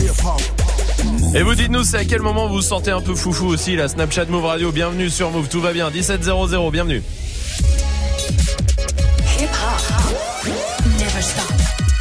Et vous dites-nous, c'est à quel moment vous vous sentez un peu foufou aussi, la Snapchat Move Radio. Bienvenue sur Move, tout va bien. 1700, bienvenue. Never stop.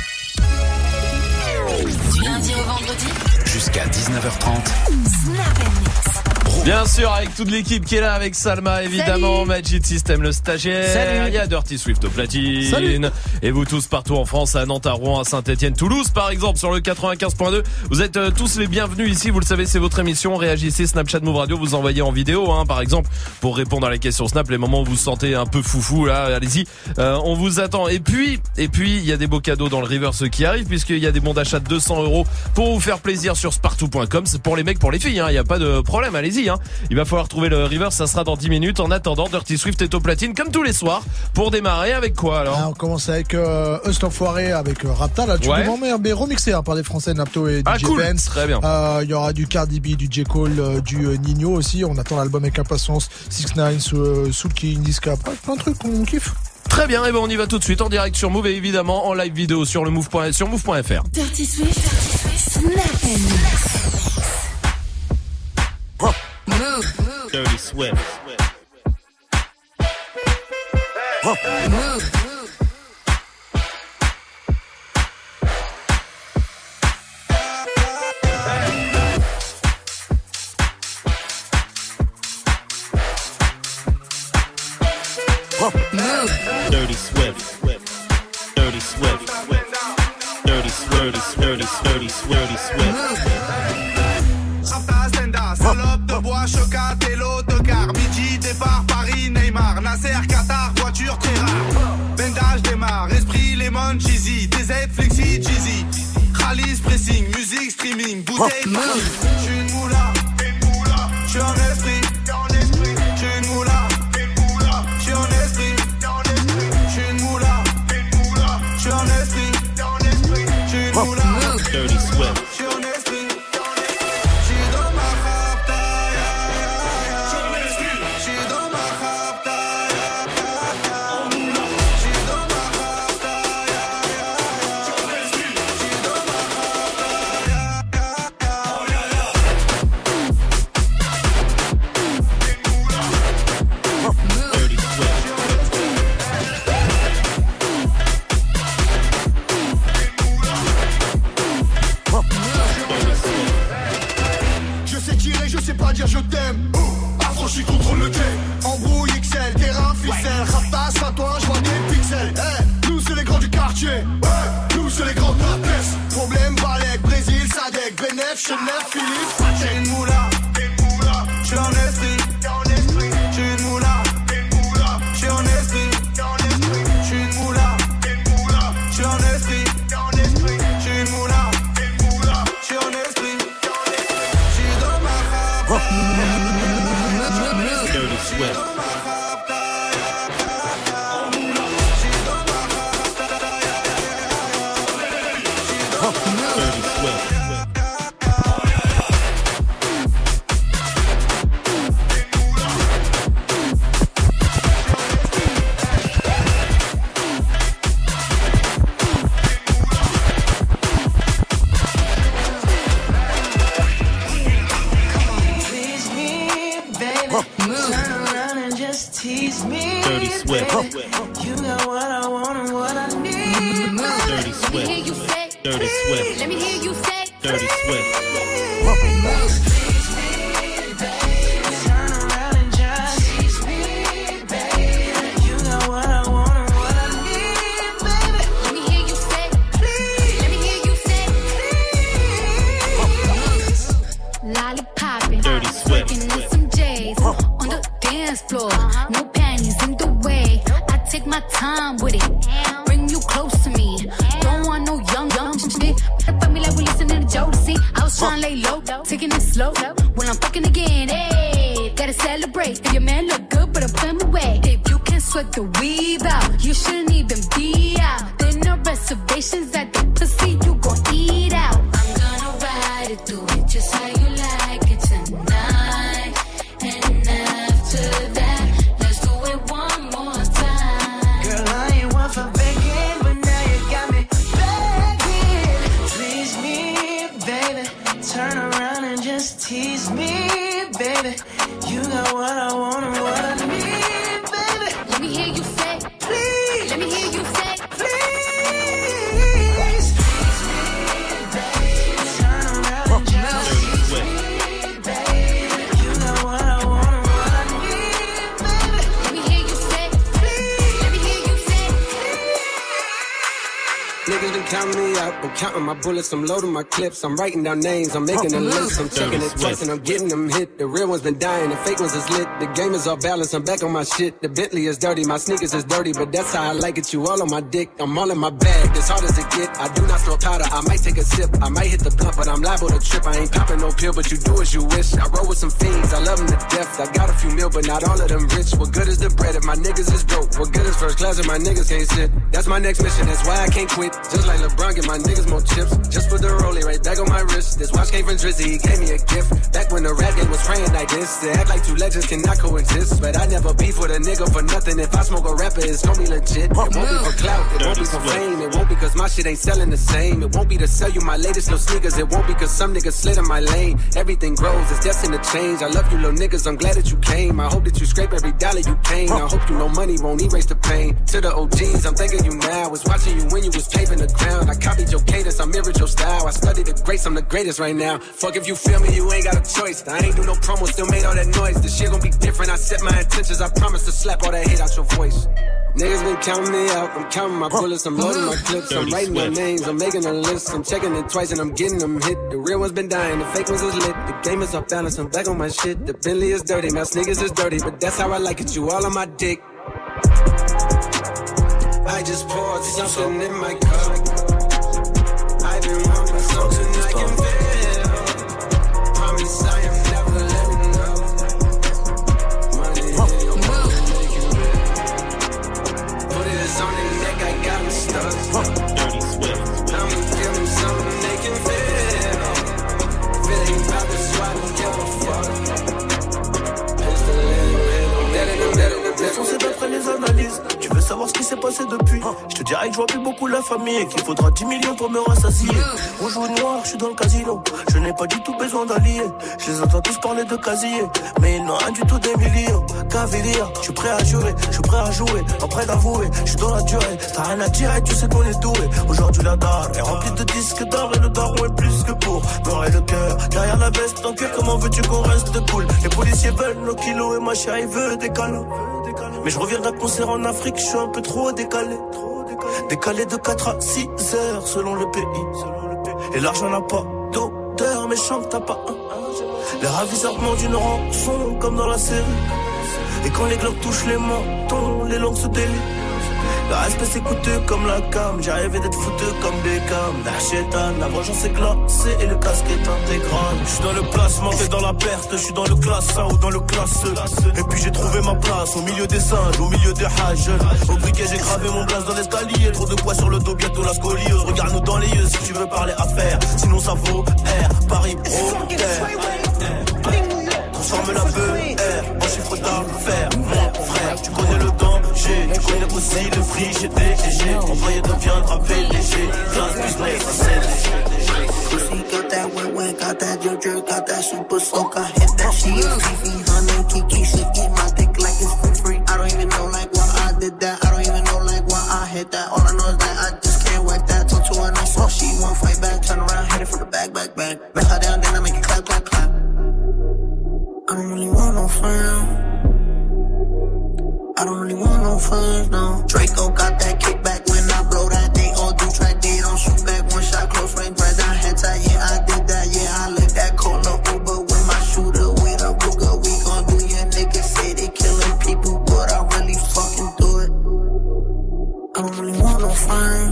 Du lundi au vendredi jusqu'à 19h30. Snap and Mix. Bien sûr, avec toute l'équipe qui est là, avec Salma évidemment, Magic System le stagiaire, salut. il y a Dirty Swift au platine, salut. Et vous tous partout en France, à Nantes, à Rouen, à Saint-Etienne, Toulouse par exemple, sur le 95.2. Vous êtes tous les bienvenus ici, vous le savez, c'est votre émission. Réagissez, Snapchat Move Radio, vous envoyez en vidéo, par exemple, pour répondre à la question Snap, les moments où vous vous sentez un peu foufou, là, allez-y, on vous attend. Et puis, il y a des beaux cadeaux dans le reverse qui arrivent, puisqu'il y a des bons d'achat de 200€ pour vous faire plaisir sur spartou.com. C'est pour les mecs, pour les filles, il y a pas de problème, allez-y. Il va falloir trouver le reverse, ça sera dans 10 minutes. En attendant, Dirty Swift est au platine comme tous les soirs. Pour démarrer, avec quoi alors? On commence avec Eust l'enfoiré avec Rapta, là tu peux m'en mais remixé par des Français, Napto et DJ cool. Benz. Très bien. Il y aura du Cardi B, du J. Cole, du Nino aussi. On attend l'album avec impatience. 6ix9ine, Soul King, Niska, plein de trucs qu'on kiffe. Très bien, et on y va tout de suite en direct sur Move et évidemment en live vidéo sur le sur move.fr. Dirty Swift, Snap and Mix. Move. Dirty Swift. Move. Dirty Swift. Dirty Swift. Dirty Swift. Rapta, Stenda, salope de bois, chocat et l'autocar. Midi, départ, Paris, Neymar, Nasser, Qatar, voiture très rare. Bendage démarre, esprit, lemon, cheesy, DZ, flexi, cheesy. Rallye, pressing, musique, streaming, bouteille, j'suis une moula, j'suis en esprit, j'suis une moula, j'suis en esprit, j'suis une moula, j'suis en esprit, j'suis une moula. Dirty Swift. Je t'aime, affranchi contre le game. Embrouille XL, terrain ficelle. Rapta, à toi, je vois des pixels. Hey, nous c'est les grands du quartier. Hey, nous c'est les grands de la pièce. Problème, Balek, Brésil, Sadek, Benef, Chenef, Philippe. J'ai une moula, j'suis en esprit. J'ai une moula, j'suis en esprit. J'ai une moula, j'suis en esprit. J'ai une moula, j'suis en esprit. Dirty Swift. Dirty Swift. Tease me, Dirty Swift. you got what I want and what I need. Dirty Swift. Hear you say, Dirty Swift. let me hear you say, Dirty Swift. Tease me, baby. Turn around and just tease me, baby. You got what I want and what I need, baby. Let me hear you say, please. Let me hear you say, please. Lollipopping, Dirty Swift. working in some J's on the dance floor. No panties in the way. I take my time with it. Bring you close to me. Don't want no young shit. Fuck me like we listening to Jodeci. I was trying to lay low, taking it slow. When I'm fucking again, hey, gotta celebrate. If your man look good, but I'm putting him away. If you can sweat the weave out, you shouldn't even be out. There no reservations at the pussy, you gon' eat out. I'm gonna ride it, do it just how you like it tonight. And after that, let's do it one more time. Girl, I ain't one for begging, but now you got me begging. Please me, baby. baby. You got what I want and what I need, baby. Let me hear you say, please. Let me hear you say, please. Shine around and just niggas been counting me out. I'm counting my bullets, I'm loading my clips. I'm writing down names, I'm making a list. I'm checking it twice and I'm getting them hit. The real ones been dying, the fake ones is lit. The game is off balance, I'm back on my shit. The Bentley is dirty, my sneakers is dirty, but that's how I like it. You all on my dick, I'm all in my bag, as hard as it get. I do not throw powder, I might take a sip. I might hit the blunt, but I'm liable to trip. I ain't popping no pill, but you do as you wish. I roll with some fiends, I love them to death. I got a few mil, but not all of them rich. What good is the bread if my niggas is broke? What good is first class if my niggas can't sit? That's my next mission, that's why I can't quit. Just like LeBron, get my niggas more chips. Just put the rollie right back on my wrist. This watch came from Drizzy, he gave me a gift. Back when the rap game was praying like this. They act like two legends cannot coexist. But I never beef with a nigga for nothing. If I smoke a rapper, it's gonna be legit. It won't be for clout, it won't be for fame. It won't be cause my shit ain't selling the same. It won't be to sell you my latest little sneakers. It won't be cause some niggas slid in my lane. Everything grows, it's destined to change. I love you little niggas, I'm glad that you came. I hope that you scrape every dollar you came. I hope you know money won't erase the pain. To the OGs, I'm thanking you now. Was watching you when you was paving the ground. I copied your cadence, I mirrored your style. I studied the greats, I'm the greatest right now. Fuck if you feel me, you ain't got a choice. I ain't do no promo, still made all that noise. This shit gon' be different, I set my intentions. I promise to slap all that hate out your voice. Niggas been counting me out, I'm counting my bullets, I'm loading my clips, I'm writing their names, I'm making a list, I'm checking it twice and I'm getting them hit. The real ones been dying, the fake ones is lit. The game is off balance, I'm back on my shit. The Bentley is dirty, my sneakers is dirty, but that's how I like it, you all on my dick. I just poured something in my cup. I've been wanting something I can feel. Promise I am never letting up. Money in your mouth, make you real. Put it on their neck, I got them stuck. Dirty Swift. I'ma give them something they can feel. If it ain't about the swat, don't give a fuck. Pistol in your head, I'm dead in the middle. L'essentiel d'après les analyses. Tu veux savoir ce qui s'est passé depuis? Je te dirais que je vois plus beaucoup la famille et qu'il faudra 10 millions pour me rassasier. On joue noir, je suis dans le casino. Je n'ai pas du tout besoin d'alliés. Je les entends tous parler de casier, mais ils n'ont rien du tout des millions. Cavalier, je suis prêt à jurer, je suis prêt à jouer, pas prêt d'avouer. Je suis dans la durée, t'as rien à dire et tu sais qu'on est doué. Aujourd'hui la dalle est remplie de disques d'or et le daron est plus que pour beurrer le cœur. Derrière la veste en cuir, comment veux-tu qu'on reste cool? Les policiers veulent nos kilos et ma chérie veut des câlins. Mais je reviens d'un concert en Afrique, je suis un peu trop décalé. Décalé de 4 à 6 heures selon le pays. Et l'argent n'a pas d'odeur, mais chante t'as pas un. Les ravisseurs demandent une rançon comme dans la série. Et quand les globes touchent les mentons, les langues se délient. Le respect c'est coûteux comme la cam. J'ai rêvé d'être fouteux comme Beckham. La chétane, la vengeance est glacée et le casque est intégral. Je suis dans le placement, t'es dans la perte. Je suis dans le classe 1 ou dans le classe E. Et puis j'ai trouvé ma place au milieu des singes, au milieu des hages. Au briquet j'ai gravé mon blaze dans l'escalier. Trop de poids sur le dos, bientôt la scoliose. Regarde-nous dans les yeux si tu veux parler affaires. Sinon ça vaut R, Paris, transforme la BR en chiffre d'affaires. Mon frère, tu connais le danger, tu connais aussi le free, j'ai DG. Envoyé de viandre PDG, classe business, c'est Pussy got that wet wet, got that ginger, got that super soak. I hit that she a Fifi, honey, Kiki, she eat my dick like it's for free. I don't even know like why I did that. I don't even know like why I hit that. All I know is that I just can't whack that. Talk to her nice, so she won't fight back. Turn around, hit it from the back. Back her down, then I make it clap. I don't really want no friends. I don't really want no friends, no. Draco got that kickback when I blow that. They all do track, they don't shoot back. One shot, close range, right down head tight. Yeah, I did that. Yeah, I licked that cola Uber with my shooter with a Ruger. We gon' do your niggas say they killing people, but I really fucking do it. I don't really want no friends.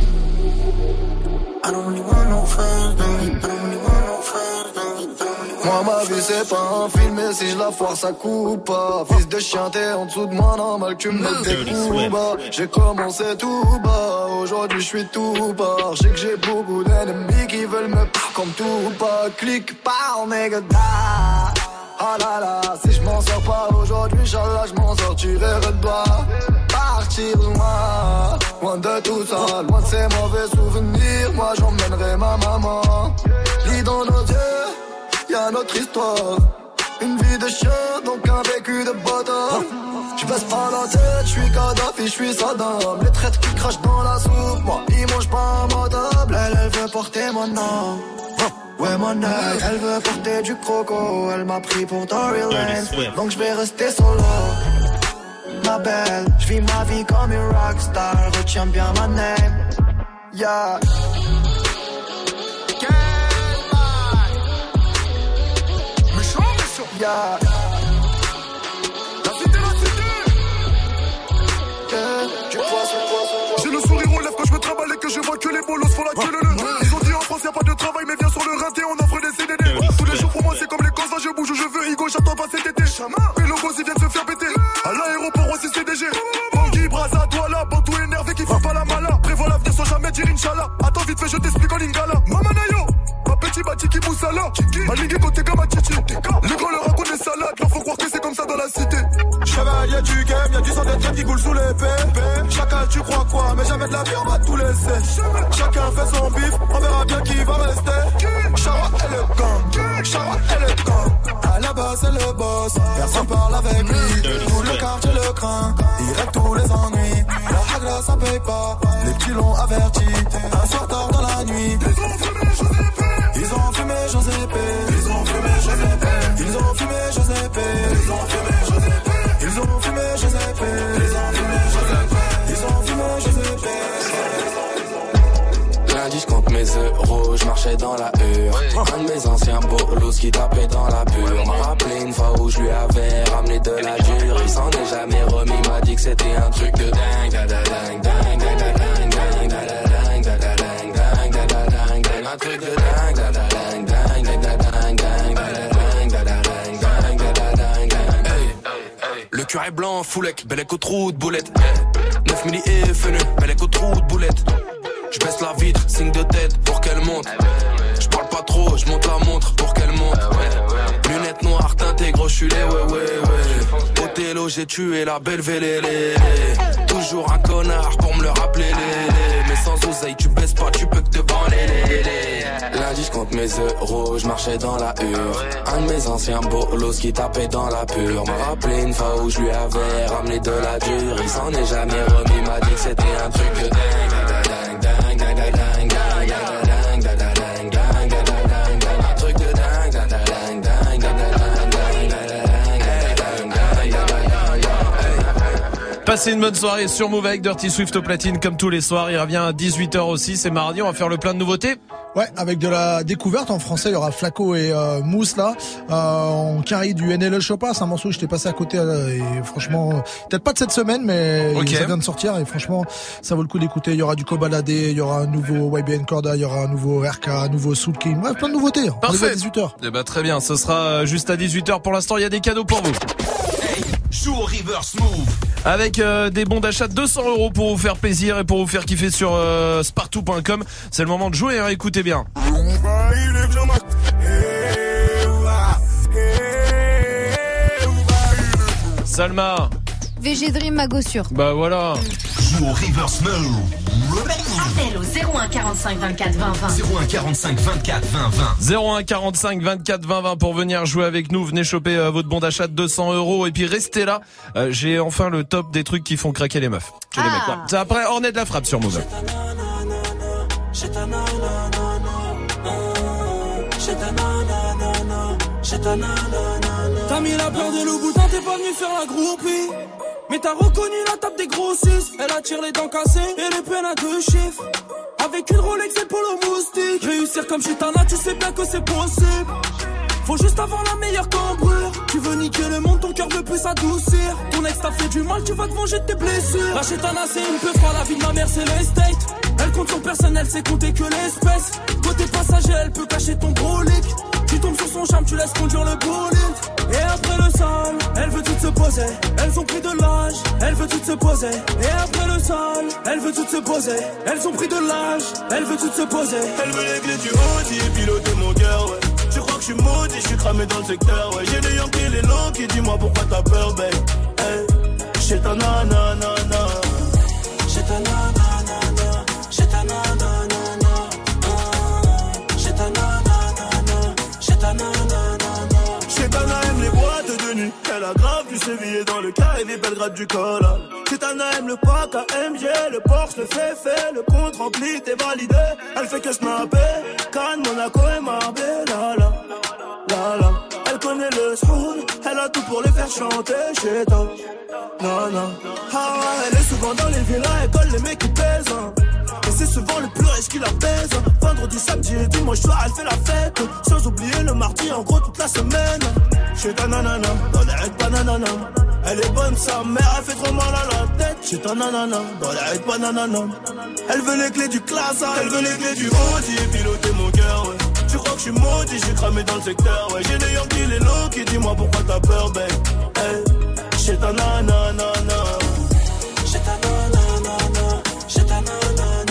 I don't really want no friends, no. I don't really want no friends, no. Moi ma vie c'est pas un film et si je la foire ça coupe pas. Fils de chien t'es en dessous de moi, normal que tu me mettes des coups bas. J'ai commencé tout bas, aujourd'hui je suis tout bas. Je sais que j'ai beaucoup d'ennemis qui veulent me prendre comme tout pas. Clique pas nigga da. Ah là là, si je m'en sors pas aujourd'hui, Inch'Allah je m'en sortirai redbas. Partir loin de tout ça, loin de ces mauvais souvenirs. Moi j'emmènerai ma maman. Lis dans nos yeux, y'a notre histoire. Une vie de chien, donc un vécu de bâtard. J'baisse pas la tête, j'suis Kadhafi, j'suis Saddam. Les traites qui crachent dans la soupe, moi, ils mangent pas à ma table. Elle veut porter mon nom. Ouais, mon œil, elle veut porter du croco. Elle m'a pris pour Dory Lane, donc j'vais rester solo. Ma belle, j'vis ma vie comme une rockstar. Retiens bien ma name. Yeah. Yeah. J'ai le sourire aux lèvres quand je me travaille et que je vois que les bolos font la queue le. Ils ont dit en France y'a pas de travail mais viens sur le rinté on offre des CDD. Tous les jours pour moi c'est comme les causes, je bouge où je veux, Igo j'attends pas cet été. Et le boss ils viennent se faire péter. À l'aéroport aussi CDG. Bangui, Braza, Douala, Bantou énervé qui fait pas la mala. Prévois l'avenir sans jamais dire Inch'Allah. Attends vite fait je t'explique en lingala. Mamanayo, ma petit bati qui moussala. Ma ligue côté comme un chichi. Les grands leur racontent des salades, leur faut croire que c'est comme ça dans la cité. Chevalier du game, y'a du sang d'être qui coule sous l'épée. Chacun tu crois quoi, mais jamais de la vie on va tout laisser. Chacun fait son bif, on verra bien qui va rester. Chara et le gang, Chara et le gang. À la base c'est le boss, personne parle avec lui. Tout le quartier le craint, il règle tous les ennuis. La hagla ça paye pas, les petits l'ont averti. Un soir tard dans la nuit, ils ont fumé Josépé. Ils ont fumé Josépé. Ils ont fumé Josépé. Ils ont fumé Josépé. Ils ont fumé Josépé. Ils ont fumé Josépé. Ils ont fumé Josépé. Lundi j'compte mes euros, j'marchais dans la hure. Un de mes anciens bolos qui tapait dans la pure. M'a rappelé une fois où je lui avais ramené de la dure. Il s'en est jamais remis, m'a dit que c'était un truc de dingue. Dingue, dingue, dingue, dingue, dingue, dingue, dingue, dingue, dingue, un truc de dingue. Le cœur est blanc, foulec, bellec au trou de boulette. 9 milli et fenu, bellec au trou de boulette. J'baisse la vitre, signe de tête pour qu'elle monte. J'parle pas trop, j'monte la montre pour qu'elle monte. Lunettes noires teintées, gros j'suis les ouais. Othello, j'ai tué la belle Vélélé. Toujours un connard pour me le rappeler. Mais sans oseille, tu baisses pas, tu peux que te branler. Lundi j'compte mes euros, j'marchais dans la hure. Un de mes anciens bolos qui tapait dans la pure. M'a rappelé une fois où je lui avais ramené de la dure. Il s'en est jamais remis, m'a dit que c'était un truc de dingue. Dingue, dingue, dingue, dingue, dingue, dingue, dingue, dingue, dingue, dingue, un truc de dingue, dingue, dingue, dingue, dingue. Passez une bonne soirée sur Move avec Dirty Swift au platine comme tous les soirs. Il revient à 18h aussi, c'est mardi, on va faire le plein de nouveautés. Ouais, avec de la découverte en français, il y aura Flaco et Mousse là. En carry du NLE Chopin, c'est un morceau que j'étais passé à côté et franchement, peut-être pas de cette semaine, mais ça vient de sortir et franchement, ça vaut le coup d'écouter. Il y aura du Kobalade, il y aura un nouveau YBN Corda, il y aura un nouveau RK, un nouveau Soul King. Bref, plein de nouveautés. Parfait. On est à 18h. Eh ben, très bien, ce sera juste à 18h. Pour l'instant, il y a des cadeaux pour vous. Joue au reverse move. Avec des bons d'achat de 200 € pour vous faire plaisir et pour vous faire kiffer sur spartou.com. C'est le moment de jouer, hein, écoutez bien. Salma. VG Dream, ma gossure. Bah voilà. Joue au reverse move. Appel au 01 45 24 20 20. 01 45 24 20 20. 01 45 24 20 20 pour venir jouer avec nous. Venez choper votre bon d'achat de 200 € et puis restez là. J'ai enfin le top des trucs qui font craquer les meufs. Je les mets quoi. C'est après Ornette de la frappe sur Move. T'as mis la peur de loup boutin, t'es pas venu faire la groupie. Mais t'as reconnu la table des grossistes. Elle attire les dents cassées et les peines à 2 chiffres. Avec une Rolex et pour le moustique. Réussir comme Chitana, tu sais bien que c'est possible. Faut juste avoir la meilleure cambrure. Tu veux niquer le monde, ton cœur veut plus s'adoucir. Ton ex t'a fait du mal, tu vas te venger de tes blessures. La Chitana c'est une peu froide, la vie de ma mère c'est l'estate. Elle compte son personnel, c'est compter que l'espèce. Côté passager, elle peut cacher ton brolic. Tu tombes sur son charme, tu laisses conduire le bolide. Et après le sol, elle veut toutes se poser. Elles ont pris de l'âge, elle veut toutes se poser. Et après le sol, elle veut toutes se poser. Elles ont pris de l'âge, elle veut toutes se poser. Elle veut les clés du Audi, piloter mon cœur, ouais. Tu crois que je suis maudit, je suis cramé dans le secteur, ouais. J'ai des Yankees, les Lonky, dis-moi pourquoi t'as peur, babe. Hey, j'ai ta nanana, j'ai ta nanana, j'ai ta nanana, j'ai ta nanana, j'ai ta nanana. J'ai ta nanana, aime les elle a grave du sévillé dans le carré des Belgrade du col. Kitana aime le pack AMG, le Porsche, le fait, le compte rempli, t'es validé. Elle fait que snapper, Cannes, Monaco et Marbella, la. Elle connaît le soul, elle a tout pour les faire chanter chez toi. Non. Ah, elle est souvent dans les villas, elle colle les mecs qui pèsent. Et c'est souvent le plus riche qui la pèse. Vendredi, samedi et dimanche soir, elle fait la fête. Sans oublier le mardi, en gros, toute la semaine. Chez ta nanana, dans les raids bananana. Elle est bonne, sa mère, elle fait trop mal à la tête. Chez ta nanana, dans les raids bananana. Elle veut les clés du classage, elle veut les clés du Audi. Piloter mon cœur, ouais. Tu crois que je suis maudit, j'ai cramé dans le secteur, ouais. J'ai des Yankees, les low qui dis-moi pourquoi t'as peur, babe. Hey, chez ta nanana. Chez ta nanana. Chez ta nanana.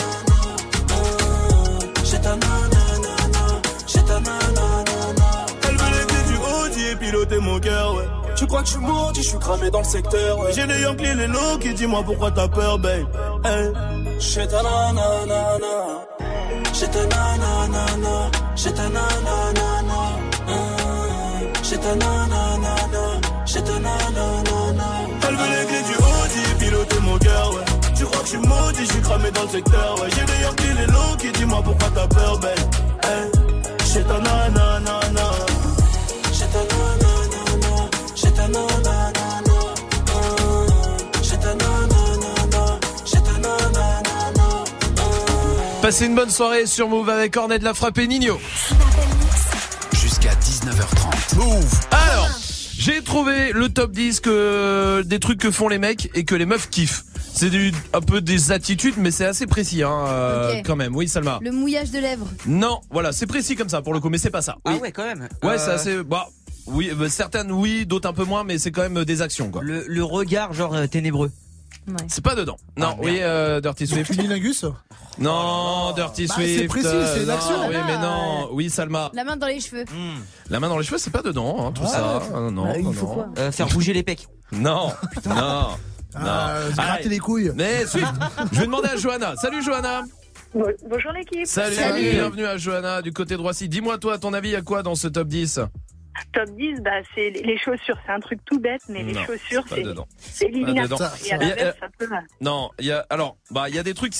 Chez ta nanana. Chez ta nanana. Elle veut les clés du Audi et piloter mon cœur, ouais. Tu crois que je suis maudit, je suis cramé dans le secteur, ouais. J'ai des Yankees, les low qui dis-moi pourquoi t'as peur, babe. Hey, chez ta nanana. Chez ta nanana. Chez ta nanana. Chez ta nanana. Chez ta nanana. Elle veut les clés du Audi, piloter mon cœur, ouais. Tu crois que je suis maudit, je suis cramé dans le secteur, ouais. J'ai des Yankees, les low qui dis-moi pourquoi t'as peur, babe. Hey, chez ta nanana. Chez ta nanana. Chez ta nanana. Chez ta nanana. Chez ta nanana. Passez une bonne soirée sur Move avec Cornet de la Frappe et Nino. Jusqu'à 19h30. Move. Alors, j'ai trouvé le top 10 des trucs que font les mecs et que les meufs kiffent. C'est un peu des attitudes, mais c'est assez précis, Okay. quand même. Oui, Salma. Le mouillage de lèvres. Non, voilà, c'est précis comme ça pour le coup, mais c'est pas ça. Oui. Ah ouais, quand même. Ouais, c'est assez. Bah, oui, certaines oui, d'autres un peu moins, mais c'est quand même des actions, quoi. Le regard, genre ténébreux. Ouais. C'est pas dedans. Non, oui, Dirty Swift. Cunilingus. Non, Dirty Swift. C'est précis, c'est une action. Oui, mais non. Oui, Salma. La main dans les cheveux. La main dans les cheveux, c'est pas dedans, tout ça. Non, il faut quoi faire bouger les pecs. Non, non. Se gratter les couilles. Mais Swift, je vais demander à Johanna. Salut Johanna. Bonjour l'équipe. Salut. Bienvenue à Johanna du côté de Roissy. Dis-moi toi, à ton avis, il y a quoi dans ce top 10? Top 10, c'est les chaussures. C'est un truc tout bête, mais les chaussures, c'est éliminatoire. Et à l'inverse, ça peut... Non, il y a des trucs,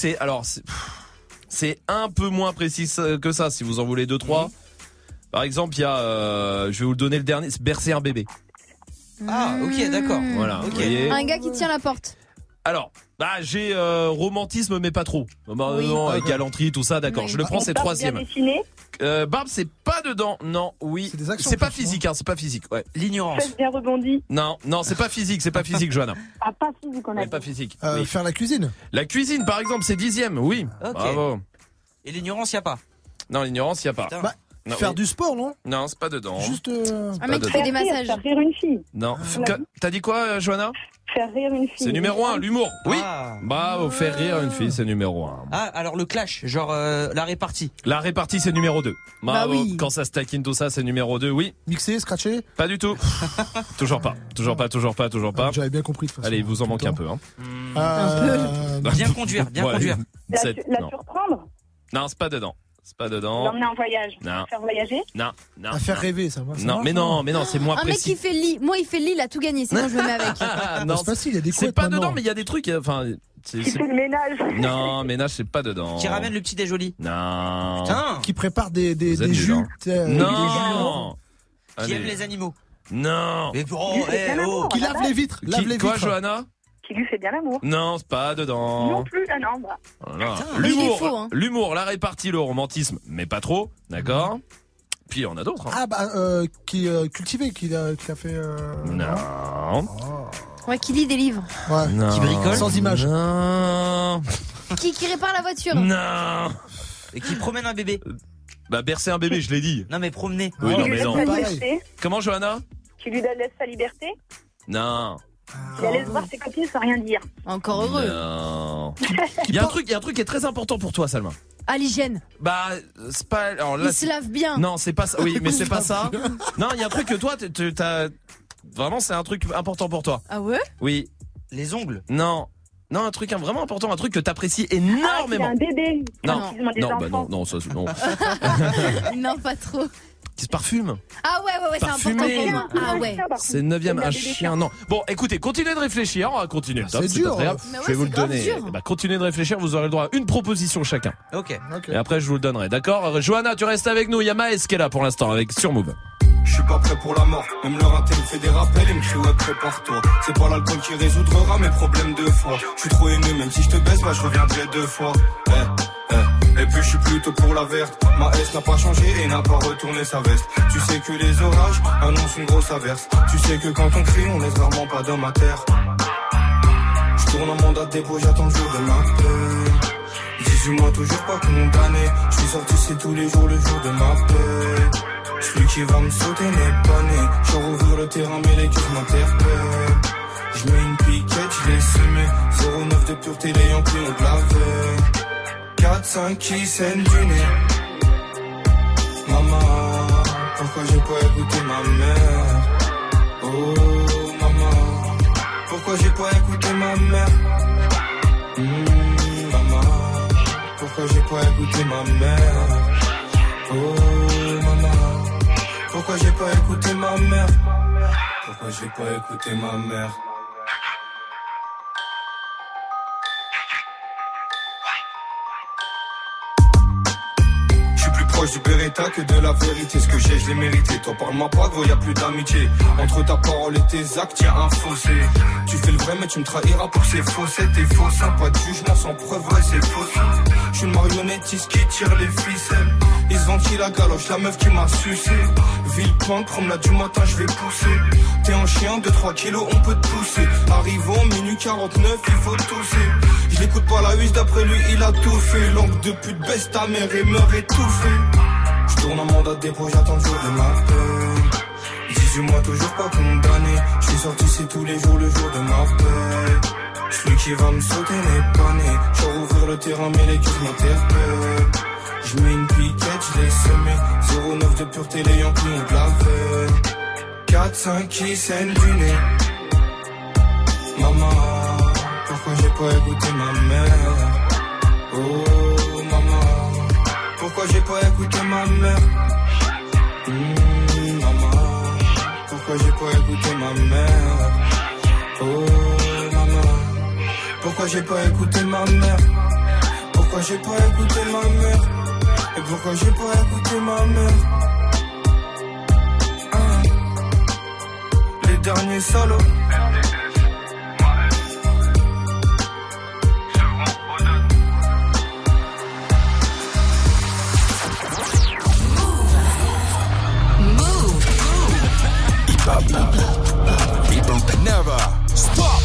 c'est un peu moins précis que ça, si vous en voulez 2-3. Par exemple, il y a, je vais vous le donner le dernier, c'est bercer un bébé. Ah, ok, d'accord. Voilà. Okay. Un gars qui tient la porte. Alors, j'ai romantisme, mais pas trop. Non, avec galanterie, tout ça, d'accord. Je le prends, c'est troisième. Barbe, c'est pas dedans. Non, oui. C'est pas physique, c'est pas physique. Ouais. L'ignorance. Faites bien rebondi. Non, c'est pas physique, Johanna. Ah, pas physique, on a dit. Pas physique. Oui. Faire la cuisine. La cuisine, par exemple, c'est 10e, oui. Okay. Bravo. Et l'ignorance, y a pas. Non, l'ignorance, y a pas. Non, faire du sport, non? Non, c'est pas dedans. Juste un mec qui fait des massages. Faire rire une fille. Non. T'as dit quoi, Johanna? Faire rire une fille. C'est numéro 1, l'humour. Oui. Bravo, faire rire une fille, c'est numéro 1. Ah, alors le clash, genre la répartie. La répartie, c'est numéro 2. Bravo. oui. Quand ça se taquine tout ça, c'est numéro 2, oui. mixer, scratcher? Pas du tout. Toujours pas. J'avais bien compris de toute façon. Allez, il vous en manque un peu. Un peu. Bien conduire. La surprendre? Non, c'est pas dedans. L'emmener en voyage. Non. Faire voyager? Non. À faire rêver, ça va. Non, mais non, c'est moins précis. Un mec qui fait le lit. Moi, il fait le lit, il a tout gagné. Sinon, je me mets avec. Non, c'est facile, il y a des couettes. C'est pas maintenant. dedans, mais il y a des trucs. Enfin, Qui fait le ménage? Non, ménage, c'est pas dedans. Qui ramène le petit déjoli. Non. Putain. Qui prépare des êtes jus. nuls, Non. Qui aime les animaux. Non. Mais Qui lave les vitres. Quoi, Johanna? Qui lui fait bien l'amour. Non, c'est pas dedans. Non plus, ah non, Voilà. Mais il est faux, hein. L'humour, la répartie, le romantisme, mais pas trop, d'accord. Puis il y en a d'autres. Ah qui cultivé, qui a fait. Non. Ouais, qui lit des livres. Ouais. Non. Qui bricole. Sans image. Non. Qui répare la voiture. Non. Et qui promène un bébé. Bercer un bébé, je l'ai dit. Non mais promener. Oui, Qui non, lui mais laisse non. sa liberté. Comment, Johanna? Qui lui laisse sa liberté. Non. Il la laisse voir ses copines sans rien dire. Encore heureux. Non. Il y a un truc qui est très important pour toi, Salma. À l'hygiène. C'est pas. Alors là, Il se lave bien. Non, c'est pas ça. Oui, mais c'est pas ça. Non, il y a un truc que toi, t'as. Vraiment, c'est un truc important pour toi. Ah ouais? Oui. Les ongles. Non, un truc vraiment important, un truc que t'apprécies énormément. Un bébé. Non, ça, non. Non, pas trop. Qui se parfume. Ah ouais, c'est important pour moi. Ah ouais. C'est 9e, un chien, non. Bon, écoutez, continuez de réfléchir, on va continuer le top. C'est dur. Je vais vous le donner. Continuez de réfléchir, vous aurez le droit à une proposition chacun. Ok. Et après, je vous le donnerai, d'accord? Johanna, tu restes avec nous, il y a Maës qui est là pour l'instant, avec sur Move. Je suis pas prêt pour la mort, même le raté me fait des rappels et me crie ouais prépare-toi. C'est pas l'alcool qui résoudra mes problèmes de foi. Je suis trop haineux, même si je te baisse, je reviendrai 2 fois. Et puis je suis plutôt pour la verte. Ma S n'a pas changé et n'a pas retourné sa veste. Tu sais que les orages annoncent une grosse averse. Tu sais que quand on crie, on laisse rarement pas d'homme à terre. Je tourne en mandat de dépôt, j'attends le jour de ma paix. 18 mois toujours pas condamné. Je suis sorti c'est tous les jours le jour de ma paix. Celui qui va me sauter n'est pas né. Je rouvre le terrain mais les cœurs m'interpellent. Je mets une piquette, je l'ai semé. 09 de pureté, les Yankees ont de la veille. 4-5 qui saignent du nez. Maman, pourquoi j'ai pas écouté ma mère? Oh maman, pourquoi j'ai pas écouté ma mère? Maman, pourquoi j'ai pas écouté ma mère? Oh maman, pourquoi j'ai pas écouté ma mère? Pourquoi j'ai pas écouté ma mère? Proche du Beretta que de la vérité. Ce que j'ai, je l'ai mérité. Toi parle-moi pas gros, y'a plus d'amitié. Entre ta parole et tes actes, y'a un fossé. Tu fais le vrai mais tu me trahiras pour ces faussettes. T'es faux, pas de jugement sans preuve, ouais c'est faux. Je suis une marionnettiste qui tire les ficelles. Ils se ventilent la galoche, la meuf qui m'a sucé. Villepinte, promenade du matin, je vais pousser. T'es un chien de 3 kilos, on peut te pousser. Arrivons, minuit 49, il faut tousser. Je l'écoute pas la huisse, d'après lui il a tout fait. Langue de pute, baisse ta mère et meurt étouffée. Je tourne en mandat de dépôt, j'attends le jour de ma paix. 18 mois toujours pas condamné. Je suis sorti c'est tous les jours le jour de ma paix. Celui qui va me sauter n'est pas né. Je vais rouvrir le terrain mais les cuisses m'interpellent. Je mets une piquette, je l'ai semé. 09 de pureté, les Yankees ont de la veille. 4-5 qui saignent du nez. Maman, pourquoi j'ai pas écouté ma mère? Oh maman, pourquoi j'ai pas écouté ma mère? Maman, pourquoi j'ai pas écouté ma mère? Oh maman, pourquoi j'ai pas écouté ma mère? Pourquoi j'ai pas écouté ma mère? Et pourquoi j'ai pas écouté ma mère? Les derniers solos. Never stop.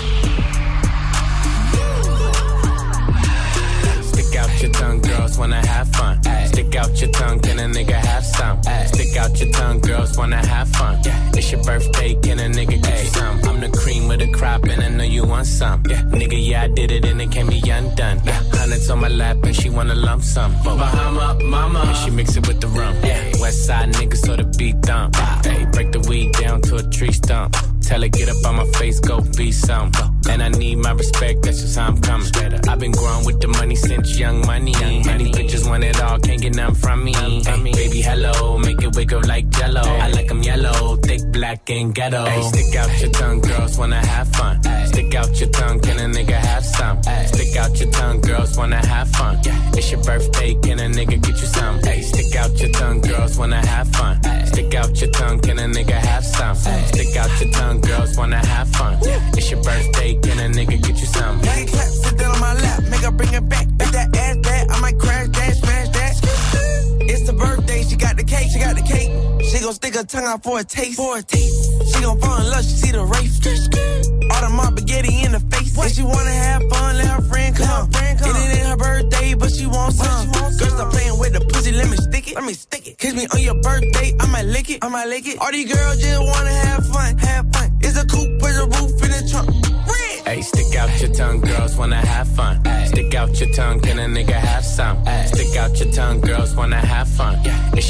Stick out your tongue, girls wanna have fun. Stick out your tongue, can a nigga have some? Stick out your tongue, girls wanna have fun. It's your birthday, can a nigga get you some? I'm the cream of the crop and I know you want some. Nigga, yeah, I did it and it can't be undone. Hundreds on my lap and she wanna lump sum. Bahama, mama, and she mix it with the rum. West side niggas so the beat thump. Hey, break the weed down to a tree stump. Tell her get up on my face, go be some. And I need my respect, that's just how I'm coming. I've been growing with the money since young money. Many bitches want it all, can't get nothing from me. Hey, baby, hello, make it wiggle like jello. I like them yellow, thick, black, and ghetto. Hey, stick out your tongue, girls wanna have fun. Stick out your tongue, can a nigga have some? Stick out your tongue, girls wanna have fun. It's your birthday, can a nigga get you some? Hey, stick out your tongue, girls wanna have fun. Stick out your tongue, can a nigga have some? Stick out your tongue, girls wanna have fun. It's your birthday, can a nigga get you some? Make it clap, sit down on my lap, make her bring it back. If that ass bad, I might crash that, smash that. It's the birthday, she got the cake, she got the cake. She gon' stick her tongue out for a taste, She gon' fall in love, she see the race. All the mob spaghetti in the face. If she wanna have fun, let her friend come. It ain't her birthday, but she wants some. Girl, stop playing with the pussy, let me stick it. Kiss me on your birthday, I might lick it. All these girls just wanna have fun. It's a coupe with a roof in the trunk. Hey, stick out your tongue, girls wanna have fun. Stick out your tongue, can a nigga have some? Stick out your tongue, girls wanna have fun. It's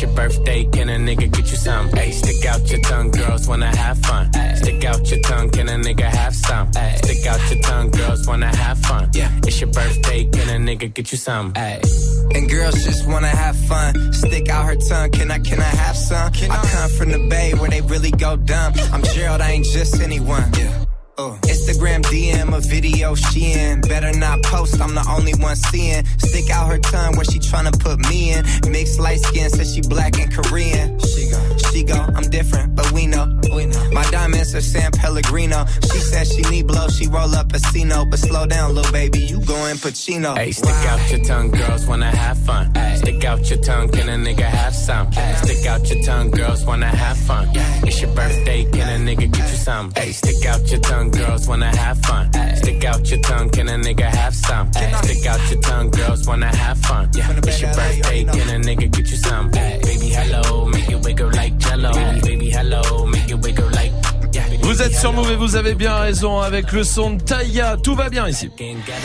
It's your birthday, can a nigga get you some? Ay, stick out your tongue, girls wanna have fun. Ay, stick out your tongue, can a nigga have some? Ay, stick out your tongue, girls wanna have fun. Yeah, it's your birthday, can a nigga get you some? Ay. And girls just wanna have fun. Stick out her tongue, can I have some? I come from the Bay where they really go dumb. I'm Gerald, I ain't just anyone. Yeah. Instagram DM a video she in. Better not post, I'm the only one seeing. Stick out her tongue where she tryna put me in. Mixed light skin, says she black and Korean. She go, I'm different, but we know. My diamonds are San Pellegrino. She said she need blow, she roll up a Cino. But slow down, little baby, you going Pacino. Hey, stick out your tongue, girls wanna have fun. Ay, stick out your tongue, can a nigga have some? Ay, stick out your tongue, girls wanna have fun. It's your birthday, can a nigga get you some? Hey, stick out your tongue, girls wanna have fun. Ay, stick out your tongue, can a nigga have some? Ay, stick out your tongue, girls wanna have fun. Yeah, it's your birthday, can a nigga get you some? Ay, baby, hello, make it wake up like Jello. Baby, hello, make it wake up like. Vous êtes sur Move et vous avez bien raison avec le son de Taïa. Tout va bien ici.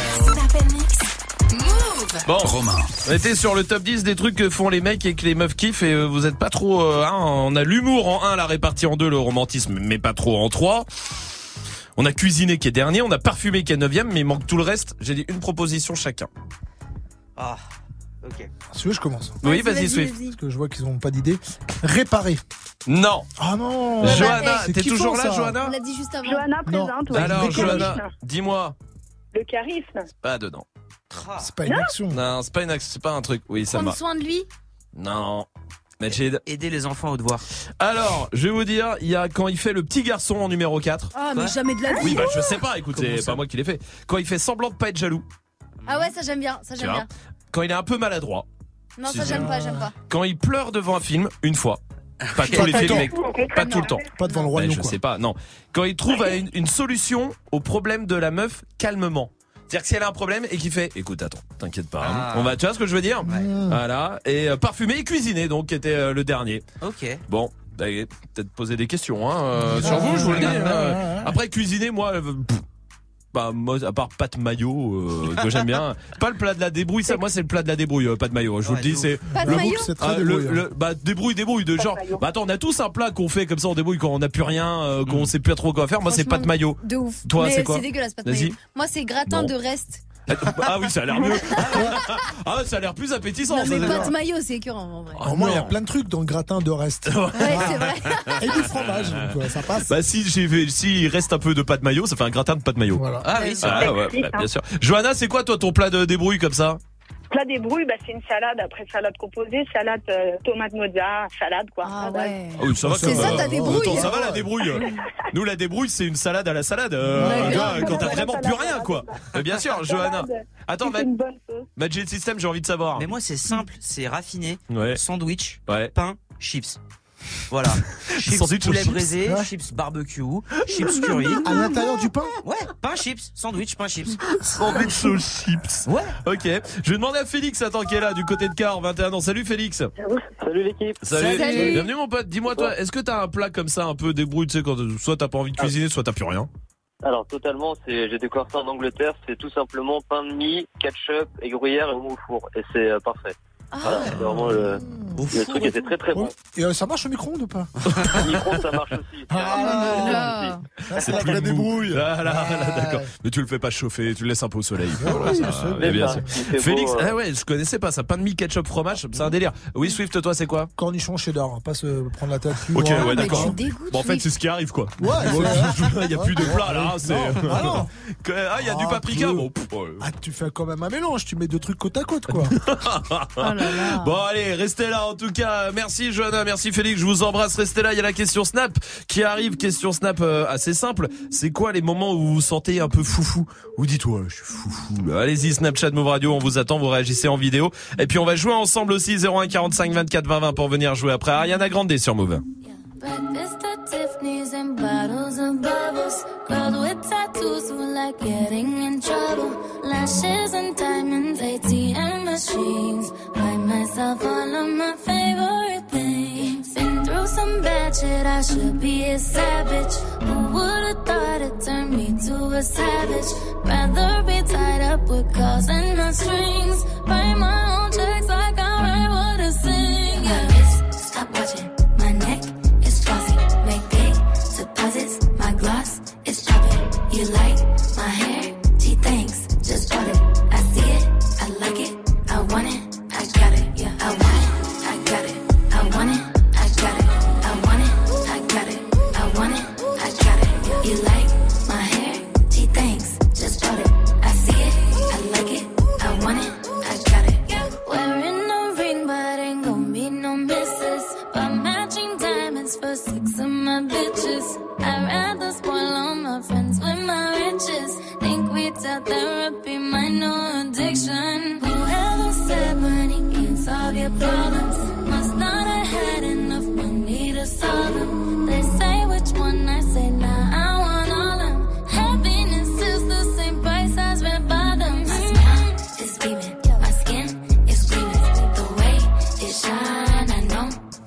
Bon, Romain, on était sur le top 10 des trucs que font les mecs et que les meufs kiffent et vous êtes pas trop... on a l'humour en 1, la répartie en 2, le romantisme, mais pas trop en 3. On a cuisiné qui est dernier, on a parfumé qui est 9e, mais il manque tout le reste. J'ai dit une proposition chacun. Ah, ok. Si tu veux, je commence. Oui, vas-y, Swift. Parce que je vois qu'ils ont pas d'idée. Réparer. Non. Ah non. Johanna, t'es toujours là, Johanna? On l'a dit juste avant. Johanna présente. Ouais. Alors, Johanna, dis-moi. Le charisme. C'est pas dedans. C'est pas une action. Non, c'est pas une action, c'est pas un truc. Oui, ça Prendre m'a. soin de lui. Non. Majid. Aider les enfants aux devoirs. Alors, je vais vous dire, il y a quand il fait le petit garçon en numéro 4. Ah, mais jamais de la vie. Oui, bah je sais pas, écoute, c'est pas moi qui l'ai fait. Quand il fait semblant de pas être jaloux. Ah ouais, ça j'aime bien, ça j'aime bien. Quand il est un peu maladroit. Non, ça j'aime pas. Quand il pleure devant un film, une fois. Pas tous les films, mais pas tout le temps. Pas devant le roi lion, je sais pas, non. Quand il trouve une solution au problème de la meuf calmement. C'est-à-dire que si elle a un problème et qu'il fait, écoute, attends, t'inquiète pas, on va, tu vois ce que je veux dire? Voilà. Et parfumé et cuisiné, donc, qui était le dernier. Ok. Bon, peut-être poser des questions, sur vous, je vous le dis. Après, cuisiner, moi, moi, à part pâte mayo que j'aime bien, pas le plat de la débrouille, ça moi c'est le plat de la débrouille, pas de mayo, je vous le dis, c'est le mayo, c'est très débrouille. débrouille de genre attends, on a tous un plat qu'on fait comme ça en débrouille quand on n'a plus rien, qu'on sait plus trop quoi faire. Moi c'est pâte mayo. De ouf. Toi mais c'est quoi? C'est dégueulasse pâte mayo. Moi c'est gratin de reste. Ah oui, ça a l'air mieux. Ah, ça a l'air plus appétissant. Non, mais pâte mayo, c'est écœurant en vrai. Alors moi, il y a plein de trucs dans le gratin de reste. Ouais, c'est vrai. Et du fromage, ça passe. Bah si reste un peu de pâte mayo, ça fait un gratin de pâte mayo. Voilà. Ah oui, c'est vrai. Ouais, bien sûr. Johanna, c'est quoi toi ton plat de débrouille comme ça? Plat débrouille, c'est une salade, après salade composée, salade tomate mozza, salade quoi. Ah ouais. Ah oui, ça va. C'est ça ta débrouille. Attends, ça va la débrouille. Nous la débrouille c'est une salade à la salade. Quand t'as vraiment plus rien quoi. Bien sûr, Johanna. Attends, Magic System, j'ai envie de savoir. Mais moi c'est simple, c'est raffiné, sandwich, pain, chips. Voilà. Chips poulet braisé, chips barbecue, chips curry. À l'intérieur du pain? Ouais, pain chips, sandwich, pain chips. Sandwich aux chips. Ouais. Ok. Je vais demander à Félix, qui est là, du côté de Car, 21 ans. Salut Félix. Salut l'équipe. Salut. Bienvenue mon pote. Dis-moi toi, est-ce que t'as un plat comme ça un peu débrouille, tu sais, quand soit t'as pas envie de cuisiner, soit t'as plus rien? Alors totalement, j'ai découvert ça en Angleterre, c'est tout simplement pain de mie, ketchup et gruyère et on met au four. Et c'est parfait. Voilà, c'est vraiment le truc était très très bon. Et ça marche au micro-ondes ou pas? Au micro-ondes ça marche aussi. C'est plus la débrouille. D'accord. Mais tu le fais pas chauffer, tu le laisses un peu au soleil. Bien sûr. Félix, je connaissais pas ça. Pain de mie, ketchup, fromage, c'est un délire. Oui, Swift, toi, c'est quoi? Cornichon cheddar, pas se prendre la tête. Ok, ouais, d'accord. Bon, en fait, c'est ce qui arrive, quoi. Ouais. Il y a plus de plat là. Il y a du paprika. Bon, tu fais quand même un mélange. Tu mets deux trucs côte à côte, quoi. Bon allez, restez là en tout cas. Merci Johanna, merci Félix, je vous embrasse. Restez là, il y a la question Snap qui arrive. Question Snap assez simple. C'est quoi les moments où vous vous sentez un peu foufou? Vous dites je suis foufou. Allez-y, Snapchat Move Radio, on vous attend, vous réagissez en vidéo. Et puis on va jouer ensemble aussi 01 45 24 20 20 pour venir jouer après Ariana Grande sur Move. Breakfast at Tiffany's and bottles of bubbles. Girls with tattoos who like getting in trouble. Lashes and diamonds, ATM machines. Buy myself all of my favorite things. Been through some bad shit, I should be a savage. Who would've thought it turned me to a savage? Rather be tied up with calls and not strings. Write my own checks like I write what I sing. Yeah.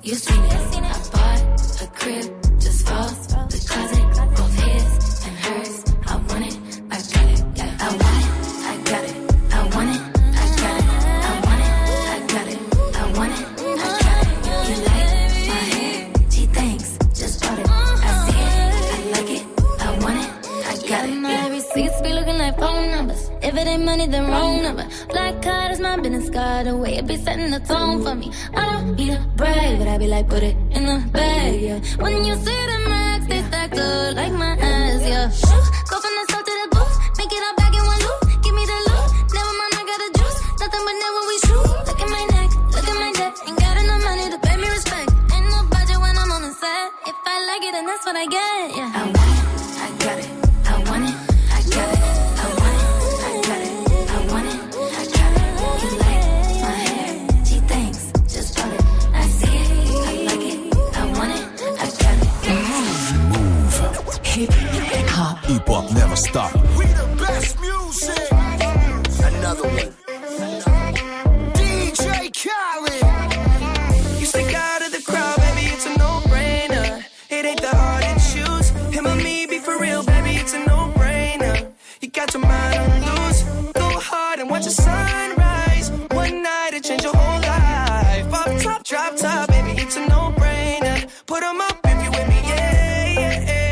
You seen it. I bought a crib just for the closet, both his and hers. I want it, I got it. I want it, I got it. I want it, I got it. I want it, I got it. I want it, I got it. You like my hair? She thinks just bought it. I see it, I like it. I want it, I got it. My receipts be looking like phone numbers. If it ain't money, then wrong number. Black card is my business card. The way it be setting the tone for me. I don't need a brag, but I be like, put it in the bag, yeah. When you see the max, they stacked up like my ass, yeah. Go from the south to the booth, make it all back in one loop. Give me the loot, never mind, I got the juice. Nothing but never we shoot. Look at my neck, look at my neck. Ain't got enough money to pay me respect. Ain't no budget when I'm on the set. If I like it, then that's what I get, yeah. I want it, I got it. I want it, I got it. Hip-hop never stop. We the best music. Another one. DJ Khaled. You stick out of the crowd, baby, it's a no-brainer. It ain't that hard to choose. Him or me, be for real, baby, it's a no-brainer. You got your mind on loose. Go hard and watch the sunrise. One night it change your whole life. Up top, drop top, baby, it's a no-brainer. Put 'em up if you with me, yeah, yeah, yeah.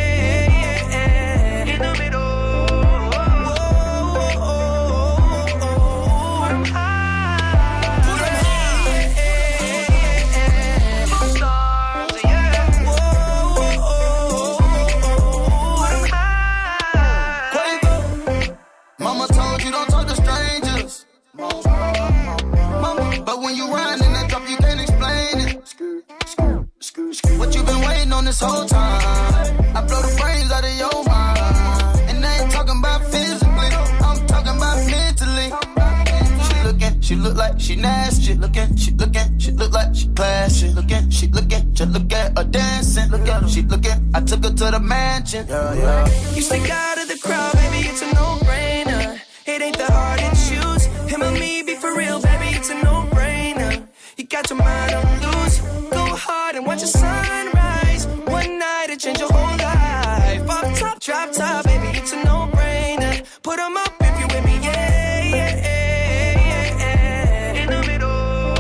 What you been waiting on this whole time? I blow the brains out of your mind. And I ain't talking about physically, I'm talking about mentally. She look like she nasty. She look like she classy. She just look at her dancing. Look at her, she looking. I took her to the mansion. Yeah, yeah. You stick out of the crowd, baby, it's a no-brainer. It ain't that hard to choose. Him or me, be for real, baby, it's a no-brainer. You got your mind on loose. Go hard and watch the sunrise. One night it change your whole life. Up top, drop top, baby, it's a no-brainer. Put 'em up if you with me, yeah, yeah, yeah, yeah. In the middle.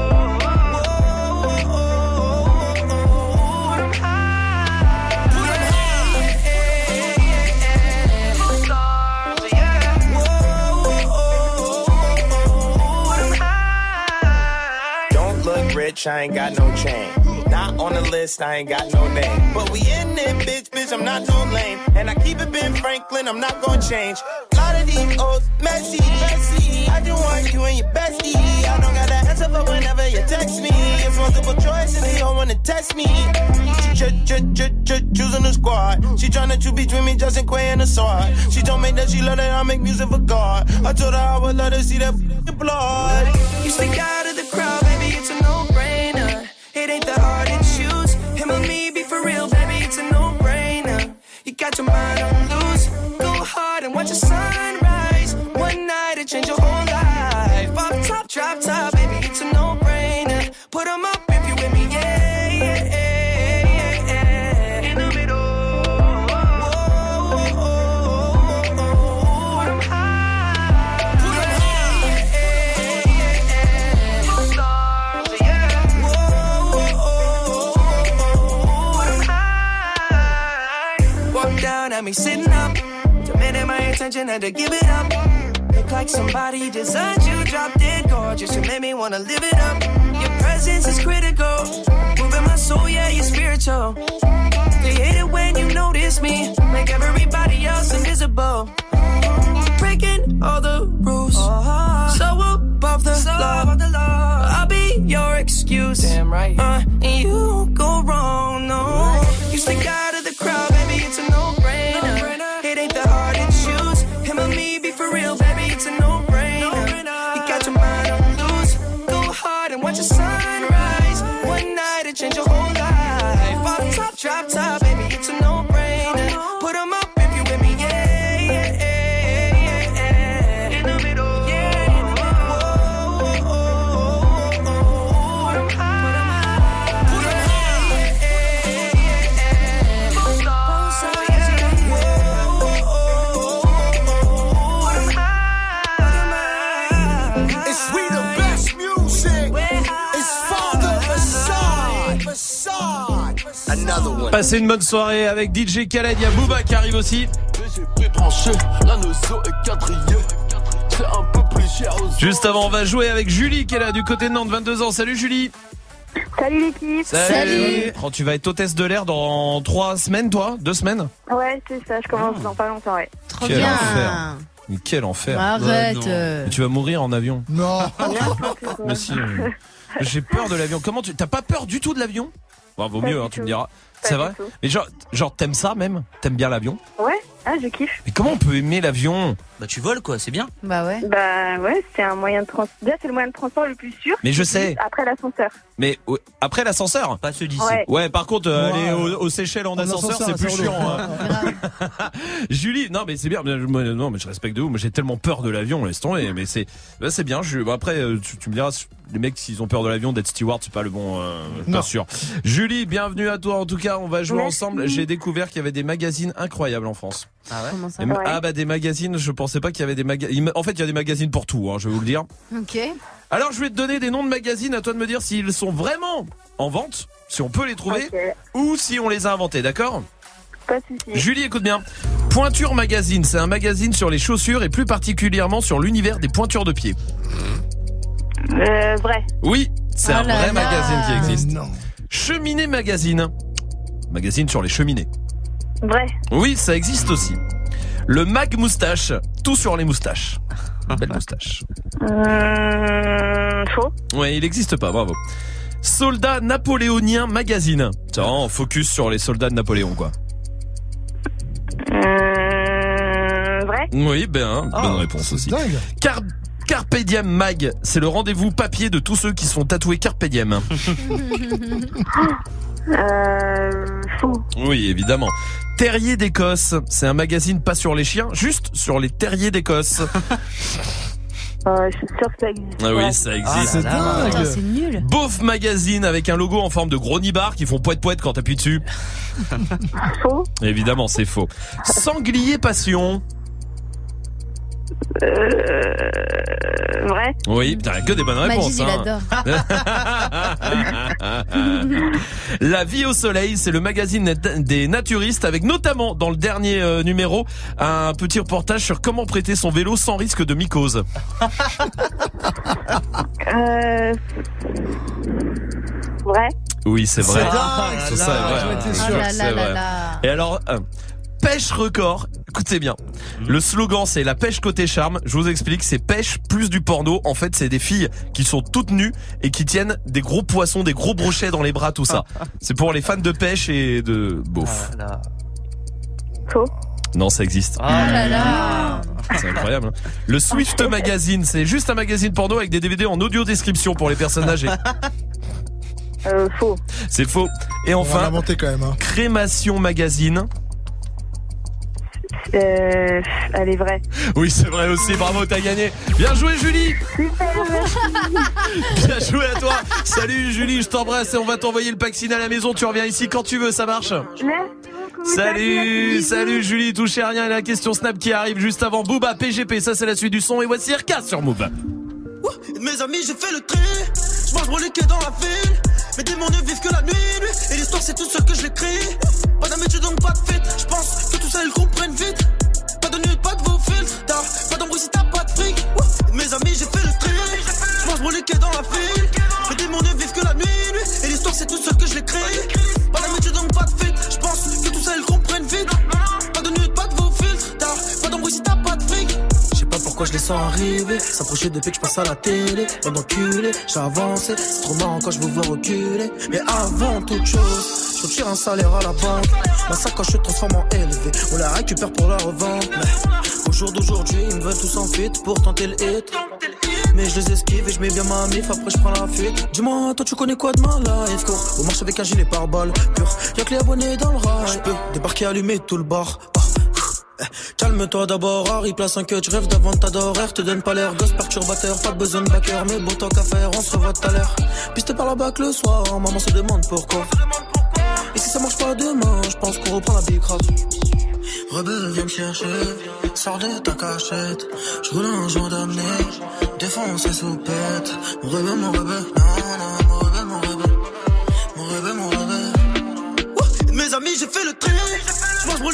Put 'em high. Put 'em high. Stars, yeah. Put 'em high. Don't look rich, I ain't got no chain. Not on the list, I ain't got no name. But we in there, bitch, I'm not no lame. And I keep it Ben Franklin, I'm not gonna change. A lot of these old messy. I just want you and your bestie. I don't got an answer for whenever you text me. It's multiple choice and they don't wanna test me. Choosing the squad. She tryna choose between me, Justin Quay and the sword. She told me that she love that I make music for God. I told her I would let her see that blood. You stick out of the crowd, baby, it's a no-brainer. It ain't that hard to choose. Him or me, be for real, baby, it's a no-brainer. You got your mind on loose. Go hard and watch the sunrise. One night it change your whole life. Up top, drop top, baby, it's a no-brainer. Put 'em up if you with me, yeah, yeah, yeah, yeah. In the middle. Put 'em high. Put 'em high. Stars, yeah. Walk down at me sitting up, demanding my attention, had to give it up. Look like somebody designed you, drop dead gorgeous. You made me wanna live it up. Your presence is critical, moving my soul, yeah, you're spiritual. They hate it when you notice me, make everybody else invisible. Breaking all the rules, so above the law. I'll be your excuse, damn right. And you won't go wrong, no. You stick out of the crowd, baby, it's a no-brainer. It ain't that hard to choose. Him or me, be for real, baby, it's a no-brainer. You got your mind on loose. Go hard and watch the sunrise. One night it change your whole life. Up top, drop top, baby, it's a no-brainer. Put 'em up if you with me, yeah, yeah, yeah, yeah. In the middle, yeah, in the middle. Put 'em high. Passez une bonne soirée avec DJ Khaled, il y a Booba qui arrive aussi. Juste avant, on va jouer avec Julie qui est là du côté de Nantes, 22 ans. Salut Julie. Salut l'équipe. Salut. Oh, tu vas être hôtesse de l'air dans 3 semaines, toi? 2 semaines? Ouais, c'est ça, je commence dans pas longtemps, ouais. Trop quel bien. Enfer. Mais quel enfer. Arrête. Mais tu vas mourir en avion. Non. Mais si, j'ai peur de l'avion. Comment t'as pas peur du tout de l'avion? Bon, vaut mieux, tu me diras. C'est vrai? Mais genre t'aimes ça même? T'aimes bien l'avion? Ouais, je kiffe. Mais comment on peut aimer l'avion? Bah tu voles quoi, c'est bien. Bah ouais. Bah ouais, c'est un moyen de transport. Déjà c'est le moyen de transport le plus sûr. Mais je sais. Après l'ascenseur. Mais après l'ascenseur? Pas ceux d'ici. Ouais, par contre, aller aux Seychelles en ascenseur, c'est plus chiant. Julie, non mais c'est bien. Non mais je respecte de vous. Moi j'ai tellement peur de l'avion, laisse tomber. Mais c'est bien. Après, tu me diras, les mecs s'ils ont peur de l'avion, d'être steward, c'est pas le bon. Pas sûr. Julie, bienvenue à toi. En tout cas, on va jouer ensemble. J'ai découvert qu'il y avait des magazines incroyables en France. Ah ouais? Comment ça? Ah bah des magazines, je pensais pas qu'il y avait des magazines. En fait, il y a des magazines pour tout, je vais vous le dire. Ok. Alors, je vais te donner des noms de magazines, à toi de me dire s'ils sont vraiment en vente, si on peut les trouver, ou si on les a inventés, d'accord? Pas de soucis. Julie, écoute bien. Pointure Magazine, c'est un magazine sur les chaussures et plus particulièrement sur l'univers des pointures de pied. Vrai. Oui, c'est un vrai là. magazine qui existe. Non. Cheminée Magazine, magazine sur les cheminées. Vrai. Oui, ça existe aussi. Le Mag Moustache, tout sur les moustaches. Belle moustache. Faux. Ouais, il n'existe pas, bravo. Soldat napoléonien magazine. Tiens, focus sur les soldats de Napoléon, quoi. Vrai. Oui, bonne réponse aussi. Dingue. Carpe Diem Mag, c'est le rendez-vous papier de tous ceux qui se font tatouer Carpe Diem. Faux. Oui, évidemment. Terrier d'Écosse, c'est un magazine pas sur les chiens, juste sur les terriers d'Écosse. Je suis sûre que ça existe. Ah oui, ça existe. C'est dingue. Putain, c'est nul. Beauf Magazine avec un logo en forme de gros nibards qui font poète quand t'appuies dessus. Faux. Évidemment, c'est faux. Sanglier Passion. Vrai. Oui, putain, que des bonnes réponses. Magis, il adore. La vie au soleil, c'est le magazine des naturistes avec notamment dans le dernier numéro un petit reportage sur comment prêter son vélo sans risque de mycose. Vrai. Oui, c'est vrai. C'est Ça, dingue. c'est vrai. C'est vrai. Et alors, pêche record. Écoutez bien. Le slogan, c'est la pêche côté charme. Je vous explique, c'est pêche plus du porno. En fait, c'est des filles qui sont toutes nues et qui tiennent des gros poissons, des gros brochets dans les bras, tout ça. C'est pour les fans de pêche et de beauf. Faux. Non, ça existe. Oh là là. C'est incroyable. Hein. Le Swift Magazine, c'est juste un magazine porno avec des DVD en audio description pour les personnes âgées. Faux. C'est faux. Et On va enfin, l'inventer quand même. Crémation Magazine. Elle est vraie. Oui, c'est vrai aussi. Bravo, t'as gagné. Bien joué, Julie. Super, merci. Bien joué à toi. Salut, Julie, je t'embrasse et on va t'envoyer le pack ciné à la maison. Tu reviens ici quand tu veux, ça marche? Merci beaucoup. Salut Julie, touchez à rien. Et la question Snap qui arrive juste avant Booba, PGP. Ça, c'est la suite du son. Et voici RK sur Move. Mes amis, j'ai fait le tri. Je mange broliqué dans la ville. Mes démons ne vivent que la nuit. Et l'histoire, c'est tout seul que je l'écris. Pas d'habitude, donc pas de fit. Je pense que tout ça, ils comprennent vite. Pas de nude, pas de vos filtres. Pas d'embrouille si t'as pas de fric. Mes amis, j'ai fait le tri. Je mange broliqué dans la ville. Mes démons ne vivent que la nuit. Et l'histoire, c'est tout seul que je l'écris. Pas d'habitude, donc pas de fit. Je pense que tout ça, ils comprennent vite. Pas de nude, pas de vos filtres. Pas d'embrouille si t'as pas de fric. Pourquoi je les sens arriver, s'approcher depuis que je passe à la télé. Bande d'enculés, j'ai avancé, c'est trop marrant quand je vous vois reculer. Mais avant toute chose, je retire un salaire à la banque. Ma sacoche se transforme en élevé, on la récupère pour la revendre. Mais au jour d'aujourd'hui, ils me veulent tous en fuite pour tenter le hit. Mais je les esquive et je mets bien ma mif, après je prends la fuite. Dis-moi, toi tu connais quoi de ma life, cours au marche avec un gilet pare-balles pur. Y'a que les abonnés dans le rail, je peux débarquer, allumer tout le bar. Calme-toi d'abord, Harry, place un que tu rêves d'avant ta d'horaire. Te donne pas l'air gosse perturbateur, pas besoin de backer. Mais bon tant qu'à faire, on se revoit tout à l'heure. Piste par la bac le soir, maman se demande pourquoi. Et si ça marche pas demain, je pense qu'on reprend la big rap. Rebelle viens me chercher, sors de ta cachette. Je roule un joint d'amener, défonce et soupette. Mon rebelle, non, non, mon rebelle, mon rebelle, mon rebelle, mon rebelle.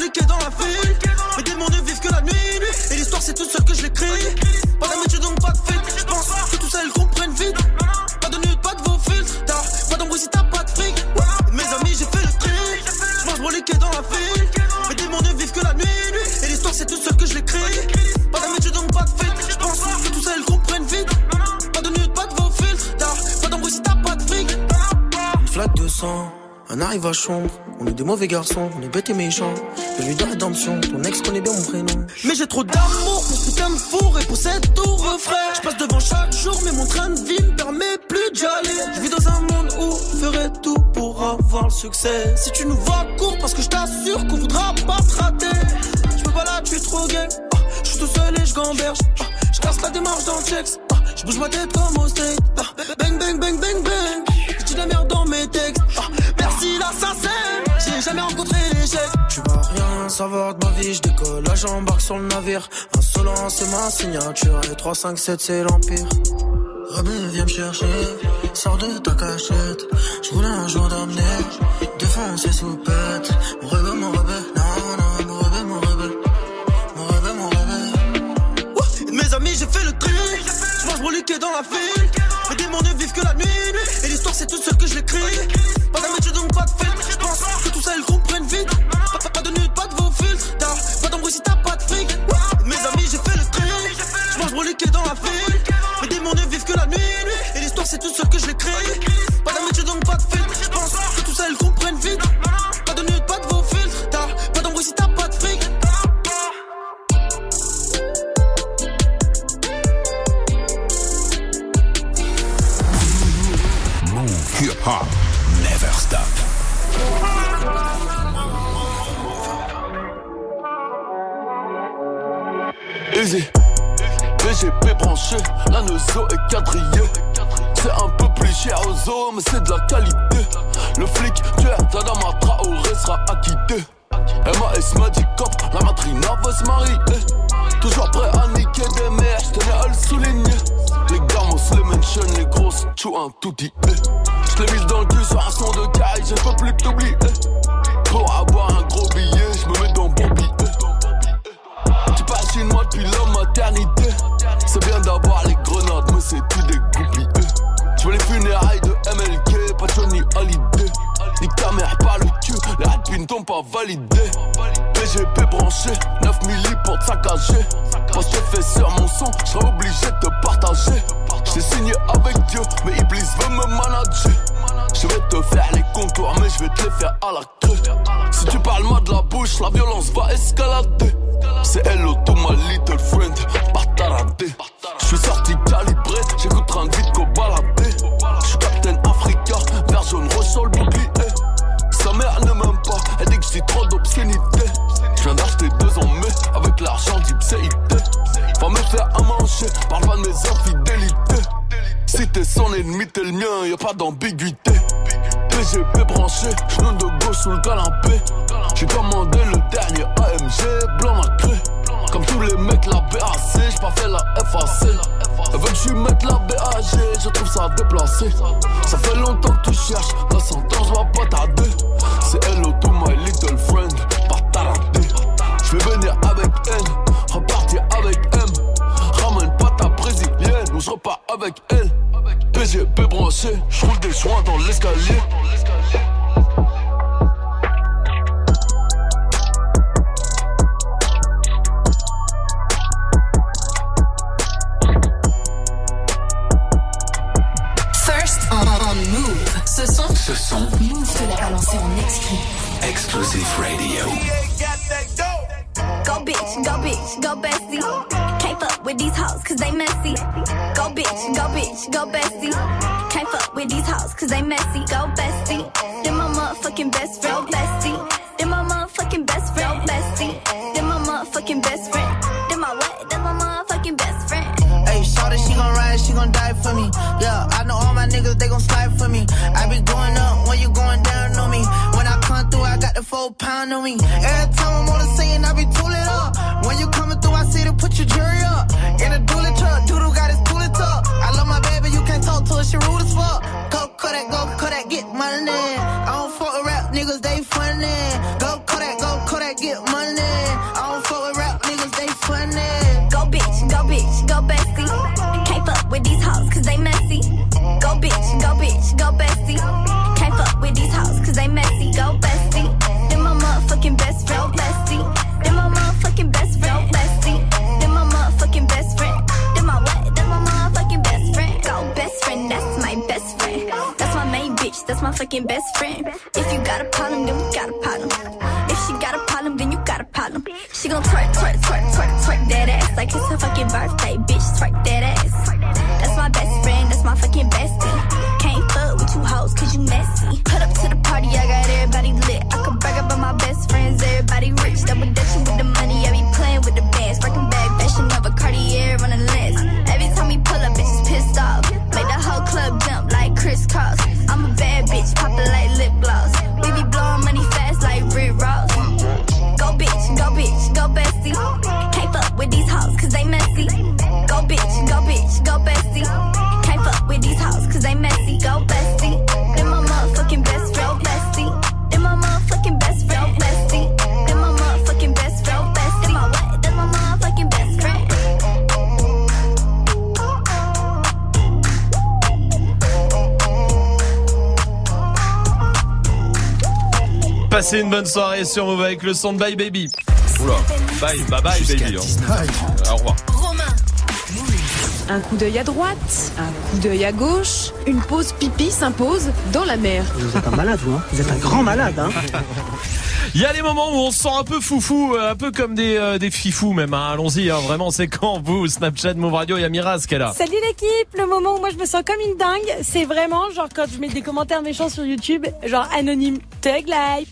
reliqué dans la ville. Mes démons ne vivent que la nuit. Et l'histoire c'est toute seule que je l'écris. Pas d'amitié donc pas de filtre. Je pense que tout ça ils comprennent vite. Pas de nude, pas de vos filtres. Pas d'embrouille si t'as pas de fric. Mes amis j'ai fait le tri. Je mange reliqué dans la ville. Mes démons ne vivent que la nuit. Et l'histoire c'est toute seule que je l'écris. Pas d'amitié donc pas de filtre. Je pense que tout ça ils comprennent vite. Pas de nude, pas de vos filtres. Pas d'embrouille si t'as pas de fric. Une flaque de sang. Un arrivage sombre, on est des mauvais garçons, on est bêtes et méchants. Je lui donne rédemption, ton ex connaît bien mon prénom. Mais j'ai trop d'amour pour ce putain de four et pour cette tour refrain. Je passe devant chaque jour, mais mon train de vie me permet plus d'y aller. Je vis dans un monde où je ferai tout pour avoir le succès. Si tu nous vois court, parce que je t'assure qu'on voudra pas te rater. Je peux pas là, tu es trop gang. Je suis tout seul et je gamberge. Je casse la démarche dans le checks. Je bouge ma tête comme au state. Bang bang bang bang bang. Je dis de la merde dans mes textes. Merci l'assassin. J'ai jamais rencontré l'échec. Tu vas rien savoir de ma vie. Je décolle, là j'embarque sur le navire. Insolent c'est ma signature. Et 357 c'est l'empire. Rebelle viens me chercher. Sors de ta cachette. Je voulais un jour d'amener. Défoncer sous pète. Mon rebelle, mon rebelle. Non, non, mon rebelle, mon rebelle. Mon rebelle, mon rebelle. Mes amis j'ai fait le tri. Je mange reliqué dans la ville. Mes démons ne vivent que la nuit. Et l'histoire c'est toute seule que je l'écris. Pas d'amitié donc pas de filtre. Je pense que tout ça ils comprennent vite. Pas de nude, pas de vos filtres. Pas d'embrouille si t'as pas de fric. Mes amis j'ai fait le tri. Je mange reliqué dans la ville. Mes démons ne vivent que la nuit. Et l'histoire c'est toute seule que je l'écris. Pas d'amitié donc pas de filtre. Je pense que tout ça ils comprennent vite. Pas de nude, pas de vos filtres. Pas d'embrouille si t'as pas de fric. Hip hop, never stop. Easy, BGP branché, la Neuzo est quadrillée. C'est un peu plus cher aux zoo, mais c'est de la qualité. Le flic, Tadama Traoré sera acquitté. MAS m'a dit cop, la matrina va se marier. Toujours prêt à niquer des mères, j'tenais à le souligner. Les gamos, les mentions, les grosses, tchou un tout dit. J'l'ai mise dans le cul sur un son de caille, je peux plus t'oublier. Pour avoir un gros billet, j'me mets dans bon billet. Tu passes une mois depuis la maternité. C'est bien d'avoir les grenades, mais c'est tout des goupilles. J'veux les funérailles de MLK, pas Johnny Hallyday. Nique ta mère par le cul, les rapines t'ont pas validé. PGP branché, 9 milli pour te saccager. Parce que j'ai fait sur mon son, j'serais obligé de te partager. J't'ai signé avec Dieu, mais Iblis veut me manager. Je vais te faire les contours, mais je vais te les faire à la queue. Si tu parles mal de la bouche, la violence va escalader. C'est hello to my little friend, pas taradé. J'suis sorti calibré, j'écoute train de vite qu'au baladé. J'suis Captain Africa, vert jaune rouge sur le bouclier. Sa mère ne m'aime pas, elle dit que j'dis trop d'obscénité. J'viens d'acheter 2 ans mais avec l'argent d'Ipséité. Va me faire à manger, parle pas de mes infidélités. Si t'es son ennemi, t'es le mien, y'a pas d'ambiguïté. PGP branché, genou de gauche sous le canapé. J'ai commandé le dernier AMG, blanc nacré. Comme tous les mecs, la BAC, j'ai pas fait la FAC. Elle veut que je lui mette la BAG, je trouve ça déplacé. Ça fait longtemps que tu cherches, la sentence va pas tarder. C'est hello to my little friend, pas taradé. Je vais venir avec N, repartir avec M. Ramène pas ta brésilienne, ou je repars avec elle. PGP branché, j'roule des joints dans l'escalier. First on Move. Ce son, Move te l'a balancé en exclu. Exclusive Radio. Go bitch, go bestie. Can't fuck with these hoes cause they messy. Go bitch, go bestie. Can't fuck with these hoes cause they messy. Go bestie. They're my motherfucking best friend. Bestie. They're my motherfucking best friend. Bestie. They're my motherfucking best friend. They're my what? They're my motherfucking best friend. Hey, shorty, she gon' ride, she gon' die for me. Yeah, I know all my niggas, they gon' slide for me. I be going up when you going down on me. When I come through, I got the 4 pound on me. Every time I'm on the scene, I be tooling up. When you coming through, I see to put your jury up. In a dually truck, Doodle got his tooling tuck. I love my baby, you can't talk to her, she rude as fuck. Go Kodak, get money. I don't fuck with rap niggas, they funny. Go Kodak, get money. fucking best friend. If you got a problem, then we got a problem. If she got a problem, then you got a problem. She gon' twerk, twerk, twerk, twerk, twerk that ass like it's her fucking birthday, bitch. Twerk that ass. That's my best friend, that's my fucking bestie. Can't fuck with you hoes cause you messy. Put up to the party, I got everybody lit. I could brag about my best friends, everybody rich. Double dutching with the money, I be playing with the bands. Breaking back, fashion of a Cartier on the list. Every time we pull up, bitches pissed off. Make the whole club jump like crisscross. I'm a bad bitch, poppin' like lip gloss. We be blowing money fast like Rick Ross. Go bitch, go bitch, go bestie. Can't fuck with these hoes cause they messy. Go bitch, go bitch, go bestie. Can't fuck with these hoes cause they messy. Go bestie. Then my motherfucking best friend, bestie. Then my motherfucking best friend, bestie. Then my motherfucking best friend, bestie. My what? Then my motherfucking best friend. Passez une bonne soirée sur Move avec le son de Bye Baby. Oula, bye, bye bye baby. Au revoir. Un coup d'œil à droite, un coup d'œil à gauche, une pause pipi s'impose dans la mer. Vous êtes un malade, vous, hein. Vous êtes un grand malade, hein. Il y a des moments où on se sent un peu foufou, un peu comme des fifous même, hein. Allons-y, hein. Vraiment, c'est quand vous, Snapchat, Move Radio, il y a Miraz qui est là. Salut l'équipe, le moment où moi je me sens comme une dingue, c'est vraiment genre quand je mets des commentaires méchants sur YouTube, genre anonyme, Thug Life.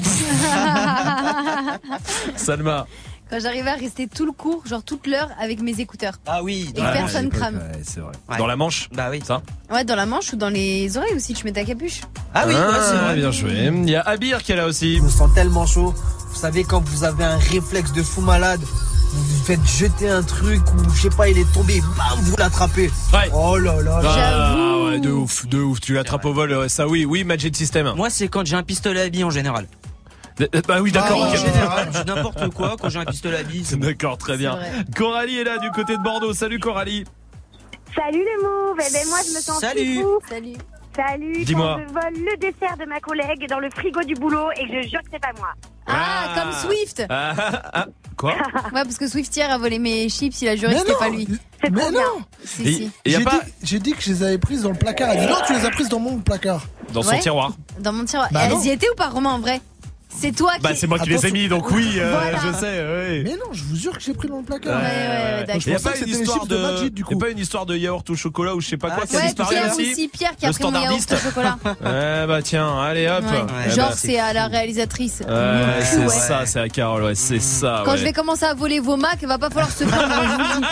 Salma. Quand j'arrivais à rester tout le cours, genre toute l'heure avec mes écouteurs. Ah oui, et personne crame. Ouais, c'est vrai. Ouais. Dans la manche. Bah oui. Ça. Ouais, dans la manche ou dans les oreilles aussi, tu mets ta capuche. Ah oui, ouais, c'est vrai. Bien joué. Il y a Abir qui est là aussi. Je me sens tellement chaud. Vous savez, quand vous avez un réflexe de fou malade, vous vous faites jeter un truc ou je sais pas, il est tombé, bam, vous l'attrapez. Ouais. Oh là là. J'avoue. Ouais, de ouf. Tu l'attrapes au vol, ça oui, Magic System. Moi, c'est quand j'ai un pistolet à billes en général. Bah oui, d'accord. En général, je dis n'importe quoi quand j'ai un pistolet à billes. D'accord, très bien. Coralie est là du côté de Bordeaux. Salut Coralie. Salut les Mouv'. Eh ben moi je me sens fou. Salut. Dis-moi. Quand je vole le dessert de ma collègue dans le frigo du boulot et que je jure que c'est pas moi. Comme Swift. Quoi? Ouais, parce que Swift hier a volé mes chips, il a juré que c'était pas lui. Mais non. Si. J'ai dit que je les avais prises dans le placard. Elle dit non, tu les as prises dans mon placard. Dans son tiroir. Dans mon tiroir. Bah elles y étaient ou pas, Romain, en vrai? C'est toi qui... Bah c'est moi qui les ai mis, donc oui, voilà. je sais. Ouais. Mais non, je vous jure que j'ai pris dans le placard. Ouais, d'accord. Il y a pas une histoire de Magic, du coup. Il y a pas une histoire de yaourt au chocolat ou je sais pas quoi qui a disparu aussi. Pierre qui a pris mon yaourt au chocolat. Bah tiens, allez hop. Genre c'est à la réalisatrice. C'est ça, c'est à Carole, ouais, c'est ça. Quand je vais commencer à voler vos Macs, il va pas falloir se faire.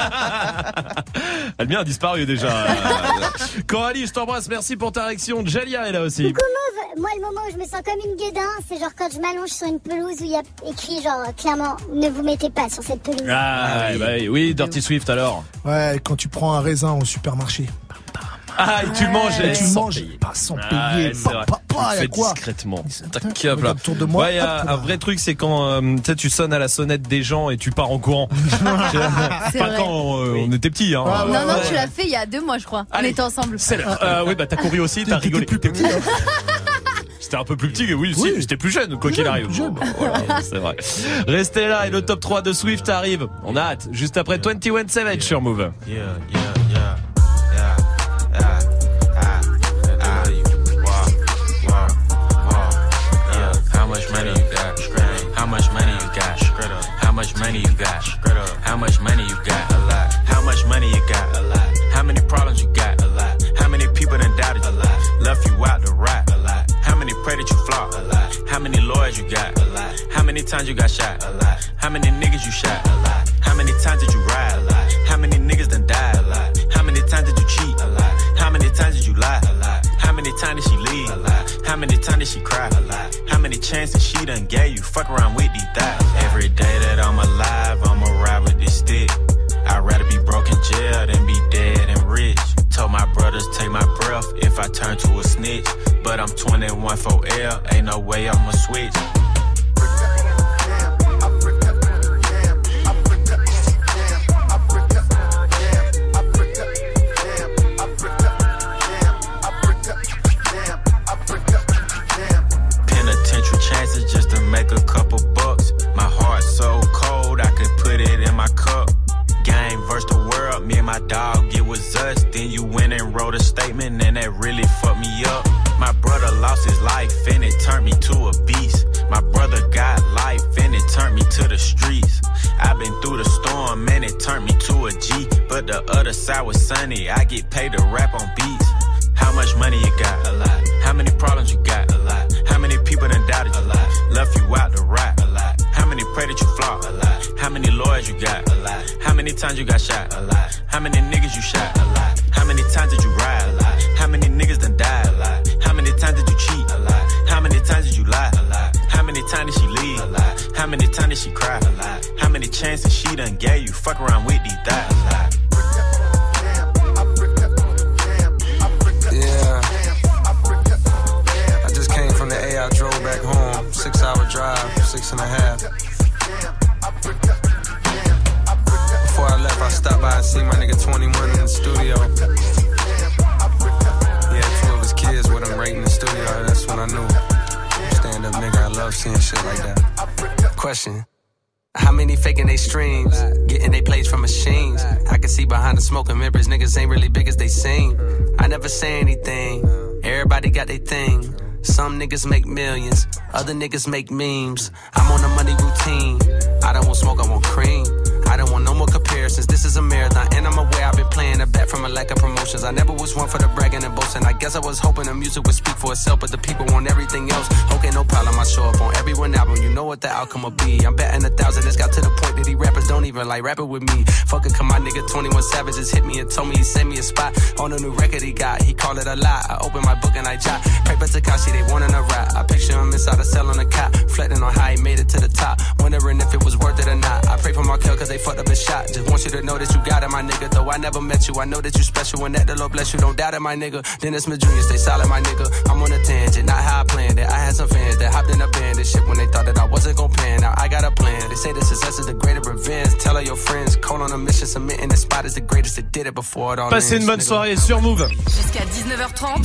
Elle bien a disparu déjà. Coralie, je t'embrasse, merci pour ta réaction. Jalia est là aussi. Coucou Mauve, moi le moment où je me sens comme une guédin, c'est genre quand je m'allonge sur une pelouse où il y a écrit genre clairement ne vous mettez pas sur cette pelouse. Oui, Dirty Swift alors. Ouais, quand tu prends un raisin au supermarché. Ah, et tu le manges. Et tu le manges pas sans payer. Fais discrètement. Tac, hop là. Autour de moi. Ouais, un vrai truc, c'est quand tu sonnes à la sonnette des gens et tu pars en courant. Pas quand on était petits. Hein. Non, tu l'as fait il y a 2 mois, je crois. On était ensemble. C'est l'heure. Oui, bah t'as couru aussi, t'as rigolé. C'était un peu plus petit, oui, j'étais plus jeune, quoi qu'il arrive. Voilà, c'est vrai. Restez là et le top 3 de Swift arrive. On a hâte. Juste après 21 Savage sur Move. How much money you got? How much money you got? How much money you got? How much money you got? A lot. How much money you got? A lot. How many problems you got? A lot. How many people done doubted you? A lot. Left you out to rot? A lot. How many pray that you flop? A lot. How many lawyers you got? A lot. How many times you got shot? A lot. How many niggas you shot? A lot. How many times did you ride? A lot. How many niggas done died? A lot. How many times did you cheat? A lot. How many times did you lie? A lot. How many times did she leave? A lot. How many times did she cry? A lot. How many chances she done gave you? Fuck around with these thighs. Every day that I'm alive, I'ma ride with this stick. I'd rather be broke in jail than be dead and rich. Told my brothers take my breath if I turn to a snitch. But I'm 21 for L, ain't no way I'ma switch. Penitentiary chances just to make a couple bucks. My heart so cold, I could put it in my cup. Game versus the world, me and my dog, it was us. Then you went and wrote a statement and that really fucked me up. My brother lost outside was sunny. I get paid to rap on beats. How much money you got? A lot. How many problems you got? A lot. How many people done doubted you? A lot. Left you out to rap? A lot. How many pray that you flop? A lot. How many lawyers you got? A lot. How many times you got shot? A lot. How many niggas you shot? A lot. How many times did you ride? A lot. How many niggas done died? A lot. How many times did you cheat? A lot. How many times did you lie? A lot. How many times did she leave? A lot. How many times did she cry? A lot. How many chances she done gave you? Fuck around with these thighs. A lot. I drove back home, 6-hour drive, 6.5. Before I left, I stopped by and see my nigga 21 in the studio. He had 2 of his kids with him right in the studio. That's when I knew. Stand up nigga, I love seeing shit like that. Question. How many faking they streams, getting they plays from machines? I can see behind the smoke and mirrors, niggas ain't really big as they seem. I never say anything, everybody got their thing. Some niggas make millions, other niggas make memes. I'm on a money routine, I don't want smoke, I want cream. I don't want no more comparisons, this is a marathon. And I'm aware I've been playing a bet from a lack of promotions. I never was one for the bragging and boasting. I guess I was hoping the music would speak for itself, but the people want everything else. Okay, no problem, I show up on every one album. You know what the outcome will be. I'm betting 1,000, it's got to the point that these rappers don't even like rapping with me. Fuck it, come my nigga 21 Savage just hit me and told me he sent me a spot on a new record he got. He called it a lie, I opened my book and I jot. Pray for Tekashi, they wanting a rap. I picture him inside a cell on a cot, reflecting on how he made it to the top, wondering if it was worth it or not. I pray for Markel cause they fucked up his shot. Just want you to know that you got it, my nigga. Though I never met you, I know that you special and that the Lord bless you. Don't doubt it, my nigga. Dennis Smith Jr., stay solid, my nigga. I'm on a tangent, not how I planned it. I had some fans that hopped in a band and shit when they thought that I wasn't gon' plan. Now I got a plan. They say the success is the greater revenge. Tell all your friends, call on a mission, submitting the spot is the greatest. It did it before it all. Passez une bonne soirée sur Move. Jusqu'à 19h30.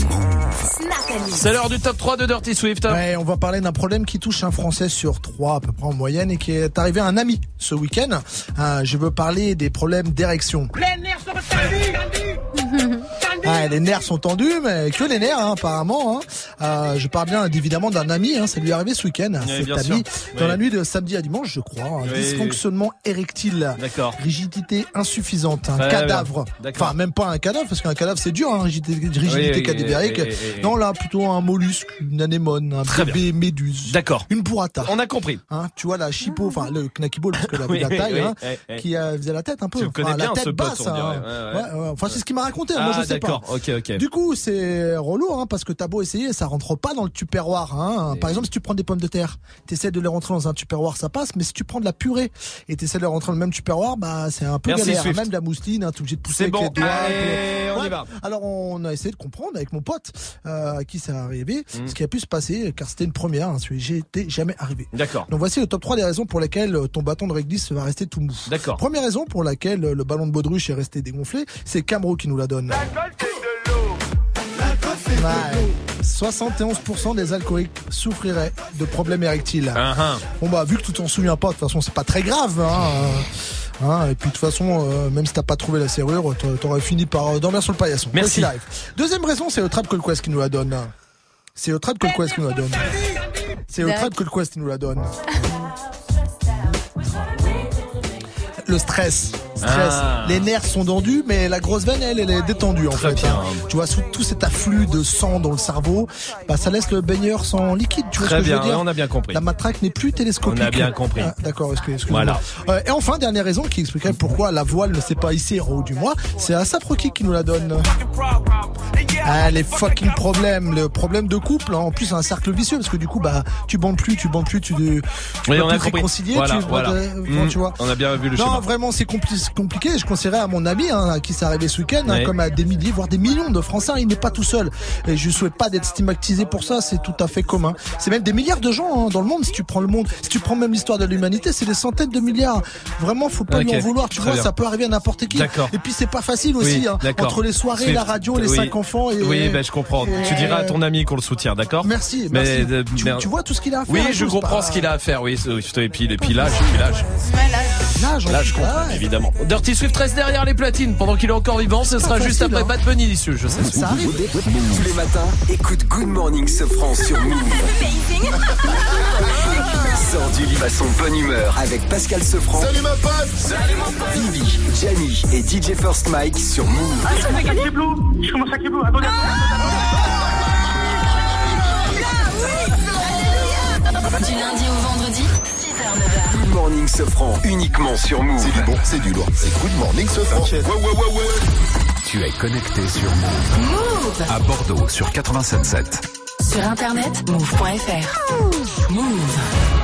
C'est l'heure du top 3 de Dirty Swift. Ouais, on va parler d'un problème qui touche un Français sur 3 à peu près en moyenne et qui est arrivé à un ami ce week-end. Je veux parler des problèmes d'érection. Les nerfs sont tendus. Ah, les nerfs sont tendus, mais que les nerfs, hein, apparemment. Hein. Je parle bien évidemment d'un ami. Hein, ça lui est arrivé ce week-end. Oui, cet ami, dans la nuit de samedi à dimanche, je crois. Un dysfonctionnement érectile. D'accord. Rigidité insuffisante. Un cadavre. Enfin, même pas un cadavre, parce qu'un cadavre c'est dur. Hein, rigidité cadavérique. Non, là plutôt un mollusque, une anémone, un bébé méduse. D'accord. Une burrata. On a compris. Hein, tu vois la chipot, enfin le knacki ball parce que la taille, hein, qui faisait la tête un peu. Tu connais bien la tête ce basse. pote, on dirait. Ouais. Enfin, c'est ce qu'il m'a raconté. Moi, je sais pas. Ok. Du coup, c'est relou, hein, parce que t'as beau essayer, ça rentre pas dans le tupperware. Hein. Par exemple, si tu prends des pommes de terre, t'essaies de les rentrer dans un tupperware, ça passe. Mais si tu prends de la purée et t'essaies de les rentrer dans le même tupperware, bah c'est un peu galère. Swift. Même de la mousseline, hein, t'es obligé de pousser avec les doigts. On y va. Alors, on a essayé de comprendre avec mon pote à qui ça arrivé, ce qui a pu se passer, car c'était une première. Hein, j'étais jamais arrivé. D'accord. Donc voici le top 3 des raisons pour lesquelles ton bâton de réglisse va rester tout mou. D'accord. Première raison pour laquelle le ballon de baudruche est resté dégonflé, c'est Camero qui nous la donne. Ouais. 71% des alcooliques souffriraient de problèmes érectiles. Bon bah vu que tu t'en souviens pas, de toute façon c'est pas très grave. Et puis de toute façon, même si t'as pas trouvé la serrure, t'aurais fini par dormir sur le paillasson. Merci. Deuxième raison, c'est le Trap Call Quest qui nous la donne. Le stress. Les nerfs sont tendus, mais la grosse veine, elle est détendue en fait. Bien. Tu vois, sous tout cet afflux de sang dans le cerveau, bah ça laisse le baigneur sans liquide. Tu vois ce que je veux dire ? On a bien compris. La matraque n'est plus télescopique. On a bien compris. D'accord, excuse-moi. Voilà. Et enfin, dernière raison qui expliquerait pourquoi la voile ne s'est pas hissée en haut du mois, c'est Asap Rocky qui nous la donne. Les fucking problèmes, le problème de couple. Hein. En plus, c'est un cercle vicieux parce que du coup, bah, tu bandes plus, tu peux plus te réconcilier. Tu vois. On a bien vu le schéma. Non, vraiment, c'est compliqué. Je conseillerais à mon ami, à qui c'est arrivé ce week-end, comme à des milliers, voire des millions de Français, il n'est pas tout seul. Et je souhaite pas d'être stigmatisé pour ça, c'est tout à fait commun. C'est même des milliards de gens dans le monde, si tu prends le monde, si tu prends même l'histoire de l'humanité, c'est des centaines de milliards. Vraiment, faut pas lui en vouloir, tu vois, ça peut arriver à n'importe qui. D'accord. Et puis c'est pas facile aussi, entre les soirées, la radio, les 5 enfants et... Oui, je comprends. Tu diras à ton ami qu'on le soutient, d'accord ? Merci. Tu vois tout ce qu'il a à faire. Oui, je comprends ce qu'il a à faire, oui, et puis l'âge. L'âge compte, évidemment. Dirty Swift reste derrière les platines pendant qu'il est encore vivant. Ce sera juste après Bad Bunny, l'issue, je sais. Ça arrive. Tous les matins, écoute Good Morning Sofran sur Move. Sors du lit à son bonne humeur avec Pascal Sofran. Salut ma pote. Salut mon pote. Vivi, Gianni et DJ First Mike sur Move. Ah, ça fait gagner Blue. Je commence à Blue. Attendez. Du lundi au vendredi, 6h-9h. Good Morning Sofran, uniquement sur Move. C'est du bon, c'est du lourd. C'est Good Morning Sofran. Ouais. Tu es connecté sur Move. Move. À Bordeaux sur 87.7. Sur internet, move.fr. Move.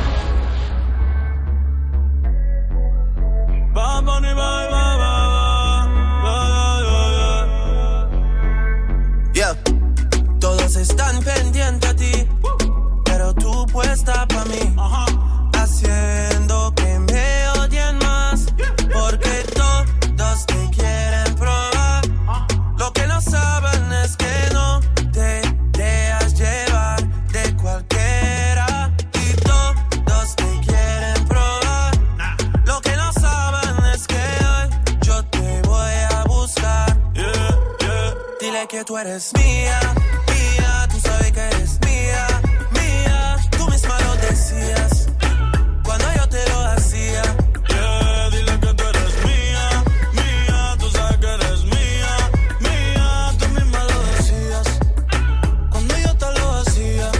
Yeah. Todos están pendientes a ti, pero tú puesta pa' mí, haciendo que me odien más, porque todos te quieren probar. Lo que no saben es que no te dejas llevar de cualquiera, y todos te quieren probar. Lo que no saben es que hoy yo te voy a buscar. Dile que tú eres mía. Tú sabes que eres mía, tú misma lo decías cuando yo te lo hacía. Dile que tú eres mía, tú sabes que eres mía, tú misma lo decías cuando yo te lo hacía.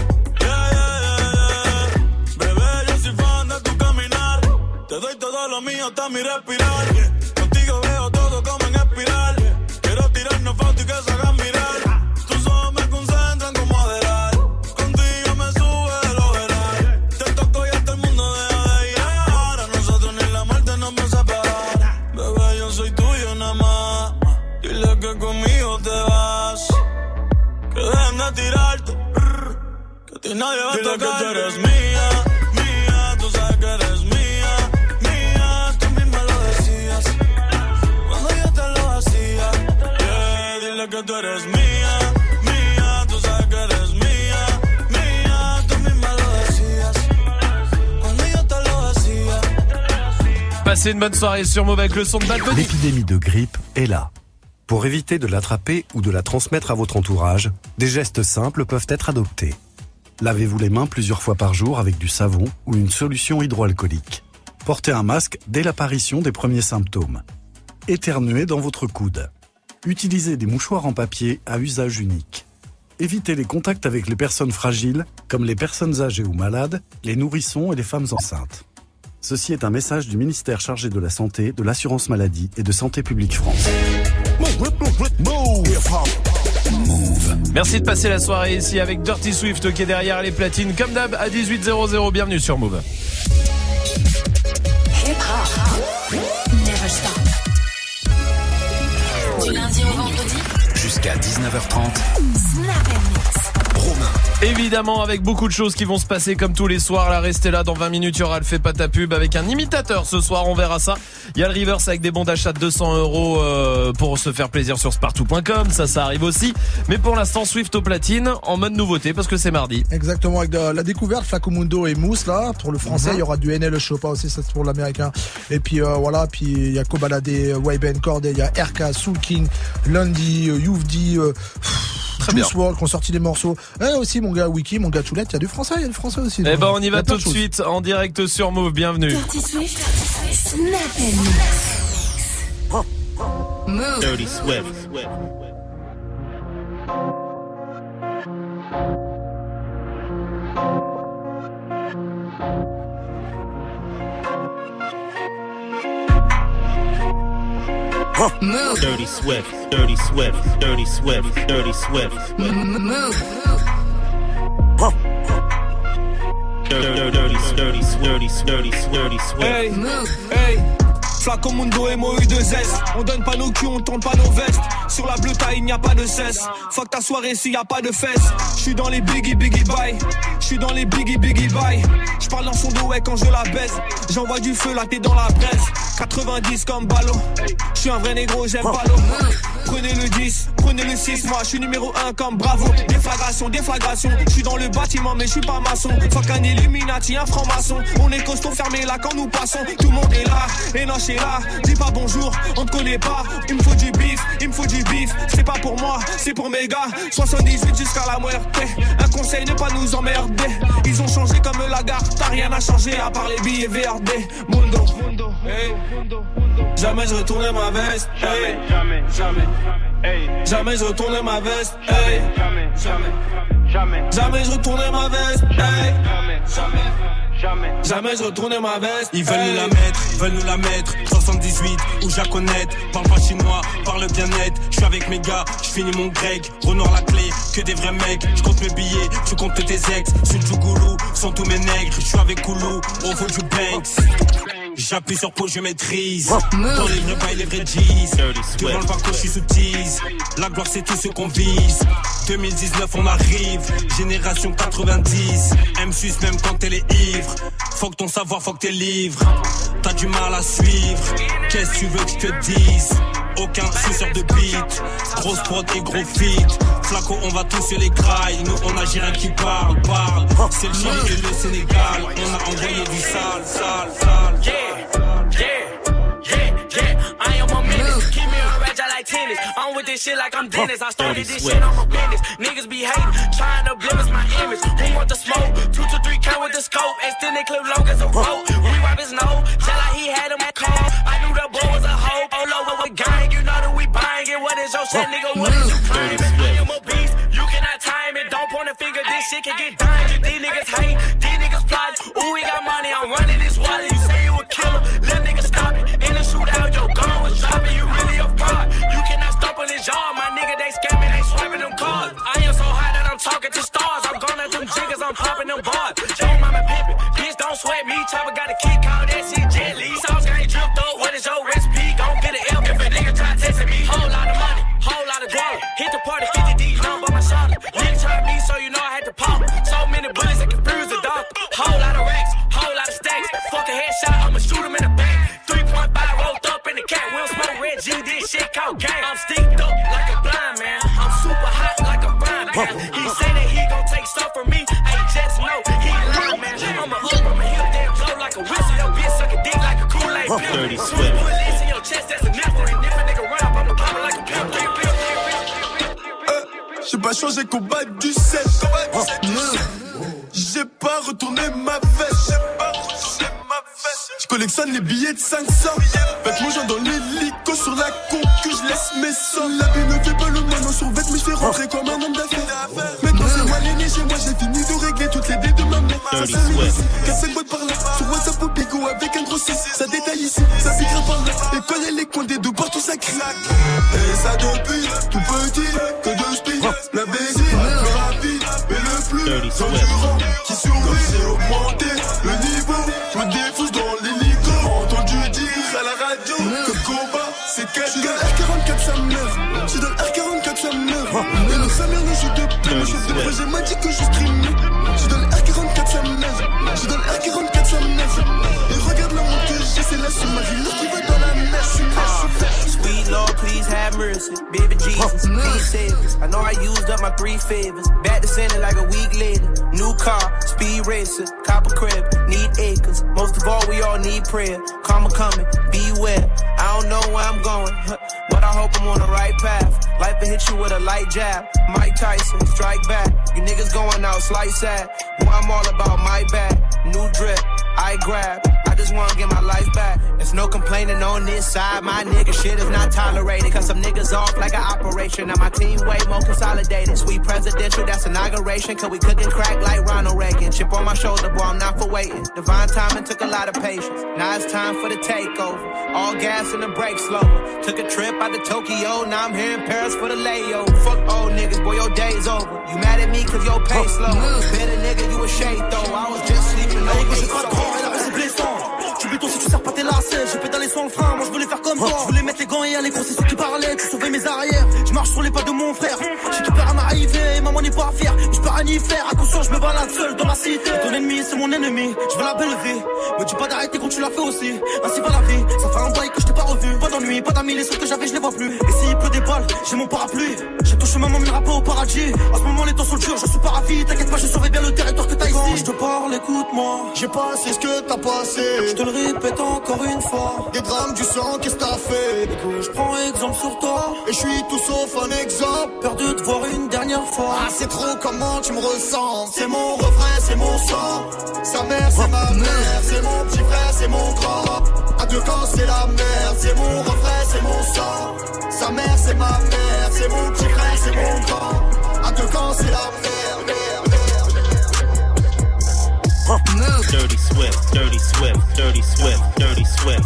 Bebé, yo soy fan de tu caminar, te doy todo lo mío hasta mi respirar. Contigo veo todo como en espiral, quiero tirarnos fotos y que se hagan mirar. Tirarte, que nadie va a tocar. Que tú eres mía, tú sabes que eres mía, tú misma lo decías cuando yo te lo hacía. Dile que tú eres mía, tú sabes que eres mía, tú misma lo decías cuando yo te lo hacía. Passez une bonne soirée sur Move avec le son de Bad Bunny. L'épidémie de grippe est là. Pour éviter de l'attraper ou de la transmettre à votre entourage, des gestes simples peuvent être adoptés. Lavez-vous les mains plusieurs fois par jour avec du savon ou une solution hydroalcoolique. Portez un masque dès l'apparition des premiers symptômes. Éternuez dans votre coude. Utilisez des mouchoirs en papier à usage unique. Évitez les contacts avec les personnes fragiles, comme les personnes âgées ou malades, les nourrissons et les femmes enceintes. Ceci est un message du ministère chargé de la Santé, de l'Assurance Maladie et de Santé Publique France. Merci de passer la soirée ici avec Dirty Swift qui est derrière les platines comme d'hab à 18h00. Bienvenue sur Move. Never stop. Du lundi au vendredi jusqu'à 19h30. Snap and mix. Romain. Évidemment, avec beaucoup de choses qui vont se passer comme tous les soirs. Là, restez là, dans 20 minutes, il y aura le fait pas ta pub avec un imitateur ce soir, on verra ça. Il y a le reverse avec des bons d'achat de 200 € pour se faire plaisir sur spartou.com, ça arrive aussi. Mais pour l'instant, Swift au platine en mode nouveauté parce que c'est mardi. Exactement, avec la découverte Flacomundo et Mousse là. Pour le français, il y aura du NL Chopa aussi, ça c'est pour l'américain. Et puis voilà, puis il y a Kobalade, Wyben Corday, il y a RK, Soul King, Lundy, Youvdi, Juice WRLD qui ont sorti des morceaux. Aussi mon gars Wiki, mon gars Toulette, il y a du français aussi. Eh ben on y va tout de suite en direct sur Move, bienvenue. Dirty Swift, Snap and Mix. Move. Dirty Swift. Move. Dirty Swift, Dirty Swift, Dirty Swift, Dirty Swift. Move. Dirty Swift. Hey, hey. Flacomundo et MOU2S. On donne pas nos culs, on tourne pas nos vestes. Sur la bleue taille, il n'y a pas de cesse. Fuck ta soirée s'il y a pas de fesses. J'suis dans les biggie bye. J'suis dans les biggie bye. J'parle dans son dos, ouais, quand je la baise. J'envoie du feu, là t'es dans la braise. 90 comme ballot. J'suis un vrai négro, j'aime pas l'eau. Prenez le 10, prenez le 6, moi je suis numéro 1 comme bravo. Déflagration, je suis dans le bâtiment mais je suis pas maçon. Fuck un Illuminati, un franc-maçon. On est costaud fermé là quand nous passons. Tout le monde est là, et non c'est là. Dis pas bonjour, on te connaît pas. Il me faut du bif, c'est pas pour moi, c'est pour mes gars. 78 jusqu'à la muerte. Un conseil, ne pas nous emmerder. Ils ont changé comme la gare, t'as rien à changer à part les billets VRD. Mundo, hey. Jamais je retournais ma veste, hey. Jamais je retournais ma veste, hey. Jamais je retournais ma veste, hey. Jamais je retournais ma veste. Ils veulent nous la mettre 78 ou Jaconette. Parle pas chinois, parle bien net. Je suis avec mes gars, je finis mon grec. Renoir la clé, que des vrais mecs. Je compte mes billets, je compte tes ex. Sud du Goulou, sont tous mes nègres. Je suis avec Koulou, au vaut du Banks. J'appuie sur pause, je maîtrise. Dans les vrais bails, les vrais G's. Devant le parcours, je suis sous tease. La gloire, c'est tout ce qu'on vise. 2019, on arrive. Génération 90. M6, même quand elle est ivre. Faut que ton savoir, faut que tes livres. T'as du mal à suivre. Qu'est-ce que tu veux que je te dise? Aucun suceur de beat. Grosse prod et gros feat. Flaco, on va tous sur les grailles. Nous, on agit rien qui parle. C'est le Chili et le Sénégal. On a envoyé du sale. Yeah, I am a menace. Keep me on rage, I like tennis. I'm with this shit like I'm Dennis. I started this shit on my business. Niggas be hating, trying to blemish my image. Who want the smoke? 2 to 3 count with the scope. Extend it clip long as a rope. We wipe his nose, tell like he had him at call. I knew the boy was a hoe. All over with gang, you know that we buying it. What is your shit, nigga? What is you claiming? I am a beast, you cannot time it. Don't point a finger, this shit can get dying. These niggas hate, these niggas plot. Ooh, we got money, I'm running this wallet. You say you a killer, little nigga stop it. In the shootout, your gun was dropping, you really a fraud. You cannot stop on this yard, my nigga, they scamming, they swiping them cards. I am so high that I'm talking to stars. I'm going at them jiggers, I'm popping them bars. Your mama pimpin', bitch, don't sweat me. Chopper got a kick out, that shit jelly. Sauce gang dripped up, what is your recipe? Gon' get an L if a nigga try testing me. Whole lot of money, whole lot of dollar. Hit the party, 50 D's, down by my shoulder. Nigga tried me, so you know I had to pop. So many bullets that confuse the doctor. Whole lot of racks, whole lot of stacks. Fuck a headshot, I'ma shoot him in the back. 3.5 rolled up in the cat. We'll smoke red G, this shit called gang. I'm steeped up like a blind man. I'm super hot like a frying pan. He say that he gon' take stuff from me. I just know he lying, man. I'ma up, I'ma hip there, blow like a whistle. Your bitch suck a dick like a Kool-Aid pill. Switch bullets in your chest, that's a nipple. And if a nigga run up, I'ma pop it like a pill. J'ai pas changé combat du 7. J'ai pas retourné ma veste. Je collectionne les billets de 500. Avec mon genre dans l'hélico sur la concu, je laisse mes sommes. La vie ne fait pas le moineau sur vête, mais je fais rentrer comme un homme d'affaires. Maintenant c'est moi l'aîné, chez moi j'ai fini de régler toutes les dettes de ma mère. Ça s'allume ici, 4-5 boîtes par là. Sur WhatsApp au bigot avec un gros 6. Ça détaille ici, ça piquera par là. Et connaît les coins des deux partout ça crie. Et ça depuis tout petit, que de speed. La baisine, le rapide, mais le plus endurant. Qui sourit, j'ai augmenté le niveau. Je me défonce dans l'hélico. Entendu dire à la radio que le combat c'est quelqu'un. J'suis dans le R44 sa mère. J'suis dans le R44 sa mère. Et le sa mère ne joue de plus. Le chef de projet m'a dit que je streamais. J'suis dans le R44 sa mère. J'suis dans le R44 sa mère. Et regarde la montre que j'ai, c'est la sous-marine qui va dans la mer. Sweet Lord, please have mercy. Baby Jesus, please save us. I know I used up my 3 favors. Back to sender like a week later. New car, speed racer, copper crib, need acres. Most of all, we all need prayer. Karma coming, beware. I don't know where I'm going, but I hope I'm on the right path. Life will hit you with a light jab. Mike Tyson, strike back. You niggas going out slice sad. Boy, I'm all about my bag. New drip, I grab. I just wanna get my life back. There's no complaining on this side. My nigga shit is not tolerated. Cause some niggas off like an operation. Now my team way more consolidated. Sweet presidential, that's inauguration. Cause we cooking crack like Ronald Reagan. Chip on my shoulder, boy, I'm not for waiting. Divine timing took a lot of patience. Now it's time for the takeover. All gas and the brakes slower. Took a trip out to Tokyo. Now I'm here in Paris for the layover. Fuck old niggas, boy, your day's over. You mad at me cause your pay slow. Better nigga, you a shade though. I was just sleeping on j'ai pas de grand et la baisse est blessante. Tu béton si tu sers pas tes lacets. J'ai pédalé sans le frein, moi je voulais faire comme toi. Je voulais mettre les gants et aller gros, c'est ceux qui parlaient. Tu sauvais mes arrières, je marche sur les pas de mon frère. J'ai tout peur à m'arriver, maman on n'est pas fier, je peux rien y faire. Attention, je me balade seul dans la cité. Ton ennemi, c'est mon ennemi, je veux la belle vie. Me dis pas d'arrêter quand tu l'as fait aussi. Ainsi va la vie, ça fait un bail que je t'ai pas revu. Pas d'ennui, pas d'amis, les sons que j'avais, je les vois plus. Et s'il pleut des balles, j'ai mon parapluie. J'ai touché ma maman, pas au paradis. En ce moment, les temps sont durs, je suis pas ravi. T'inquiète pas, je surveille bien le territoire que t'as ici. Quand je te parle, écoute-moi. J'ai passé ce que t'as passé. Je te le répète encore une fois. Des drames, du sang, qu'est-ce que t'as fait? Je prends exemple sur toi. Et je suis tout sauf un exemple. Peur de te voir une dernière fois. Ah, c'est trop comment tu me ressens. C'est mon refrain, c'est mon sang. Sa mère, c'est ma mère. C'est mon petit frère, c'est mon grand. À deux camps, c'est la merde. C'est mon refrain, c'est mon sang. Sa mère, c'est ma mère. C'est mon petit frère, c'est mon grand. À deux camps, c'est la merde. Dirty Swift, Dirty Swift, Dirty Swift, Dirty Swift.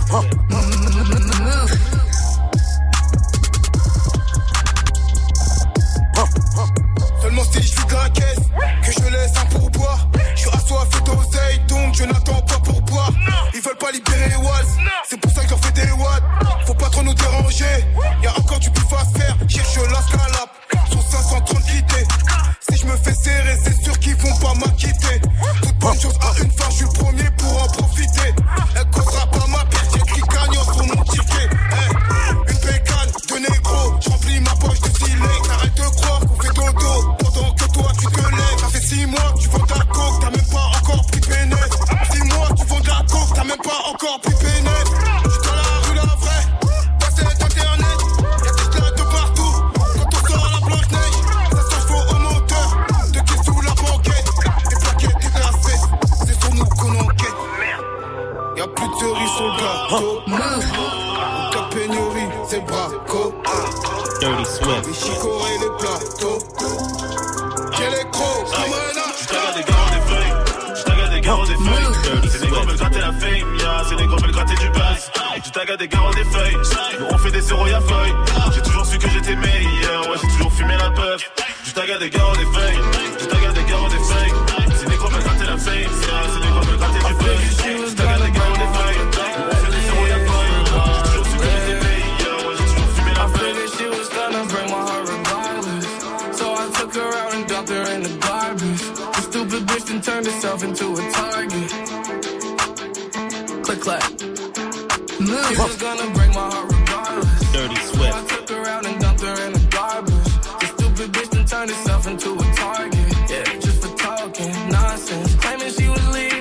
Seulement si je vis de la caisse, que je laisse un pourboire. Je suis assoiffé d'oseille, donc je n'attends pas pour boire. Ils veulent pas libérer les walls, c'est pour ça que j'en fais des watts. Faut pas trop nous déranger, y'a encore du pif à faire. Cherche la scalap, sur 530 guidés. Si je me fais serrer, c'est sûr qu'ils vont pas m'acquitter. Toute bonne chose a une fin, je suis le premier pour en profiter. Elle causera pas ma perte, j'ai écrit gagnant sur mon ticket. Une pécane de négro, je remplis ma poche de silex. Arrête de croire qu'on fait dodo, pendant que toi tu te lèves. Ça fait 6 mois que tu vends de la coke, t'as même pas encore pris pénètre. 6 mois que tu vends de la coke, t'as même pas encore pris pénètre. J'suis dans la rue la vraie, passez internet. Y'a des stades de partout, quand on sort à la Blanche-Neige. Ça change faux au moteur, de qui sous la banquette. Des plaquettes déplacées, c'est sur nous qu'on enquête. Y'a plus de cerise sur le gâteau. Aucun pénurie, c'est le braco. Dirty Swift. Les chicorés, les plateaux. J'ai les crocs, comme un Je t'agarde des garros des feuilles. Je t'agarde des garros des feuilles. C'est des gros veulent gratter la fame, c'est des gros veulent gratter du buzz. Je t'agarde des garros des feuilles. Nous on fait des zéros y'a feuille. J'ai toujours su que j'étais meilleur, ouais j'ai toujours fumé la puff. Je t'agarde des garros des feuilles. Je t'agarde des garros des feuilles. C'est des gros veulent gratter la fame, c'est des gros veulent gratter du buzz. Je t'agarde des garros des feuilles. Nous on fait des zéros y'a feuille. J'ai toujours su que j'étais meilleur, ouais j'ai toujours fumé la puff. She was gonna break my heart regardless. So I took her out and dumped her in the garbage. The stupid bitch then turned herself into a target. Click clack. She was gonna break my heart regardless. Dirty So Swift. I took her out and dumped her in the garbage. The stupid bitch then turned herself into a target. Yeah, just for talking nonsense, claiming she was leaving.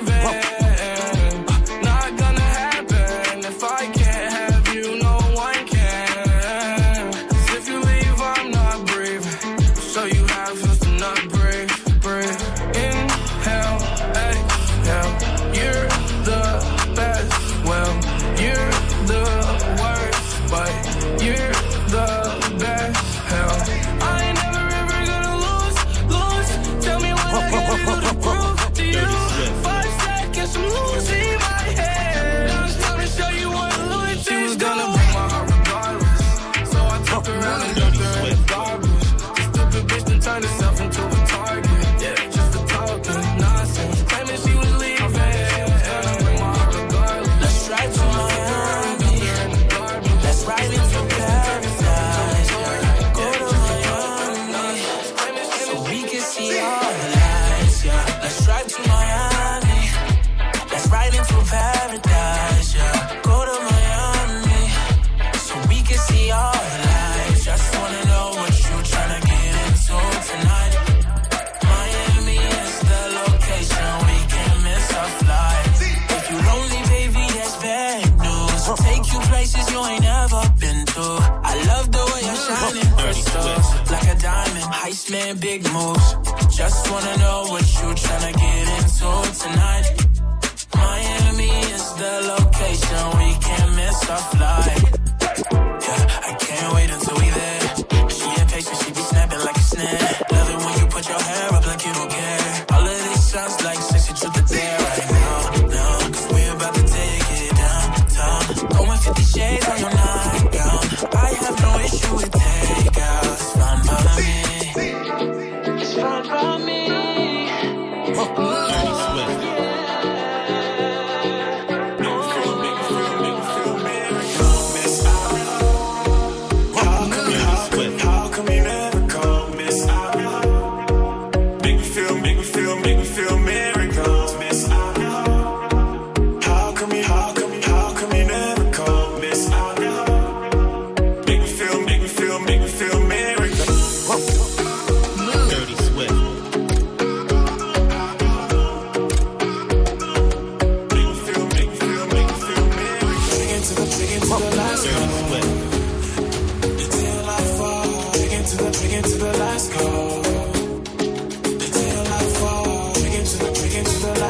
Not gonna happen. If I can't have you, no one can. 'Cause if you leave, I'm not breathing. So you have to not breathe, breathe. Inhale, exhale. You're the best. Well, you're the worst, but you're the best. Hell, I ain't never ever gonna lose. Tell me what I gotta do to prove to you. 5 seconds, I'm losing my head. Now it's time to show you what loyalty is. She was gonna break my heart regardless. So I took her out and dumped her in the garbage. The stupid bitch then turned herself into a target. Yeah, just for talking nonsense, claiming she was leaving. Let's ride to Miami. Let's ride into paradise. Go to Miami so we can see all the lights. Yeah, let's drive to Miami. Let's ride into paradise. Yeah, go to Miami so we can see all the lights. Just wanna know what you tryna get into tonight. Miami is the location, we can't miss our flight. If you lonely, baby, that's bad news. Take you places you ain't never been to. I love the way you're shining crystals, like a diamond. Heist man, big moves. Just wanna know what you tryna get into tonight. Miami is the location, we can't miss our flight. Yeah, I can't wait until we there. She impatient, she be snapping like a snare. Love it when you put your hair up like you don't care. All of this sounds like sexy truth is there right now. Cause we're about to take it downtown. Going 50 shades on your nightgown. I have no issue with takeout. It's fine by me. It's fine by me. How come you never go, Miss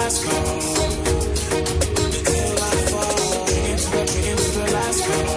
last call. Drinking to the last call.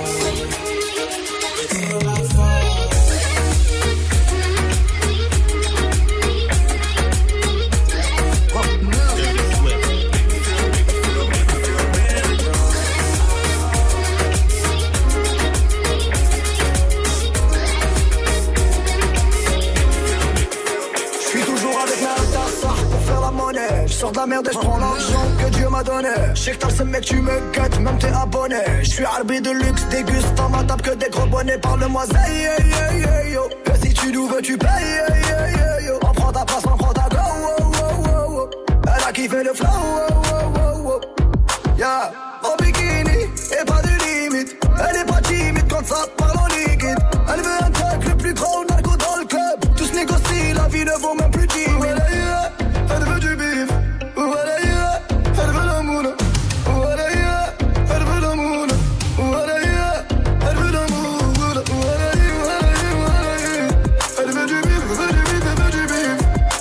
Je sors de la merde et je prends l'argent que Dieu m'a donné. Je sais que t'as ce mec, tu me guettes, même t'es abonné. Je suis arbitre de luxe, déguste dans ma table que des gros bonnets. Parle-moi, yo. Et si tu nous veux, tu payes, yo. On prend ta place, on prend ta go, Elle a kiffé le flow, Yeah, en bikini, et pas de limite. Elle est pas timide quand ça parle en liquide. Elle veut un truc le plus gros, narco dans le club. Tous négocient, la vie ne vaut même plus 10 000. Elle veut du bif, elle veut la mouna, elle veut la mouna, elle veut la mouna, elle veut du bif, elle veut du bif,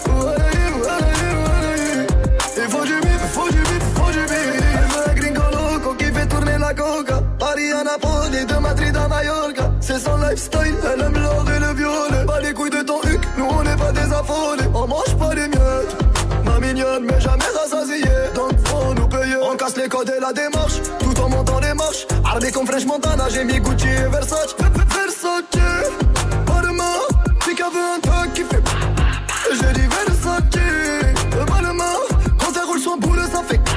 il faut du bif, il faut du bif, il faut du bif. Elle veut un gringo loco qui fait tourner la coca, Paris à Napoli, de Madrid à Mallorca. C'est son lifestyle, elle aime l'or et le violet. Pas les couilles de ton huc, nous on n'est pas des affolés. On mange pas les miettes, ma mignonne mais jamais rassasiée. Donc faut nous payer, on casse les codes et la démarche, tout en montant les marches. Armé comme French Montana, j'ai mis Gucci et Versace. Versace, pas de mort, Pika veut un truc qui fait. J'ai dit Versace, pas de mort, quand elle roule son boule ça fait.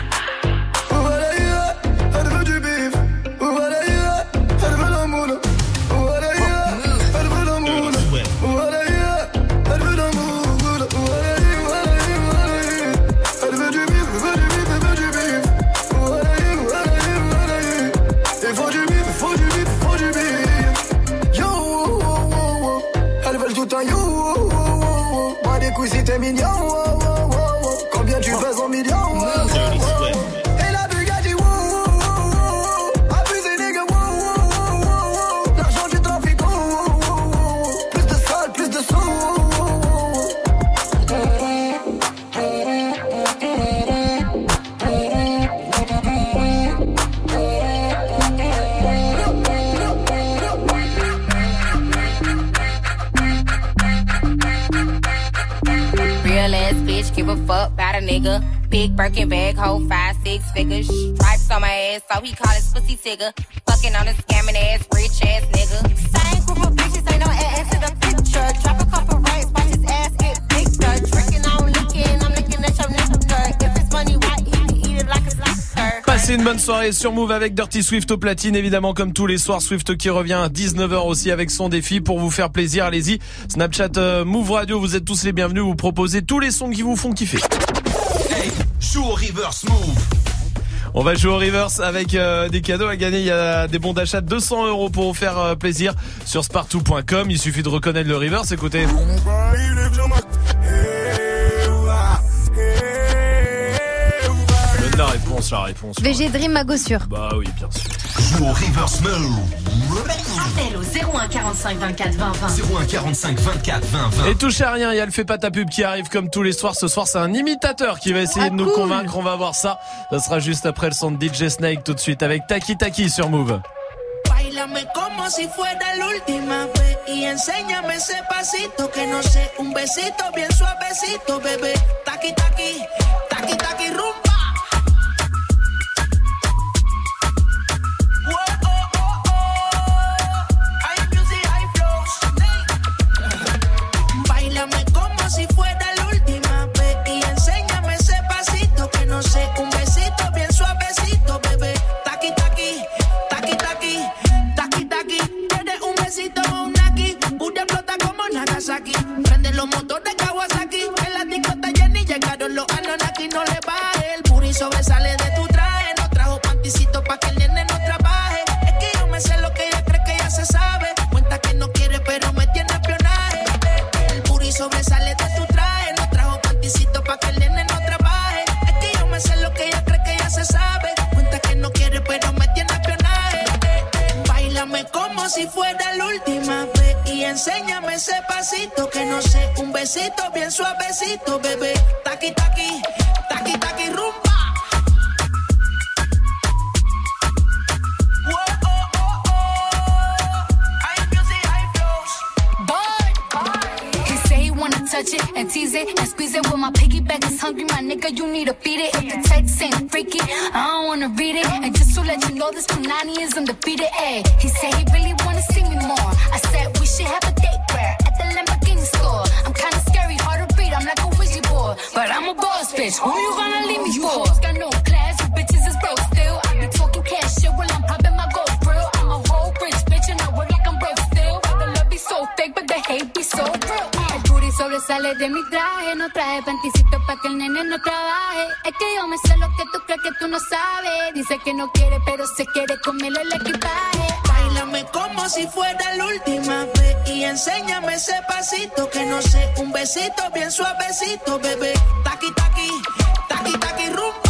Elle veut du bif, elle veut la moule. Elle veut la moule, elle veut la moule. Elle veut du bif, elle veut du bif. Il faut du bif, il faut du bif, il faut du bif. Yo, elles veulent tout un yo. Moi des couilles si t'es mignon. Combien tu pèses en millions? Et la Bugatti, abusé nigga, l'argent du trafic, plus de sale, plus de sous. Real ass bitch, give a fuck about a nigga. Big Birkin bag, hold 5-6 figures. Stripes on my ass, so he call his pussy tigger. Fucking on a scamming ass, rich ass nigga. Same group of bitches, ain't no ass to the picture. Drop a couple rights, watch his ass get bigger. Drinking, I'm looking at your nigga. If it's money, why eat it like a lobster? Passez une bonne soirée sur Move avec Dirty Swift au platine, évidemment comme tous les soirs. Swift qui revient à 19h aussi avec son défi pour vous faire plaisir. Allez-y, Snapchat Move Radio, vous êtes tous les bienvenus. Vous proposez tous les sons qui vous font kiffer. Hey, joue au reverse move. On va jouer au reverse avec des cadeaux à gagner. Il y a des bons d'achat de 200 € pour vous faire plaisir sur spartou.com. Il suffit de reconnaître le reverse. Écoutez. La réponse. VG Dream à Gossure. Bah oui, bien sûr. Joue au reverse move. Appel au 01 45 24 20 20. 01 45 24 20 20. Et touchez à rien, il y a le Fais pas ta pub qui arrive comme tous les soirs. Ce soir, c'est un imitateur qui va essayer de nous convaincre. On va voir ça. Ça sera juste après le son de DJ Snake tout de suite avec Taki Taki sur Move. Bailame como si fuera la última vez y enséñame ese pasito que no sé, un besito bien suavecito, bebé. Taki taki, taki taki rumba. Si fuera la última vez y enséñame ese pasito que no sé, un besito bien suavecito, bebé. Taki taki, taki taki, taki taki. Tienes un besito o un aquí, una explota como Nagasaki. Prende los motores Kawasaki, en la discota Jenny llegaron los Anunnaki. No le baje, el booty sobresale de tu traje. No trajo panticito pa' que el nene no trabaje. Es que yo me sé lo que ella cree que ya se sabe. Cuenta que no quiere pero me tiene espionaje. El booty sobresale de tu traje, no trajo panticito pa' que el nene no trabaje. Es que yo me sé lo que ella cree que ya se sabe. Cuenta que no quiere pero me tiene espionaje. Báilame como si fuera la última vez y enséñame ese pasito que no sé, un besito bien suavecito, bebé. Taki taki, taki taki squeeze it. Well, my piggyback is hungry, my nigga, you need to feed it. If the text ain't freaky, I don't wanna read it. And just to let you know, this Punani is undefeated. Ay, he said he really wanna see me more. I said we should have a date where at the Lamborghini store. I'm kinda scary, hard to read, I'm like a Ouija board. But I'm a boss bitch, who you gonna leave me for? You got no class, you bitches is broke still. I be talking cash shit while I'm popping my gold grill. I'm a whole rich bitch and I work like I'm broke still. The love be so fake, but the hate be so real. El booty sobresale de mi traje, no traje panticito pa' que el nene no trabaje. Es que yo me sé lo que tú crees que tú no sabes. Dice que no quiere, pero se quiere comerle el equipaje. Báilame como si fuera la última vez y enséñame ese pasito que no sé, un besito bien suavecito, bebé. Taqui, taqui, taqui, taqui, rumba.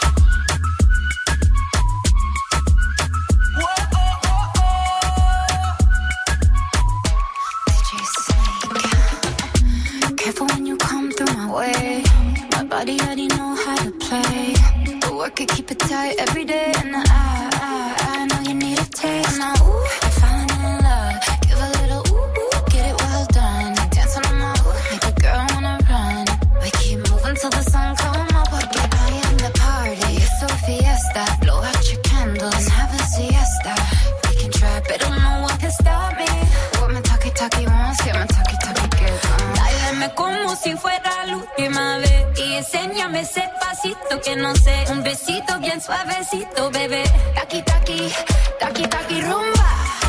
Careful when you come through my way. My body already know how to play. The work it, keep it tight every day. And I know you need a taste. Now, ooh, I'm falling in love. Give a little ooh, get it well done. Dance on my ooh, make a girl wanna run. We keep moving till the sun come up. Porque I am the party. It's a fiesta. Blow out your candles and have a siesta. We can try, but don't know what can stop me. What my talkie wants, get my talkie good. Báilame como si fuera la última vez y enséñame ese pasito que no sé, un besito bien suavecito, bebé. Taqui, taqui, taqui, taqui, rumba.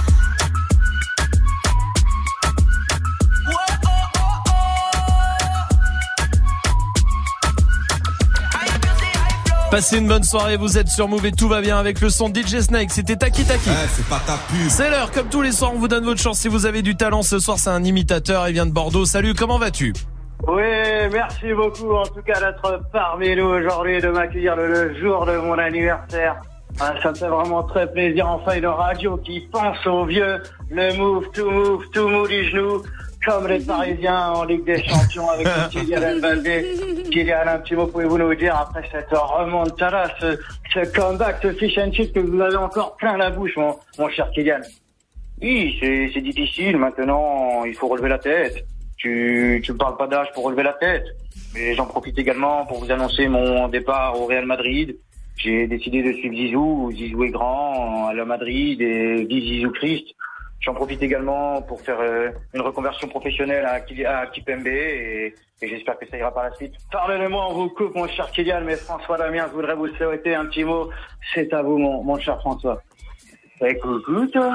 Passez une bonne soirée, vous êtes sur Move et tout va bien avec le son DJ Snake, c'était Taki Taki. C'est pas ta pub. C'est l'heure, comme tous les soirs on vous donne votre chance si vous avez du talent. Ce soir c'est un imitateur, il vient de Bordeaux. Salut, comment vas-tu? Oui, merci beaucoup en tout cas d'être parmi nous aujourd'hui et de m'accueillir le jour de mon anniversaire. Ah, ça me fait vraiment très plaisir, enfin une radio qui pense aux vieux, le move, tout move du genou. Comme les Parisiens en Ligue des Champions avec le Kylian Mbappé. Kylian, un petit mot, pouvez-vous nous dire après cette remontada, ce comeback, ce fish and chip que vous avez encore plein la bouche, mon cher Kylian? Oui, c'est difficile. Maintenant, il faut relever la tête. Tu me parles pas d'âge pour relever la tête. Mais j'en profite également pour vous annoncer mon départ au Real Madrid. J'ai décidé de suivre Zizou. Zizou est grand à la Madrid et vive Zizou Christ. J'en profite également pour faire une reconversion professionnelle à Kipembe et j'espère que ça ira par la suite. Pardonnez-moi, on vous coupe, mon cher Kylian, mais François Damien, je voudrais vous souhaiter un petit mot. C'est à vous, mon cher François. Et coucou, toi.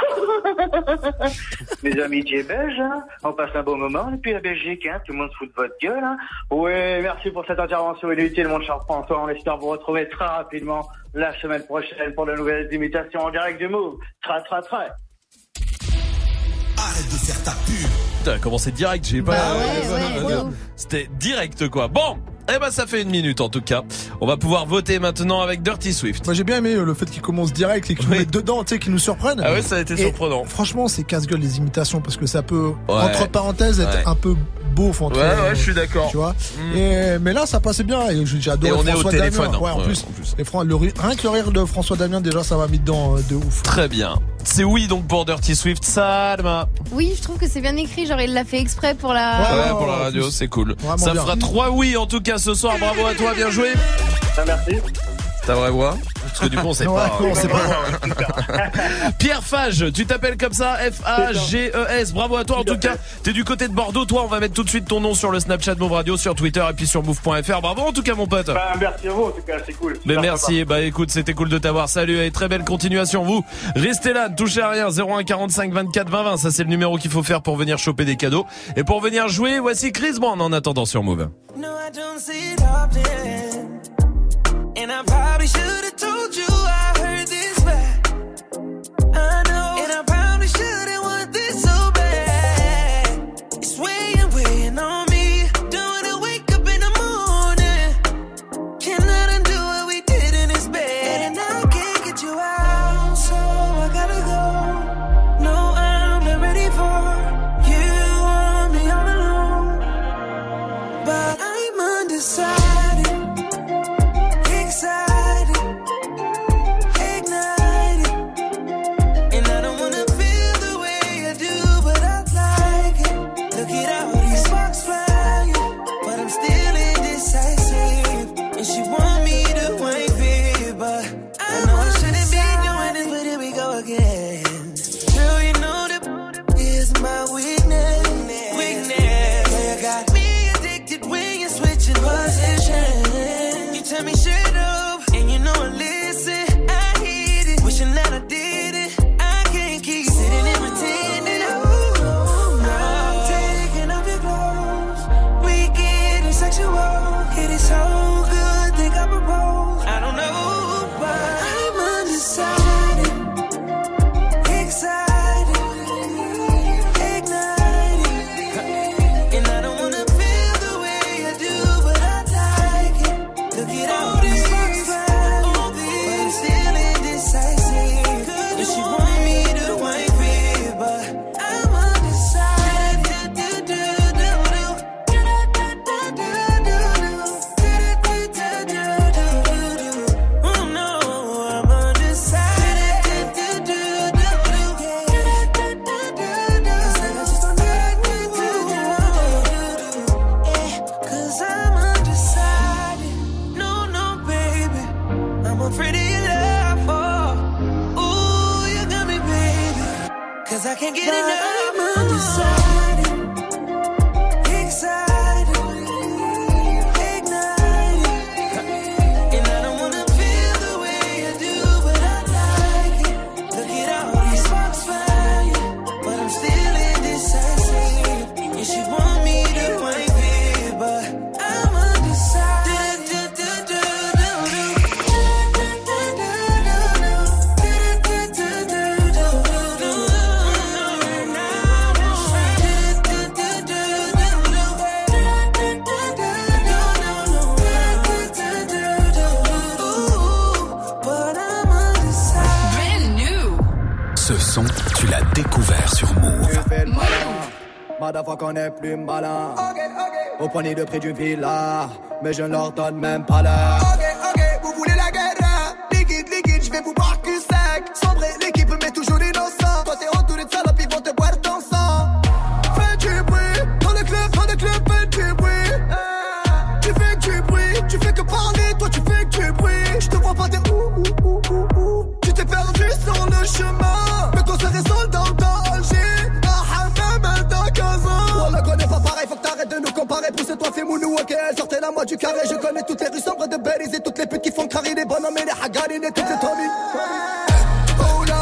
Mes amitiés belges, hein. On passe un bon moment depuis la Belgique, hein. Tout le monde se fout de votre gueule, hein. Oui, merci pour cette intervention inutile, mon cher François. On espère vous retrouver très rapidement la semaine prochaine pour de nouvelles imitations en direct du Move. Très. Arrête de faire ta pub. T'as commencé direct, j'ai pas. C'était direct quoi. Bon, eh ben ça fait une minute en tout cas. On va pouvoir voter maintenant avec Dirty Swift. Moi j'ai bien aimé le fait qu'il commence direct et qu'il nous mette dedans, tu sais, qu'il nous surprenne. Ah ouais, ça a été surprenant. Franchement, c'est casse-gueule les imitations parce que ça peut entre parenthèses être un peu beauf entre. Ouais, je suis d'accord. Tu vois. Mais là, ça passait bien. Et j'ai adoré François Damien. Ouais, en plus. Et rien que le rire de François Damien, déjà, ça m'a mis dedans de ouf. Très bien. C'est oui donc pour Dirty Swift, Salma. Oui, je trouve que c'est bien écrit, genre il l'a fait exprès pour la. Ouais, pour la radio, c'est cool. Ça fera 3 oui en tout cas ce soir. Bravo à toi, bien joué. Merci. Ta vraie voix? Parce que du coup on sait pas. Non, c'est pas. Pierre Fage, tu t'appelles comme ça, F-A-G-E-S. Bravo à toi en tout cas. T'es du côté de Bordeaux. Toi, on va mettre tout de suite ton nom sur le Snapchat Move Radio, sur Twitter et puis sur move.fr. Bravo en tout cas mon pote. Merci à vous en tout cas, c'est cool. Mais merci. Bah écoute, c'était cool de t'avoir. Salut et très belle continuation. Vous restez là, ne touchez à rien. 01 45 24 20 20. Ça c'est le numéro qu'il faut faire pour venir choper des cadeaux. Et pour venir jouer, voici Chris Brown en attendant sur Move. No, I don't see it often. And I probably should have told you I heard this back. I know. And I probably shouldn't want this so bad. It's weighing on me. Don't wanna wake up in the morning. Cannot undo what we did in this bed. And I can't get you out, so I gotta go. No, I'm not ready for you on me all alone. But I'm undecided. Excited, no one listen. I hate it, wishing that I did it. I can't keep sitting and pretending. I'm taking off your clothes. We getting sexual. It is so good, think I propose. I don't know, but I'm undecided, excited, ignited, and I don't wanna feel the way I do, but I like it. Look at all these sparks fly, but I'm still indecisive. Cause she want me to wife it, but I'm undecided. Oh no, I'm undecided. Cause I'm undecided. No, no, baby, I'm afraid of your love. Oh, ooh, you got me, baby. Cause I can't get enough. I'm undecided, excited, ignited, and I don't wanna feel the way I do, but I like it. Look at all these sparks flying, but I'm still indecisive. And she want me to wife it, but I'm undecided. Brand new. Ce son, tu l'as découvert sur Move. Tu fais le malin, motherfucker qu'on est plus malin. Au poignet de prix du villa, mais je ne leur donne même pas l'heure. Ok, vous voulez la guerre? Liquide, je vais vous boire cul sec. Sombrer l'équipe, mais toujours innocent. Toi t'es entouré de salopes, ils vont te boire ton sang. Fais du bruit, dans le club, fais du bruit. Tu fais du bruit, tu fais que parler, toi tu fais du bruit. Je te vois pas, t'es ouh. Tu t'es perdu sur le chemin, mais ton serait seul dans le danger. Même dans 15 ans. On la connaît pas pareil, faut que t'arrêtes de nous comparer. Pousse-toi, fais-moi nous, ok, sortez la moi du carré. Je connais toutes les rues sombres de Belize et toutes les putes qui font crari. Les bonhommes et les hagarines et toutes les Tommy. Oh là,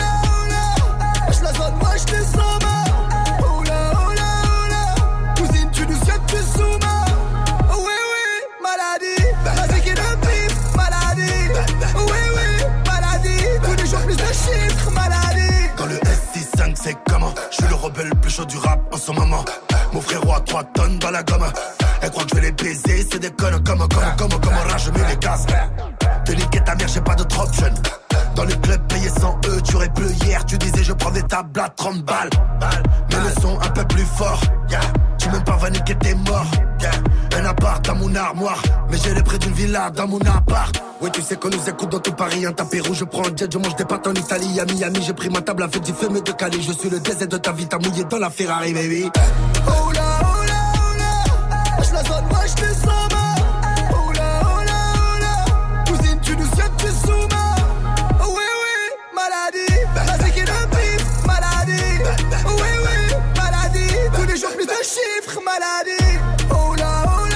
je la zone, moi je descends ma. Oh là, cousine, tu nous siètes, tu zoomes. Oh oui, maladie. Vas-y qui le pif, maladie. Oui, maladie. Tous les jours plus de chiffres, maladie. Quand le S65 c'est comment? Je suis le rebelle le plus chaud du rap en ce moment. Mon frérot a 3 tonnes dans la gomme. Elle croit que je vais les baiser, c'est des connes comme rage, je mets les gaz. Te niquer ta mère, j'ai pas d'autre option. Dans le club payé 100 €, tu aurais pu hier. Tu disais je prends des tables à 30 balles. Mais le son un peu plus fort. Tu même pas va niquer, t'es mort. Un appart dans mon armoire, mais j'ai les prix d'une villa dans mon appart. Oui, tu sais qu'on nous écoute dans tout Paris. Un tapis rouge, je prends un jet, je mange des pâtes en Italie. À Miami, j'ai pris ma table avec du fumé de Cali. Je suis le DZ de ta vie, t'as mouillé dans la Ferrari, baby. Oh là, je la zone, moi je descends ma. Oh là, cousine, tu nous siètes, tu zoomes. Oui, maladie. Vas-y qui le pif, maladie. Oui, maladie. Tous les jours plus de chiffres, maladie. Oh là,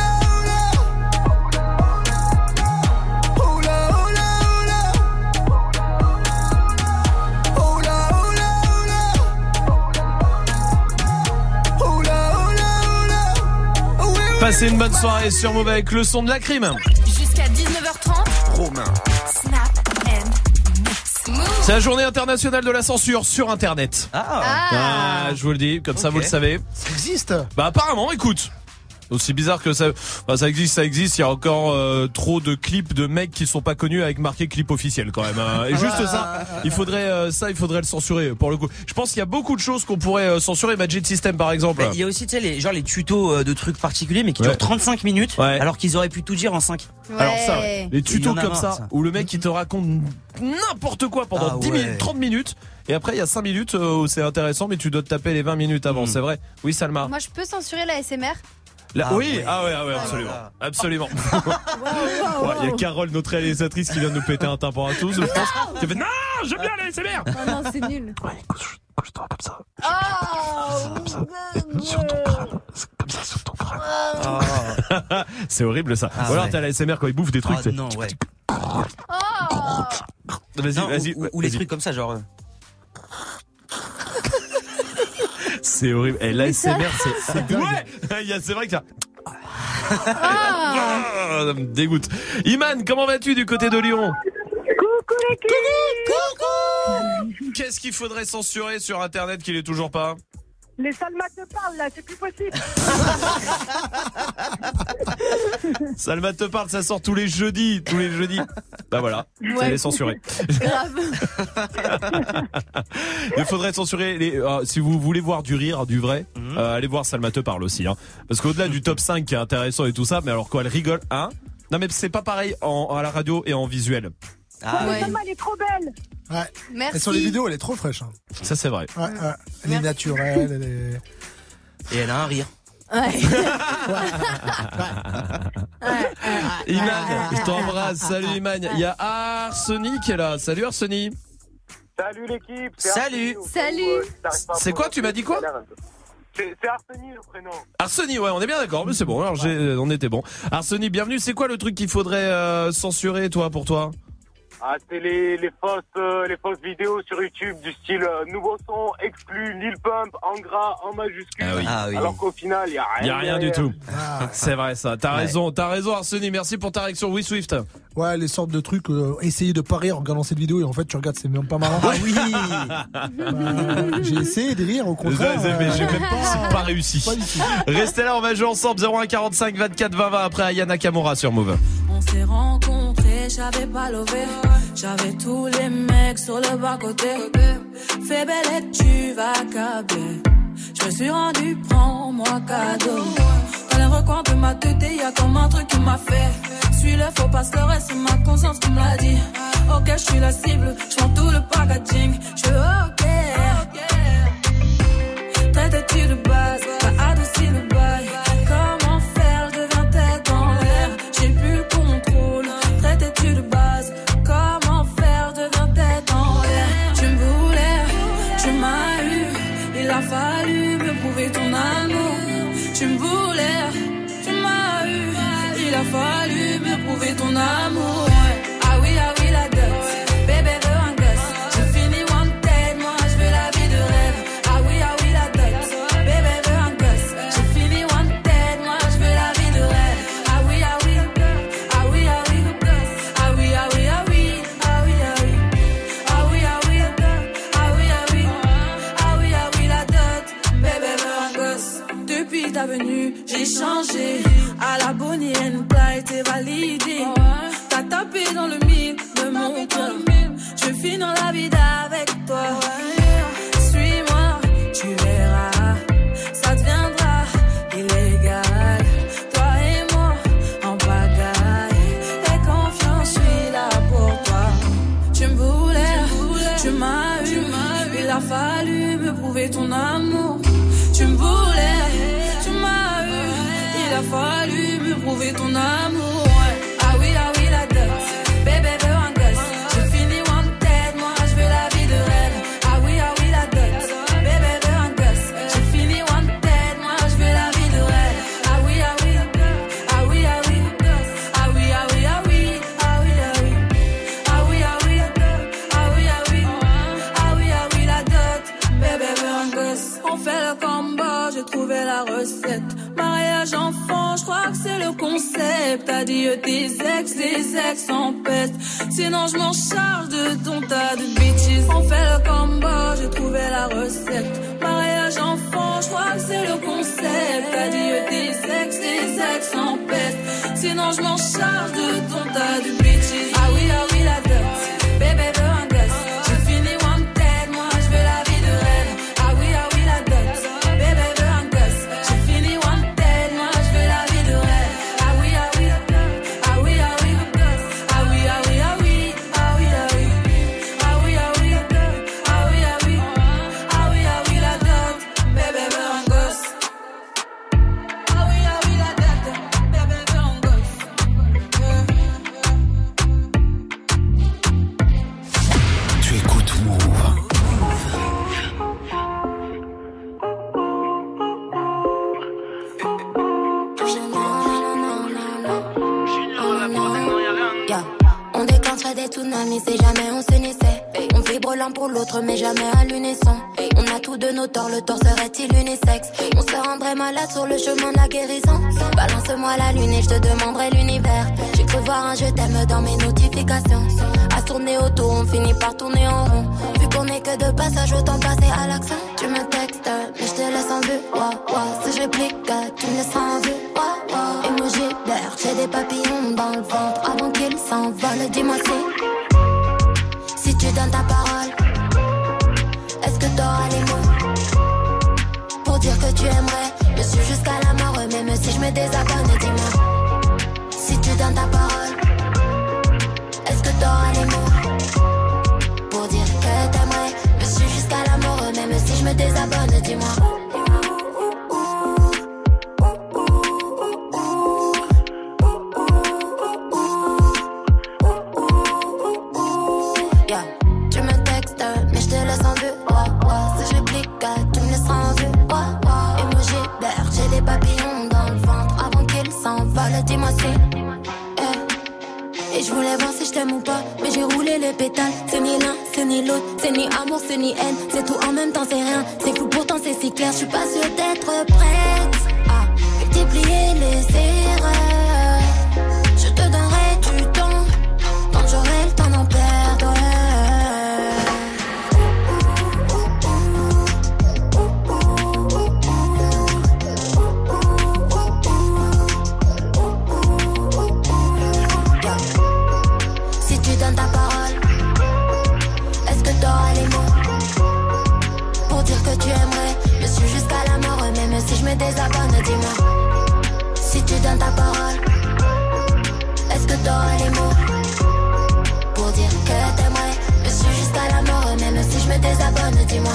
Passez une bonne soirée sur Move avec le son de la crime. Jusqu'à 19h30. Romain. Snap and mix. Move. C'est la journée internationale de la censure sur Internet. Je vous le dis, comme ça vous le savez. Ça existe. Bah apparemment, écoute. Aussi bizarre que ça, ça existe. Il y a encore trop de clips de mecs qui sont pas connus avec marqué clip officiel quand même. Et juste ça, il faudrait le censurer pour le coup. Je pense qu'il y a beaucoup de choses qu'on pourrait censurer. Magic System par exemple. Il y a aussi tu sais les tutos de trucs particuliers mais qui durent 35 minutes alors qu'ils auraient pu tout dire en 5. Alors ça, les tutos comme ça où le mec il te raconte n'importe quoi pendant 10 minutes, 30 minutes. Et après, il y a 5 minutes où c'est intéressant, mais tu dois te taper les 20 minutes avant, c'est vrai. Oui, Salma. Moi, je peux censurer la SMR. Oui, absolument. Il y a Carole, notre réalisatrice, qui vient de nous péter un tympan à tous, je pense. Qui fait non, j'aime bien la SMR. Non, c'est nul. Ouais, couche-toi comme ça. Comme ça. Sur ton crâne. Comme ça, sur ton crâne. C'est horrible ça. Ou alors t'as la SMR quand il bouffe des trucs. Non, ouais. Vas-y. Ou les trucs comme ça, genre. C'est horrible. Et l'ASMR, c'est dingue. Ouais, c'est vrai que ça. Ça me dégoûte. Iman, comment vas-tu du côté de Lyon? Coucou l'équipe. Coucou. Qu'est-ce qu'il faudrait censurer sur Internet qu'il est toujours pas? Les Salma te parlent là, c'est plus possible. Salma te parle, ça sort tous les jeudis. Bah voilà, ça les censurer. Grave. Il faudrait censurer si vous voulez voir du rire, du vrai, allez voir Salma te parle aussi, hein. Parce qu'au-delà du top 5 qui est intéressant et tout ça, mais alors quoi, elle rigole, hein? Non mais c'est pas pareil à la radio et en visuel. Salma, elle est trop belle. Ouais. Merci. Et sur les vidéos, elle est trop fraîche. Hein. Ça, c'est vrai. Ouais. Elle est naturelle, elle est... Et elle a un rire. Ouais. Iman, je t'embrasse. Salut Iman. Il y a Arseny qui est là. Salut Arseny. Salut l'équipe. Salut. C'est quoi, tu m'as dit quoi? C'est Arseny le prénom. Arseny, ouais, on est bien d'accord, mais c'est bon. Alors on était bon. Arseny, bienvenue. C'est quoi le truc qu'il faudrait censurer, pour toi? Ah, c'est les fausses vidéos sur YouTube du style nouveau son exclu Lil Pump en gras en majuscule. Ah oui. Alors qu'au final il y a rien. Il y a rien du tout. C'est vrai ça. T'as raison Arseny. Merci pour ta réaction. Oui, Swift. Ouais, les sortes de trucs, essayer de pas rire en regardant cette vidéo et en fait tu regardes, c'est même pas marrant. Ah oui. J'ai essayé de rire, au contraire. Mais j'ai même pas réussi. Restez là, on va jouer ensemble. 0145 24 20 20 après Aya Nakamura sur Move. On s'est rencontrés, j'avais pas levé. J'avais tous les mecs sur le bas-côté. Fais belle et tu vas câbler. Je me suis rendu, prends-moi cadeau. Dans les recoins de ma tête, y'a comme un truc qui m'a fait. Suis-le, faut pas se leurrer, c'est ma conscience qui me l'a dit. Ok, je suis la cible, je vends tout le packaging. Je suis ok. Traite-tu de base, t'as adouci le bail. Comment faire, je deviens tête en l'air. J'ai plus le contrôle. Traite-tu de base, comment faire, je deviens tête en l'air. Tu me voulais, tu m'as eu. Il a fallu me prouver ton amour. Tu me voulais, tu m'as eu. Il a fallu me prouver ton amour. Ah oui, la dot. Bébé veut un gosse. J'ai fini wanted, moi je veux la vie de rêve. Ah oui, la dot. Bébé veut un gosse. J'ai fini wanted, moi je veux la vie de rêve. Ah oui, ah oui. Ah oui, ah oui. Ah oui, ah oui, ah oui. Ah oui, ah oui. Ah oui, ah oui. Ah oui, ah oui. Ah oui, ah oui, la dot. Bébé veut un gosse. Depuis ta venue, j'ai changé. À la Bonnie and Clyde, t'es validé. T'as tapé dans le mille de mon cœur. Je vis dans la vie avec toi. Suis-moi, tu verras. Ça deviendra illégal. Toi et moi, en pagaille. Et confiance, je suis là pour toi. Tu me voulais, tu m'as eu. Il a fallu me prouver ton amour. Tu me voulais, tu m'as eu. Il a fallu me prouver ton amour. Ah oui, la dot. Bébé veut un gosse. J'ai fini wanted, moi je veux la vie de rêve. Ah oui, la dot. Bébé veut un gosse. J'ai fini wanted, moi je veux la vie de rêve. Ah oui, ah oui. Ah oui, ah oui. Ah oui, ah oui, ah oui. Ah oui, ah oui. Ah oui, ah oui. Ah oui, ah oui. Ah oui, ah oui, la dot. Bébé veut un gosse. On fait le combo, j'ai trouvé la recette. Mariage enfant, je crois que c'est le concept. Adieu tes ex, les ex en peste. Sinon je m'en charge de ton tas de bitches. On fait le combo, j'ai trouvé la recette. Mariage enfant, je crois que c'est le concept. Adieu tes ex, les ex en peste. Sinon je m'en charge de ton tas de bitches. Ah oui, la dot. Bébé veut un gosse. J'ai fini wanted, moi je veux la vie de rêve. Ah oui, la dot. Bébé veut un gosse. J'ai fini wanted, moi je veux la vie de rêve. Ah oui, ah oui. Ah oui, ah oui. Ah oui, ah oui, ah oui. Ah oui, ah oui. Ah oui, ah oui. Ah oui, ah oui. Ah oui, ah oui, la dot. Bébé veut un gosse. Ah oui, la dot. Bébé veut un gosse. ferait des tsunamis si jamais on s'unissait. On vibre l'un pour l'autre mais jamais à l'unisson. On a tous de nos torts, le tort serait-il unisexe? On se rendrait malade sur le chemin de la guérison. Balance-moi la lune et je te demanderai l'univers. J'ai cru voir un je t'aime dans mes notifications. À tourner autour, on finit par tourner en rond. Vu qu'on est que de passage, autant passer à l'accent. Tu me textes, mais je te laisse en vue. Si je réplique, tu me laisses en vue. Emoji vert, j'ai des papillons dans le ventre avant qu'ils s'envolent. Dis-moi si tu donnes ta parole, est-ce que t'auras les mots pour dire que tu aimerais me suivre jusqu'à la mort, même si je me désabonne? Dis-moi si tu donnes ta parole, est-ce que t'auras les mots pour dire que t'aimerais me suivre jusqu'à la mort, même si je me désabonne? Dis-moi. Dis-moi si et je voulais voir si je t'aime ou pas, mais j'ai roulé les pétales. C'est ni l'un, c'est ni l'autre, c'est ni amour, c'est ni haine. C'est tout en même temps, c'est rien. C'est fou pourtant c'est si clair. Je suis pas sûre d'être prête à multiplier les erreurs. Je te donnerai du temps quand j'aurai le temps d'en perdre. Ta parole, est-ce que t'auras les mots pour dire que tu aimerais me suivre jusqu'à la mort, même si je me désabonne? Dis-moi si tu donnes ta parole, est-ce que t'auras les mots pour dire que t'aimerais me suivre jusqu'à la mort, même si je me désabonne? Dis-moi.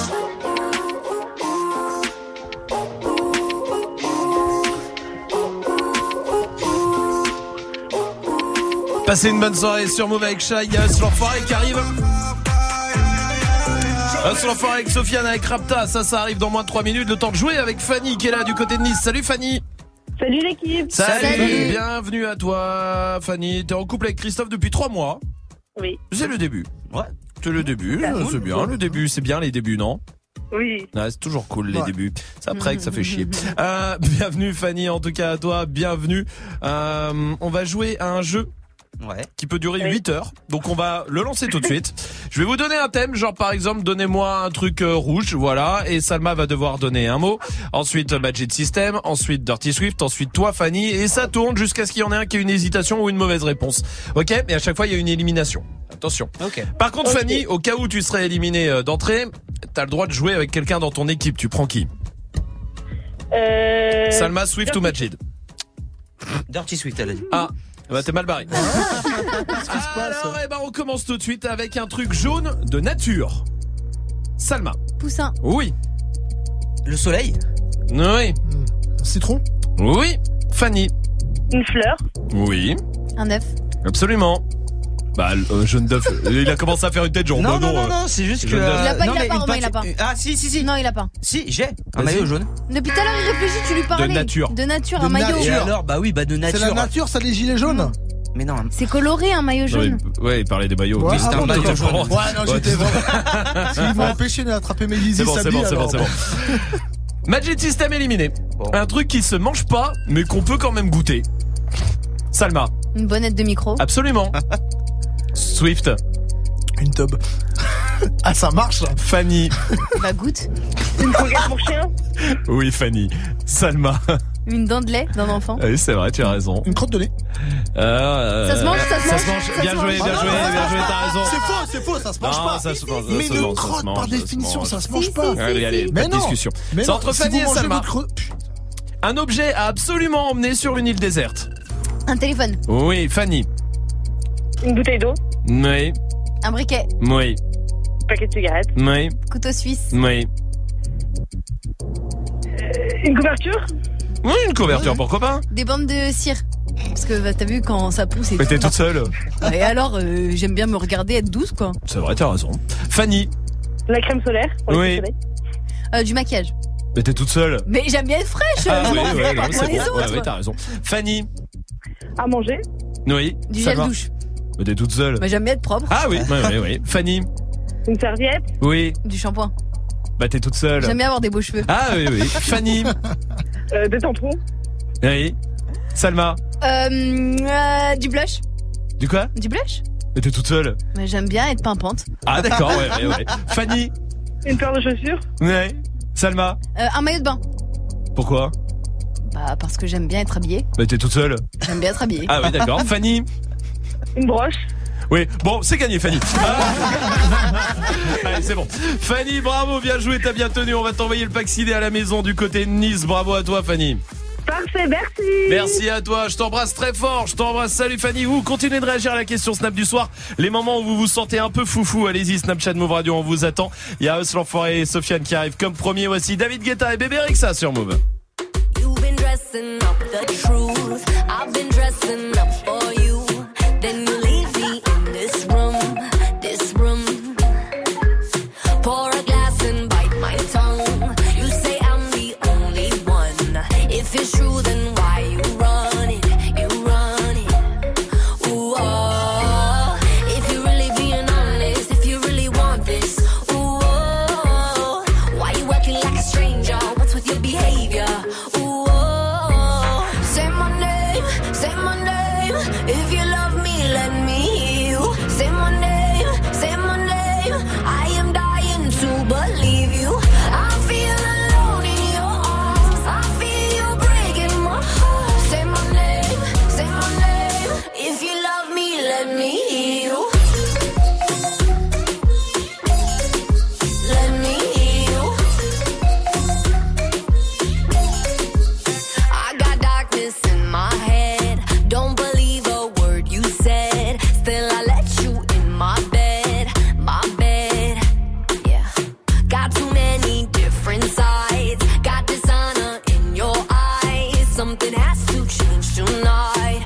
Passez une bonne soirée sur Move avec Shai. Il y a Hustle l'enfoiré qui arrive. Hustle l'enfoiré avec Sofiane, avec Rapta. Ça arrive dans moins de 3 minutes. Le temps de jouer avec Fanny qui est là du côté de Nice. Salut Fanny. Salut l'équipe. Salut. Bienvenue à toi Fanny. T'es en couple avec Christophe depuis 3 mois. Oui. C'est le début. Ouais. C'est le début. C'est bien le début. C'est bien les débuts, non? Oui. Ouais, c'est toujours cool les débuts. C'est après que ça fait chier. Bienvenue Fanny, en tout cas à toi. Bienvenue. On va jouer à un jeu. Ouais. Qui peut durer 8 heures. Donc on va le lancer tout de suite. Je vais vous donner un thème, genre par exemple donnez-moi un truc rouge, voilà, et Salma va devoir donner un mot. Ensuite Magic System, ensuite Dirty Swift, ensuite toi Fanny, et ça tourne jusqu'à ce qu'il y en ait un qui ait une hésitation ou une mauvaise réponse. Ok? Et à chaque fois il y a une élimination. Attention. Okay. Par contre Fanny, au cas où tu serais éliminée d'entrée, t'as le droit de jouer avec quelqu'un dans ton équipe. Tu prends qui? Salma, Swift ou Majid? Dirty Swift, elle a dit. Ah. Bah t'es mal barré. Alors on commence tout de suite avec un truc jaune de nature. Salma. Poussin. Oui. Le soleil. Oui. Citron. Oui. Fanny. Une fleur. Oui. Un œuf. Absolument. Bah jaune d'œuf. Il a commencé à faire une tête genre. Non, c'est juste que. Il a pas. Ah si. Non, il a pas. Si, j'ai un maillot jaune. Depuis tout à l'heure, il réfléchit, tu lui parlais. De nature, un maillot. Et alors, bah oui, de nature. C'est la nature, ça, les gilets jaunes. Mais non. C'est coloré un maillot jaune. Ouais, il parlait des maillots. Ouais, c'est un maillot jaune. Ouais, non, j'étais vraiment. S'ils m'ont empêché d'attraper mes Yeezy, c'est bon. Magic System éliminé. Bon. Un truc qui se mange pas, mais qu'on peut quand même goûter. Salma. Une bonnette de micro. Absolument. Swift. Une tub. Ah, ça marche. Fanny. Bah goûte. Une croquette pour chien. Oui, Fanny. Salma. Une dent de lait d'un enfant. Oui, c'est vrai, tu as raison. Une crotte de lait. Ça se mange. Bien joué, t'as raison. C'est faux, ça se mange pas. Ça se mange. Mais une crotte, par définition, ça se mange pas. Allez, pas de discussion. C'est entre Fanny et Salma. Un objet à absolument emmener sur une île déserte. Un téléphone. Oui, Fanny. Une bouteille d'eau. Oui. Un briquet. Oui. Un paquet de cigarettes. Oui. Couteau suisse. Oui. Une couverture. Oui, une couverture, pourquoi pas. Des bandes de cire. Parce que t'as vu quand ça pousse et mais t'es toute seule. Et alors, j'aime bien me regarder être douce, quoi. C'est vrai, t'as raison. Fanny. La crème solaire. Oui. Du maquillage. Mais t'es toute seule. Mais j'aime bien être fraîche. Ah oui, c'est bon. Ouais, t'as raison. Fanny. À manger. Oui. Du gel douche. Mais t'es toute seule. Bah, j'aime bien être propre. Ah oui, oui. Fanny. Une serviette. Oui. Du shampoing. Bah t'es toute seule. J'aime bien avoir des beaux cheveux. Ah oui. Fanny. Des tampons. Oui. Salma. Du blush. Du quoi? Du blush. Mais t'es toute seule. Mais j'aime bien être pimpante. Ah d'accord, ouais. Fanny. Une paire de chaussures. Ouais. Salma. Un maillot de bain. Pourquoi? Bah parce que j'aime bien être habillée. Bah t'es toute seule. J'aime bien être habillée. Ah oui d'accord. Fanny. Une broche. Oui, bon, c'est gagné Fanny. Allez, c'est bon. Fanny, bravo, bien joué, t'as bien tenu. On va t'envoyer le pack CD à la maison du côté de Nice. Bravo à toi Fanny. Parfait, merci. Merci à toi, je t'embrasse très fort. Je t'embrasse, salut Fanny. Vous continuez de réagir à la question Snap du soir. Les moments où vous vous sentez un peu foufou, allez-y, Snapchat Move Radio, on vous attend. Il y a Eus l'Enfoiré et Sofiane qui arrivent comme premier. Voici David Guetta et Bébé Rexha sur Move. You've been dressing up the truth. I've been dressing up for you. Then you leave me in this room, this room. Pour a glass and bite my tongue. You say I'm the only one. If it's true, then why you run it? You run it. Ooh, oh. If you're really being honest, if you really want this, ooh, oh. Why you acting like a stranger? What's with your behavior? Ooh, oh. Say my name, if you love me, let me hear you. Say my name, I am dying to believe you. I feel alone in your arms. I feel you breaking my heart. Say my name, if you love me, let me hear you. Let me hear you. I got darkness in my head. Don't believe a word you said. Still I let you in my bed, yeah. Got too many different sides. Got dishonor in your eyes. Something has to change tonight.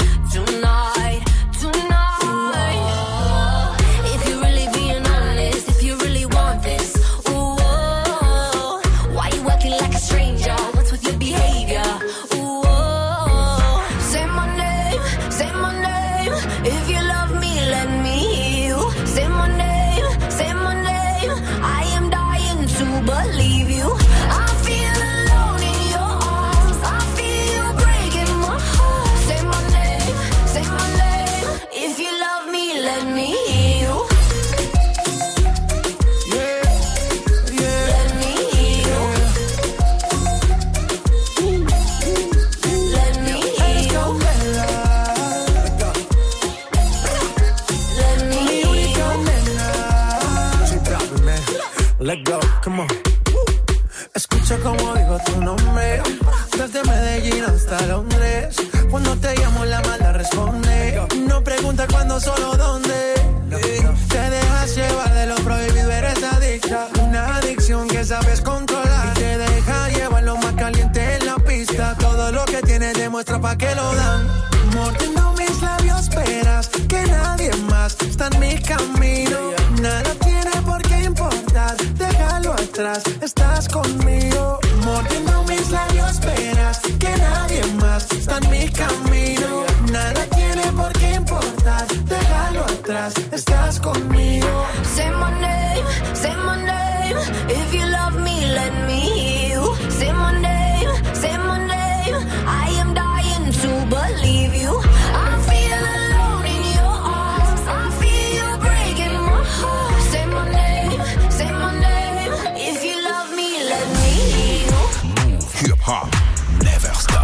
Ooh, if you're really being honest, if you really want this, ooh, why you acting like a stranger? What's with your behavior? Ooh, say my name, if you love me, let me hear you. Say my name, I am dying to believe you. I feel alone in your arms. I feel you breaking my heart. Say my name, if you love me, let me hear you. Let me hear you. Let me hear you. Let me hear you. Let go, come on. Escucha como digo tu nombre. Desde Medellín hasta Londres. Cuando te llamo la mala responde. No pregunta cuándo, solo dónde. Te dejas llevar de lo prohibido, eres adicta. Una adicción que sabes controlar. Y te deja llevar lo más caliente en la pista. Todo lo que tienes demuestra pa' que lo dan. Mordiendo mis labios, esperas que nadie más está en mi camino. Nada tiene por qué importar, déjalo atrás, estás conmigo. Mordiendo mis labios, esperas que nadie más está en mi camino. Nada tiene por qué importar, déjalo atrás, estás conmigo. Say my name, if you love me, let me hear you. Say my name, I am dying to believe you. I feel alone in your arms. I feel you breaking my heart. Say my name, if you love me, let me hear you. Move hip hop, never stop.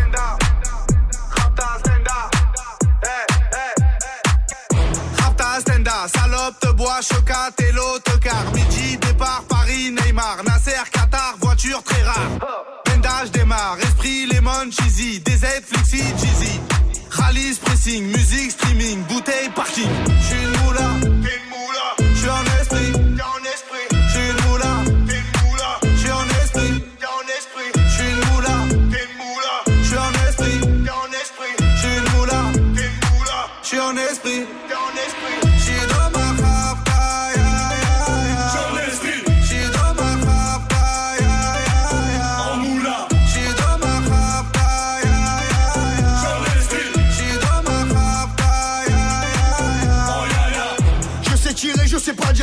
Salope, te bois, chocat et l'autocar. Midi, départ, Paris, Neymar. Nasser, Qatar, voiture très rare. Pendage démarre, esprit, lemon, cheesy. DZ, flexi, cheesy. Rallye, pressing, musique, streaming. Bouteille, parking. J'suis une moula, t'es une moula. J'suis en esprit, t'es en esprit. J'suis une moula, t'es une moula. J'suis en esprit, t'es en esprit. J'suis une moula, t'es une moula. J'suis en esprit, t'es en esprit. J'suis une moula, t'es une moula. J'suis en esprit, t'es en esprit.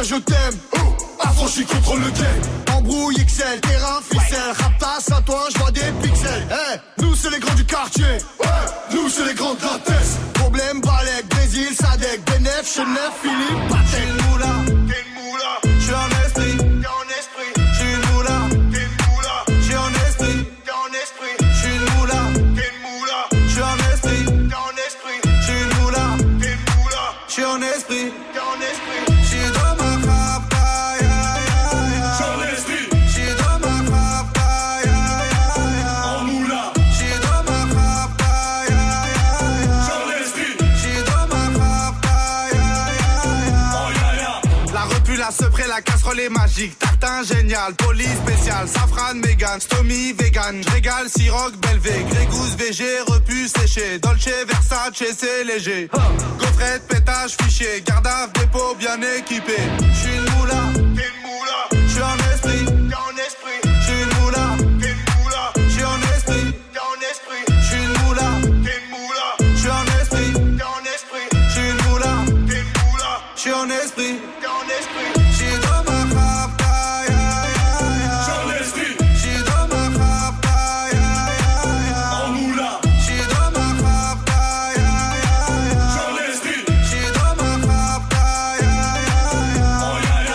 dire je t'aime. Affranchi contre le game. Embrouille XL, terrain, ficelle. Raptas, Saint-Ouen, je vois des pixels. Nous c'est les grands du quartier. Nous c'est les grands de la tête. Problème, Balek, Brésil, Sadek, Benef, Chenef, Philippe, Patek. T'es une moula, j'suis en esprit, t'es en esprit. J'suis une moula, t'es une moula, j'suis en esprit, t'es en esprit. J'suis une moula, t'es une moula, j'suis en esprit, t'es en esprit. J'suis une moula, t'es une moula, j'suis en esprit, t'es en esprit. J'suis dans ma rapta, j'suis en esprit. J'suis dans ma rapta, en moula. J'suis dans ma rapta, j'suis en esprit. J'suis dans ma rapta, oh yaya. La repu, la sepré, la casserole est magique. Tartin génial, police spécial, safran, mégan, stomy, vegan. J'régale, siroc, belvé, grégousse, VG, repu, séché. Dolce, Versace, c'est léger. Gaufrette, pétage, fichier, garde à dépôt bien équipé. J'suis une moula, t'es une moula. J'suis en esprit, t'es en esprit. J'suis une moula, t'es une moula. J'suis en esprit, t'es en esprit. J'suis une moula, t'es une moula. J'suis en esprit, t'es en esprit. J'suis une moula, t'es une moula. J'suis en esprit, t'es en esprit. J'suis dans ma rapta, j'suis en esprit. J'suis dans ma rapta, en moula. J'suis dans ma rapta, j'suis en esprit. J'suis dans ma rapta, oh yaya.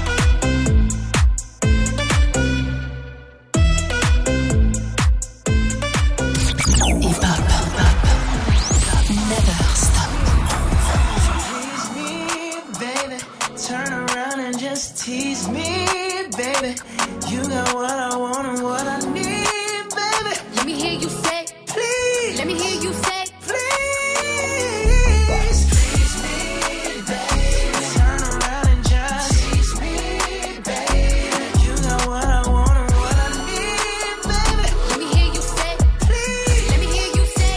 Hip-hop. Never stop. Tease me, baby. Turn around and just tease me, baby. You got what I want and what I need, baby. Let me hear you say, Please. let me hear you say, Please. Tease me, baby. Turn around and just tease me, baby. You got what I want and what I need, baby. let me hear you say, Please. let me hear you say,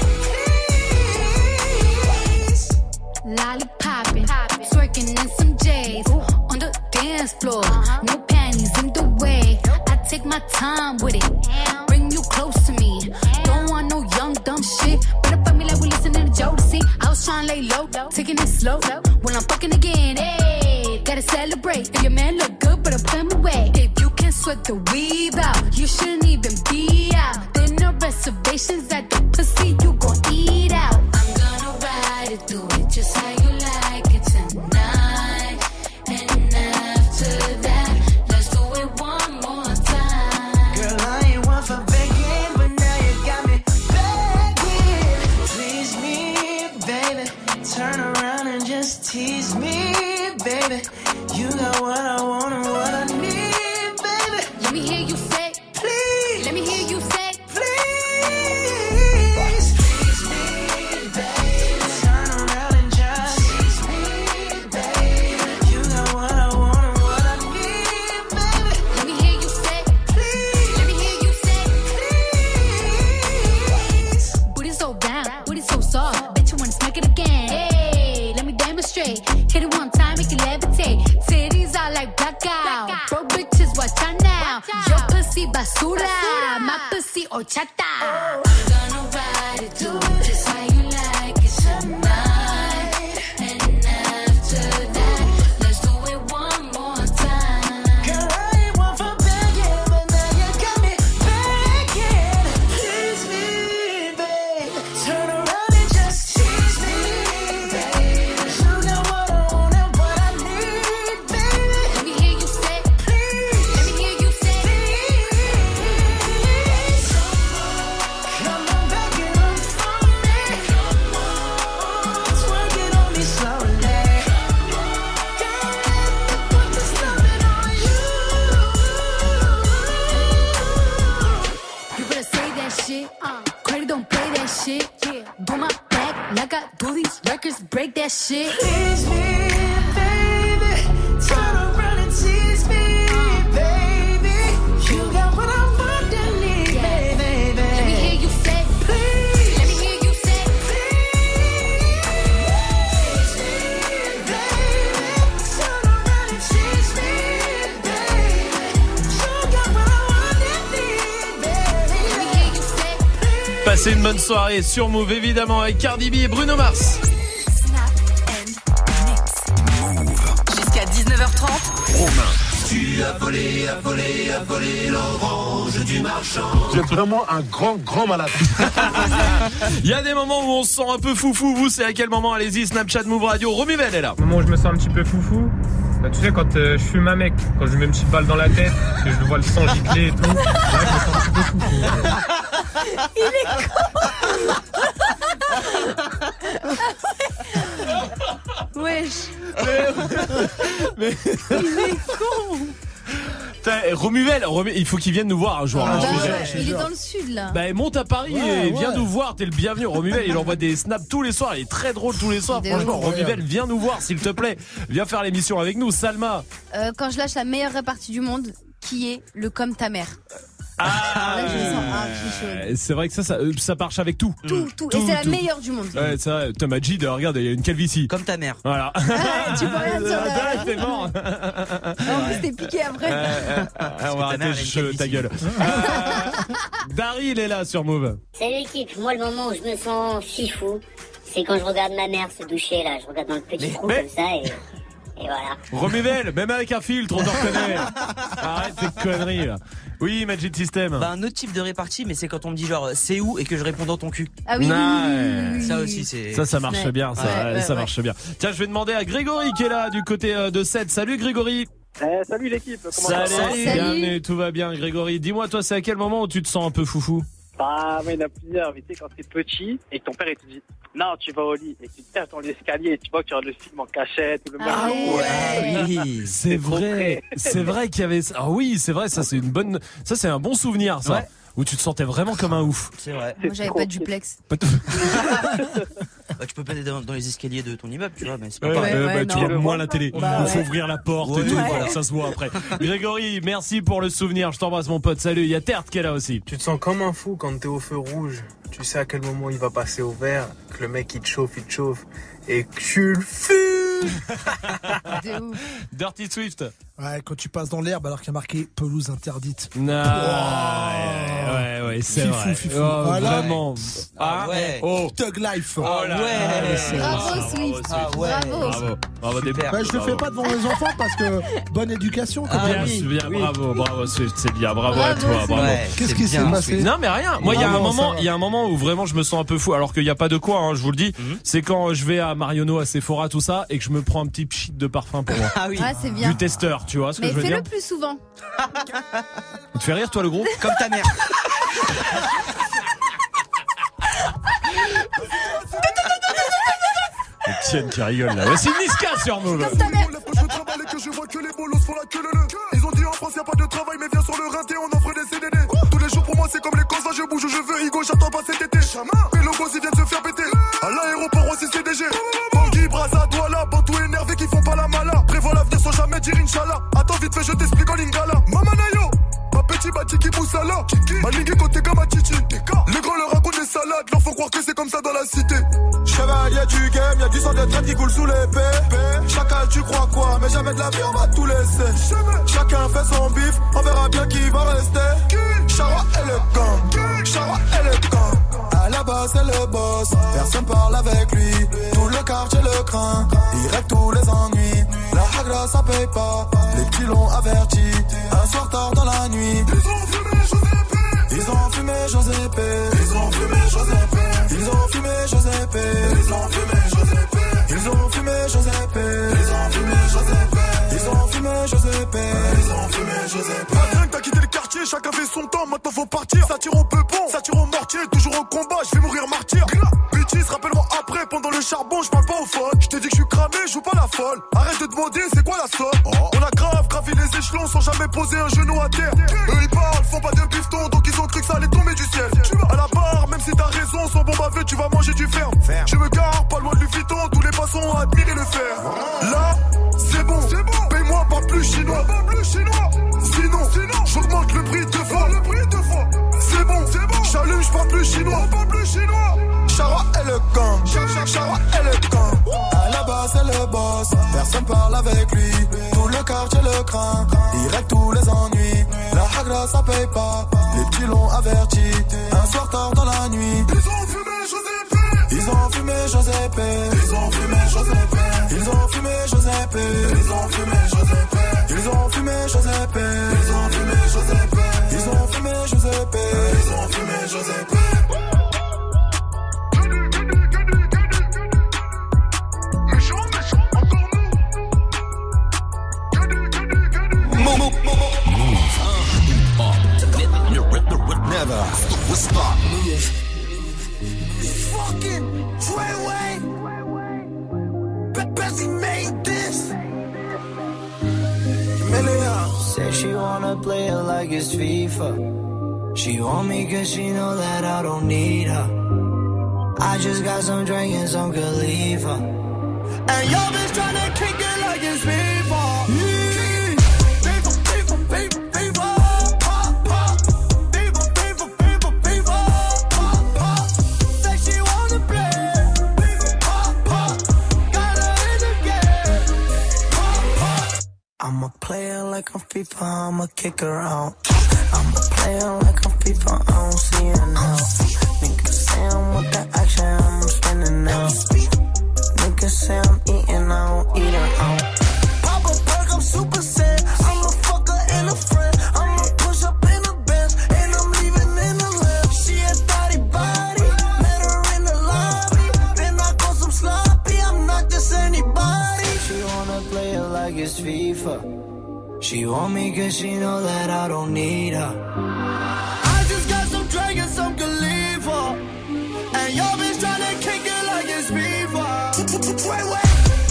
Please. lollipopping, twerking in some J's on the dance floor. No panties in the way. I take my time with it. Bring you close to me. Don't want no young dumb shit. Better fuck me like we listening to Jodeci. I was trying to lay low, taking it slow. When I'm fucking again, hey, gotta celebrate. If your man look good, better put him away. If you can sweat the weave out, you shouldn't even be out. There no reservations at the pussy, you gon' eat out. I'm gonna ride it, do it just how you like it tonight. And after that, let's do it one more time. Girl, I ain't one for begging, but now you got me begging. Please me, baby. Turn around and just tease me, baby. You got what I want and what I need, baby. Let me hear you say, Please. let me hear you say, Please. Tease me, baby. Turn around and just tease me, baby. You got what I want and what I need, baby. let me hear you say, Please. let me hear you say. Please. Booty so round, booty so soft. Bet you wanna smack it again. Hey, let me demonstrate. Hit it one time, make it levitate. Titties are like blackout. Bro, bitches, watch out now. Your pussy basura, my pussy horchata. I'm gonna ride it, do it just how you like it tonight. And after that, let's do it one more time. Girl, I ain't one for begging, but now you got me begging. Please me, babe. Turn around and just tease me, babe. You got what I want and what I need, baby. Let me hear you say, Please. let me hear you say, Please. Come on back and unfold me. Twerk it on me slowly. Girl, put this loving on you. you better say that shit. Credit don't play that shit. Do my back like I do these records, break that shit. Tease me, baby. Turn around and tease me, baby. You got what I want and need, baby. Let me hear you say, Please. let me hear you say, Please me, baby. Turn around and tease me, baby. You got what I want and need, baby. let me hear you say. Passez une bonne soirée sur Move évidemment avec Cardi B et Bruno Mars. Jusqu'à 19h30, Romain. Tu as volé l'orange du marchand. Vous êtes vraiment un grand malade. Il y a des moments où on se sent un peu foufou. Vous, c'est à quel moment? Allez-y, Snapchat Move Radio. Romuvel est là. Au moment où je me sens un petit peu foufou, bah, tu sais, quand je fume un mec, quand je lui mets une petite balle dans la tête, que je vois le sang gicler et tout, là, je me sens un petit peu foufou. Il est con. Wesh. Mais... Il est con. Romuvel, il faut qu'il vienne nous voir un jour. Il est dans le sud là. Bah monte à Paris et viens nous voir, t'es le bienvenu. Romuvel, il envoie des snaps tous les soirs, il est très drôle tous les soirs. Franchement, Romuvel, viens nous voir s'il te plaît. Viens faire l'émission avec nous. Salma. Quand je lâche la meilleure répartie du monde, qui est le comme ta mère. Là, je me sens c'est vrai que ça marche avec tout. Tout. Et c'est la meilleure du monde. Ouais, c'est vrai. Thomas Majid, regarde, il y a une calvitie. Comme ta mère. Voilà. Tu peux rien dire. T'es mort. En plus, t'es piqué après. On va arrêter ta gueule. Daryl est là sur Move. Salut l'équipe. Moi, le moment où je me sens fifou, c'est quand je regarde ma mère se doucher là. Je regarde dans le petit trou comme ça et voilà. Romuvel, même avec un filtre, on t'en reconnaît. Arrête tes conneries là. Oui, Magic System. Bah, un autre type de répartie, mais c'est quand on me dit genre c'est où et que je réponds dans ton cul. Ah oui. Ça aussi, c'est. Ça marche bien. Ça marche bien. Tiens, je vais demander à Grégory qui est là du côté de 7. Salut Grégory. Salut l'équipe. Comment ça va? Salut. Bienvenue, tout va bien Grégory. Dis-moi, toi, c'est à quel moment où tu te sens un peu foufou? Bah, mais il y en a plusieurs. Mais tu sais, quand t'es petit et que ton père il te dit non, tu vas au lit et que tu te perds dans l'escalier et tu vois que tu regardes le film en cachette ou le oui, c'est vrai. C'est vrai qu'il y avait. Ah oui, c'est vrai. Ça, c'est une bonne. Ça, c'est un bon souvenir, ça. Ouais. Où tu te sentais vraiment comme un ouf. C'est vrai. Moi, j'avais pas de duplex. Bah, tu peux pas aller dans les escaliers de ton immeuble, tu vois, mais c'est pas pareil. Tu vois moins la télé. Il faut ouvrir la porte et tout. Voilà, ça se voit après. Grégory, merci pour le souvenir. Je t'embrasse, mon pote. Salut. Il y a Tert qui est là aussi. Tu te sens comme un fou quand t'es au feu rouge. Tu sais à quel moment il va passer au vert, que le mec il te chauffe et que tu le fumes. Dirty Swift. Ouais, quand tu passes dans l'herbe alors qu'il y a marqué pelouse interdite. Non. Ouais, c'est vrai. Fifou. Voilà. Vraiment. Thug Life. Bravo Swift. Bravo. Je le fais pas devant les enfants parce que bonne éducation. Bien, bravo Swift, c'est bien. Bravo à toi. Bravo. Qu'est-ce qui s'est passé? Non mais rien. Moi, il y a un moment où vraiment je me sens un peu fou, alors qu'il y a pas de quoi, hein, je vous le dis. C'est quand je vais à Marionneau, à Sephora, tout ça, et que je me prends un petit pchit de parfum pour moi. Ah oui. C'est bien. Du testeur, tu vois ce que je veux dire. Mais fais-le plus souvent. Tu te fais rire, toi, le gros? Comme ta mère. Etienne qui rigole là. Voici Niska sur Move. Comme ta mère. Je travaille que je vois que les bolos font la queue le. Ils ont dit en France y a pas de travail mais viens sur le rinté on offre des CDD. Tous les jours pour moi c'est comme les causes, je bouge où je veux, Igo j'attends pas cet été. Les logos ils viennent se faire péter. À l'aéroport aussi CDG. Bangui, Braza, Douala, Bantou énervé qui font pas la mala. Prévois l'avenir sans jamais dire Inch'Allah. Attends vite fait je t'explique en lingala. Mamanayo. Ma petit Batiki Moussala. Malingue côté comme un Titi. Les grands leur racontent des salades. Leur faut croire que c'est comme ça dans la cité. Chevalier du game, y'a du sang de traite qui coule sous l'épée. Chacal tu crois quoi? Mais jamais de la vie on va tout laisser. Chacun fait son bif, on verra bien qui va rester. Charwa et le gang, Charwa et le gang. À la base c'est le boss, personne parle avec lui. Tout le quartier le craint, il règle tous les ennuis. La hagra ça paye pas, les petits l'ont averti. Un soir tard dans la nuit, ils ont fumé Josépé. Ils ont fumé Josépé. Ils ont fumé Josépé. Ils ont fumé Josépé. Ils ont fumé Josépé. Ils ont fumé Josépé. Ils ont fumé Josépé. Ils ont fumé Josépé. Patron, t'as quitté le quartier, chacun fait son temps, maintenant faut partir. Ça tire au peupon, ça tire au mortier, toujours au combat, je vais mourir martyr. Bitches, rappelle-moi après, pendant le charbon, je parle pas au phone. Je t'ai dit que je suis cramé, je joue pas la folle. Arrête de demander, c'est quoi la somme? On a grave gravi les échelons sans jamais poser un genou à terre. Eux ils parlent, font pas de bifton, donc ils ont cru que ça allait tomber du ciel. À la barre, même si t'as raison, sans bombe à vœux, tu vas manger du ferme. Je me gare, pas loin de Vuitton, tous les passants ont admiré le fer. Là, c'est bon, paye-moi pas plus chinois. Sinon, j'augmente le prix 2 fois. C'est bon, j'allume, j'parle plus chinois. Charwa et le gang, Charwa et le gang. À la base c'est le boss, personne parle avec lui. Tout le quartier le craint, il règle tous les ennuis. La hagra ça paye pas, les petits l'ont averti. Un soir tard dans la nuit, ils ont fumé Josépé. Ils ont fumé Josépé. Ils ont fumé Josépé. Ils ont fumé Josépé. Ils ont fumé Josépé. Ils ont She wanna play it like it's FIFA. She want me cause she know that I don't need her. I just got some drink and some good leave her. And your bitch tryna kick it like it's FIFA. I'm a player like I'm FIFA, I'm a kick around. I'm a player like I'm FIFA, I don't see it now. Niggas say I'm with the action, I'm spinning now. Niggas say I'm eating, I don't eat it out. Pop a perk, I'm super sad. I'm a fucker and a friend. I'm a push up in a Benz, and I'm leaving in the lab. She a thotty body, met her in the lobby. Then I call some sloppy, I'm not just anybody. She wanna play it like it's FIFA. She want me cause she know that I don't need her. I just got some drink and some good leave her. And your bitch tryna kick it like it's FIFA. Wait, wait.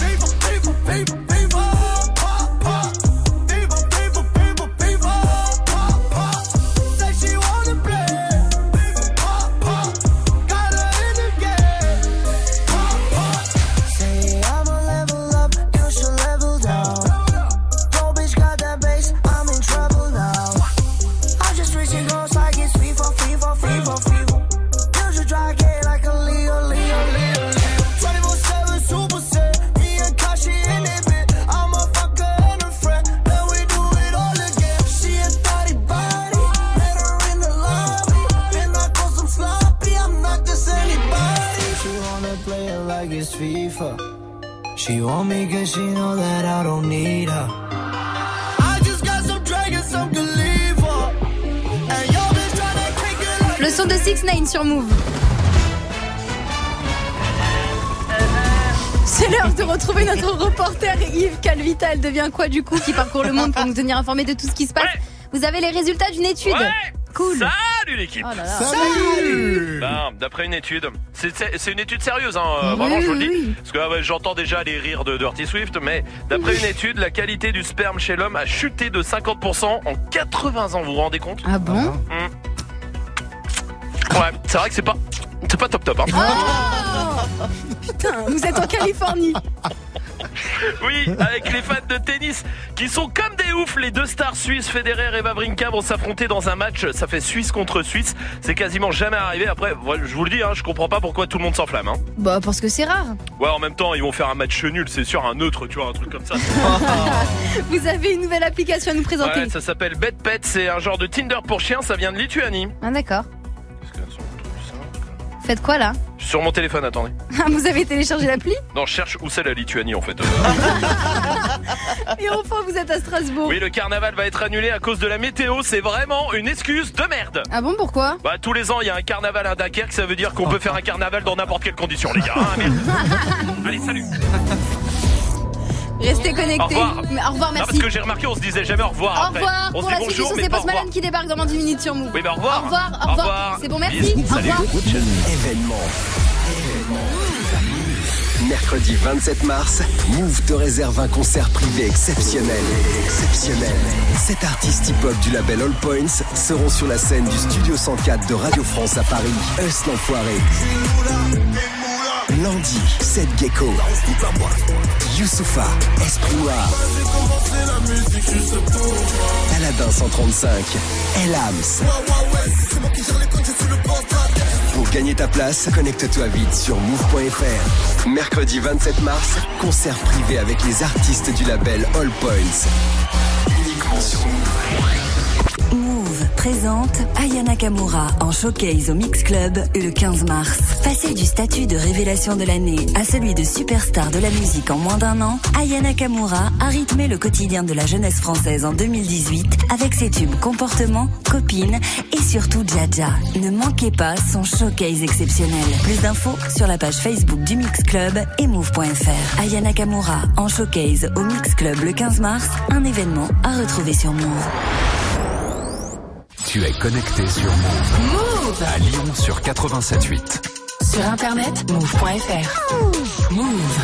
She want me cause she know that I don't need her. I just got some drink and some good leave her. And your bitch tryna kick it like... Le son de 6ix9ine sur Move. C'est l'heure de retrouver notre reporter Yves Calvita. Elle devient quoi du coup, qui parcourt le monde pour nous tenir informés de tout ce qui se passe. Vous avez les résultats d'une étude. Cool. Salut l'équipe. Oh là là. Salut. Ben, d'après une étude, c'est une étude sérieuse, hein. Vraiment, je vous le dis. Parce que j'entends déjà les rires de Dirty Swift, mais d'après une étude, la qualité du sperme chez l'homme a chuté de 50% en 80 ans. Vous vous rendez compte? Ah bon? Ouais, c'est vrai que c'est pas top hein. Oh putain, vous êtes en Californie. Oui, avec les fans de tennis qui sont comme des oufs. Les deux stars suisses, Federer et Wawrinka, vont s'affronter dans un match. Ça fait Suisse contre Suisse. C'est quasiment jamais arrivé. Après, je vous le dis, hein, je comprends pas pourquoi tout le monde s'enflamme. Hein. Bah parce que c'est rare. Ouais, en même temps, ils vont faire un match nul, c'est sûr, un neutre, tu vois, un truc comme ça. Vous avez une nouvelle application à nous présenter. Ouais, ça s'appelle BetPet. C'est un genre de Tinder pour chiens. Ça vient de Lituanie. Ah d'accord. Faites quoi là? Sur mon téléphone, attendez. Vous avez téléchargé l'appli? Non, je cherche où c'est la Lituanie en fait. Et enfin, vous êtes à Strasbourg. Oui, le carnaval va être annulé à cause de la météo. C'est vraiment une excuse de merde. Ah bon, pourquoi? Bah tous les ans, il y a un carnaval à Dunkerque. Ça veut dire qu'on peut faire un carnaval dans n'importe quelle condition, les gars. Hein, merde. Allez, salut. Restez connectés. Au revoir. Au revoir, merci. Non, parce que j'ai remarqué, on se disait jamais au revoir. Au après. revoir. On se Pour dit la suite, bonjour, mais c'est pas au Post revoir. Malone qui débarque dans 10 minutes sur Move. Oui, bah au revoir. Au revoir, au revoir. C'est bon, merci. Au revoir. Événement. Mercredi 27 mars, Move te réserve un concert privé exceptionnel. Exceptionnel. 7 artistes hip-hop du label All Points seront sur la scène du Studio 104 de Radio France à Paris. Us l'Enfoiré. Landy, Seth Gecko, Youssoupha, Esprit Noir, Aladin 135, Elams. Pour gagner ta place, connecte-toi vite sur move.fr. Mercredi 27 mars, concert privé avec les artistes du label All Points. Uniquement sur Move présente Aya Nakamura en showcase au Mix Club le 15 mars. Passé du statut de révélation de l'année à celui de superstar de la musique en moins d'un an, Aya Nakamura a rythmé le quotidien de la jeunesse française en 2018 avec ses tubes Comportement, Copine et surtout Dja. Ne manquez pas son showcase exceptionnel. Plus d'infos sur la page Facebook du Mix Club et move.fr. Aya Nakamura en showcase au Mix Club le 15 mars, un événement à retrouver sur Move. Tu es connecté sur Move. Move à Lyon sur 87.8. Sur internet, move.fr. Move.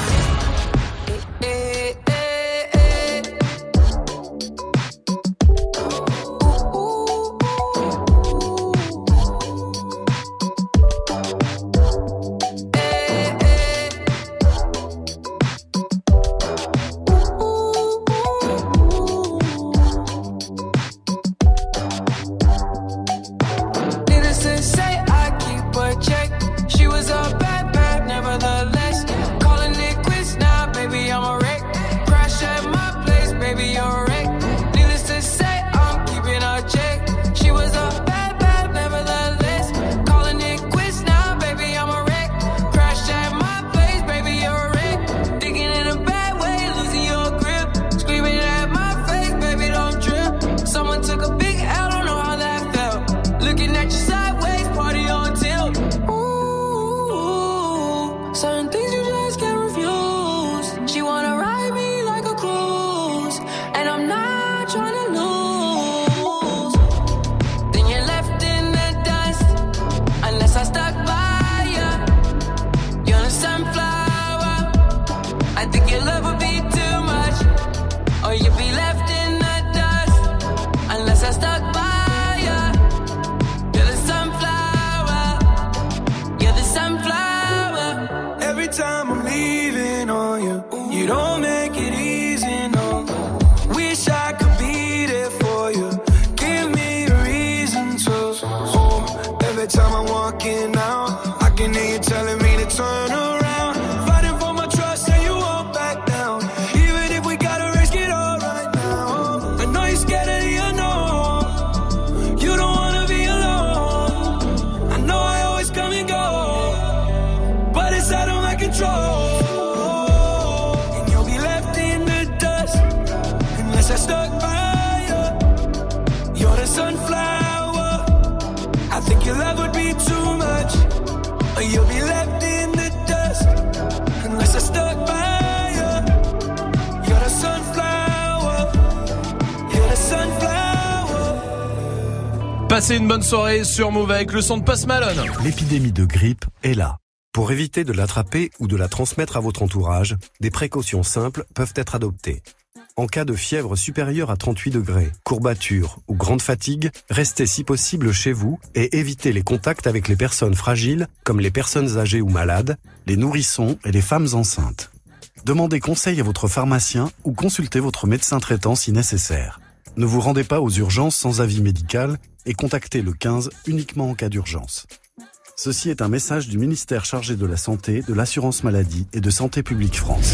Passez une bonne soirée sur Move avec le son de Post Malone. L'épidémie de grippe est là. Pour éviter de l'attraper ou de la transmettre à votre entourage, des précautions simples peuvent être adoptées. En cas de fièvre supérieure à 38 degrés, courbature ou grande fatigue, restez si possible chez vous et évitez les contacts avec les personnes fragiles, comme les personnes âgées ou malades, les nourrissons et les femmes enceintes. Demandez conseil à votre pharmacien ou consultez votre médecin traitant si nécessaire. Ne vous rendez pas aux urgences sans avis médical et contactez le 15 uniquement en cas d'urgence. Ceci est un message du ministère chargé de la Santé, de l'Assurance Maladie et de Santé Publique France.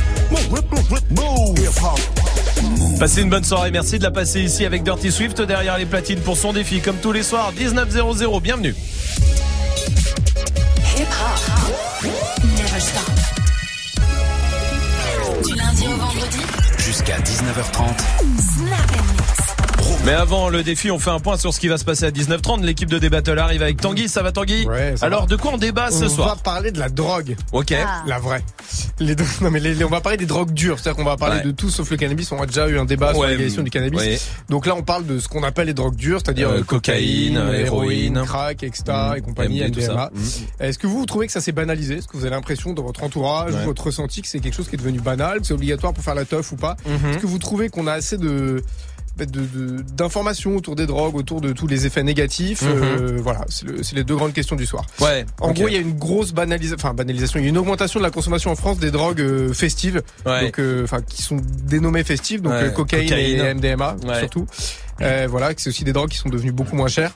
Passez une bonne soirée, merci de la passer ici avec Dirty Swift derrière les platines pour son défi comme tous les soirs, 19:00, bienvenue. Never stop. Du lundi au vendredi jusqu'à 19h30. Snap and mix. Mais avant le défi, on fait un point sur ce qui va se passer à 19h30. L'équipe de D-Battle arrive avec Tanguy. Ça va Tanguy? Ouais, ça Alors va. de quoi on débat ce soir? On va parler de la drogue. Ok. La vraie. On va parler des drogues dures. C'est-à-dire qu'on va parler de tout sauf le cannabis. On a déjà eu un débat sur la légalisation du cannabis. Ouais. Donc là, on parle de ce qu'on appelle les drogues dures, c'est-à-dire cocaïne, héroïne, crack, etc. et compagnie, MDMA. Est-ce que vous trouvez que ça s'est banalisé? Est-ce que vous avez l'impression dans votre entourage, votre ressenti que c'est quelque chose qui est devenu banal, que c'est obligatoire pour faire la teuf ou pas? Est-ce que vous trouvez qu'on a assez d'informations autour des drogues, autour de tous les effets négatifs? Voilà, c'est les deux grandes questions du soir. Ouais. En gros, il y a une grosse banalisation. Il y a une augmentation de la consommation en France des drogues festives, donc qui sont dénommées festives, donc cocaïne et MDMA surtout. Voilà, c'est aussi des drogues qui sont devenues beaucoup moins chères,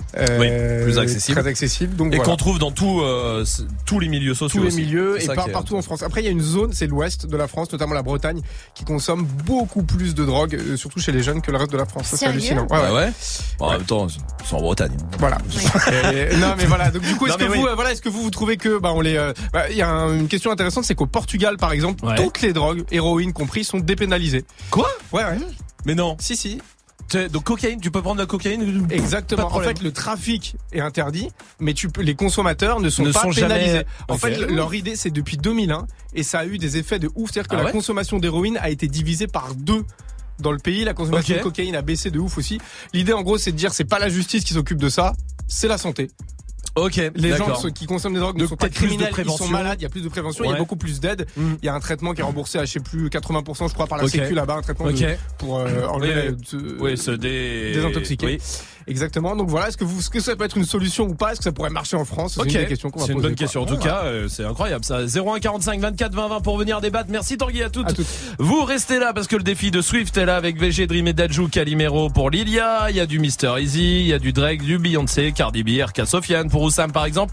plus accessibles, très accessibles. Donc et voilà. qu'on trouve dans tous les milieux sociaux. Tous les aussi. milieux et partout en France. Après, il y a une zone, c'est l'ouest de la France, notamment la Bretagne, qui consomme beaucoup plus de drogue, surtout chez les jeunes, que le reste de la France. Ça, c'est hallucinant. Ouais. Bon, en même temps, c'est en Bretagne. Voilà. Non, mais voilà. Donc du coup, est-ce que vous trouvez que il y a une question intéressante, c'est qu'au Portugal, par exemple, toutes les drogues, héroïne compris, sont dépénalisées. Quoi? Ouais. Mais non. Si. Donc cocaïne, tu peux prendre de la cocaïne? Exactement. En fait, le trafic est interdit, mais les consommateurs ne sont pas pénalisés. Jamais... En fait, leur idée, c'est depuis 2001, et ça a eu des effets de ouf. C'est-à-dire que la consommation d'héroïne a été divisée par 2 dans le pays. La consommation de cocaïne a baissé de ouf aussi. L'idée, en gros, c'est de dire, c'est pas la justice qui s'occupe de ça, c'est la santé. Ok, les gens qui consomment des drogues ne sont pas criminels, ils sont malades, il y a plus de prévention, il y a beaucoup plus d'aide, il y a un traitement qui est remboursé à je sais plus 80% je crois par la Sécu là-bas, un traitement pour enlever désintoxiquer. Oui. Exactement. Donc voilà, est-ce que ça peut être une solution ou pas? Est-ce que ça pourrait marcher en France? C'est une question qu'on va poser. C'est une bonne question. En tout cas, c'est incroyable ça. 01 45 24 20 20 pour venir débattre. Merci Tanguy, à toutes. Vous restez là parce que le défi de Swift est là avec VG, Dream et Dadju, Calimero pour Lilia. Il y a du Mr Easy, il y a du Drake, du Beyoncé, Cardi B, RK, Sofiane pour Oussam par exemple.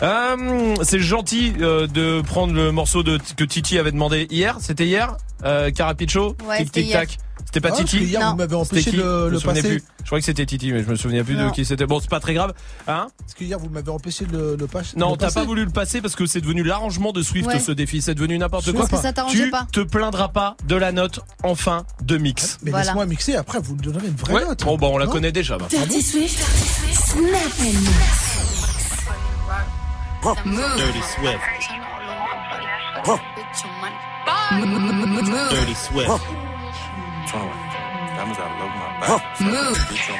C'est gentil de prendre le morceau que Titi avait demandé hier. C'était hier, Carapicho, Tic Tic Tac. C'était pas Titi? Hier, vous m'avez empêché de le passer. Plus. Je crois que c'était Titi, mais je me souviens plus de qui c'était. Bon, c'est pas très grave. Parce que hier, vous m'avez empêché de le passer. Non, t'as pas voulu le passer parce que c'est devenu l'arrangement de Swift, ce défi. C'est devenu n'importe quoi. Parce que ça t'arrangeait pas. Tu te plaindras pas de la note en fin de mix. Mais laisse-moi mixer, après, vous me donnerez une vraie note. Bon, on la connaît déjà. Dirty Swift, Snap and Move. Dirty Swift. Dirty Swift. Move.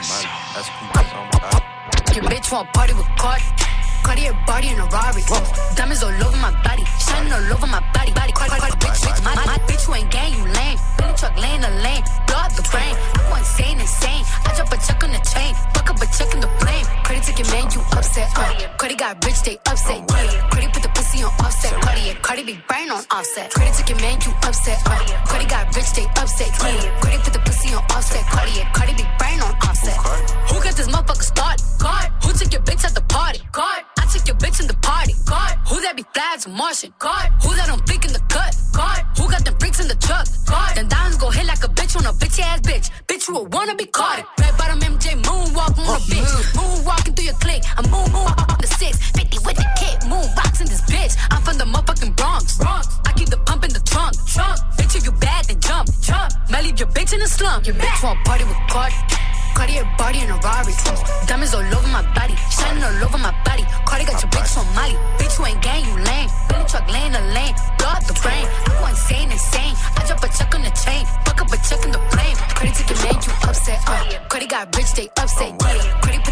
Your bitch want party with Cardi. Cartier body in a Rari. Diamonds all over my body, shining all over my body. Cardi, bitch, my bitch, you ain't gang, you lame. Billy truck laying the lane, blow up the brain. I go insane. I drop a check on the chain, fuck up a check in the flame. Cardi took your man, you upset. Cardi got rich, they upset. Cardi put the pussy on offset. Cardi be brain on offset. Cardi took your man, you upset. Cardi got rich, they upset. Cardi put the pussy on offset. Cardi be brain on offset. Who got this motherfucker started? God. Who took your bitch at the party? God. I took your bitch in the party. God. Who that be flags and Martian? God. Who that don't blink in the cut? God. Who got them freaks in the truck? God. Then diamonds go hit like a bitch on a bitch ass bitch. Bitch, you a wanna be caught. Red bottom MJ moonwalk on a bitch. Moonwalking through your clique. I'm moon on the 6. 50 with the kick. Moon rocks in this bitch. I'm from the motherfucking Bronx. I keep the pump in the trunk. Bitch, if you bad, then jump. Might leave your bitch in the slump. Your bitch want party with Cardi. Cartier body in a Rari. Diamonds all over my body, shining all over my body. Cardi got your bitch on Molly. Bitch, you ain't gang, you lame. Billy truck laying the lane, blow up the brain. I go insane. I drop a check on the chain, fuck up a check in the flame. Cardi took your man, you upset. Cardi got rich, they upset. Cardi put the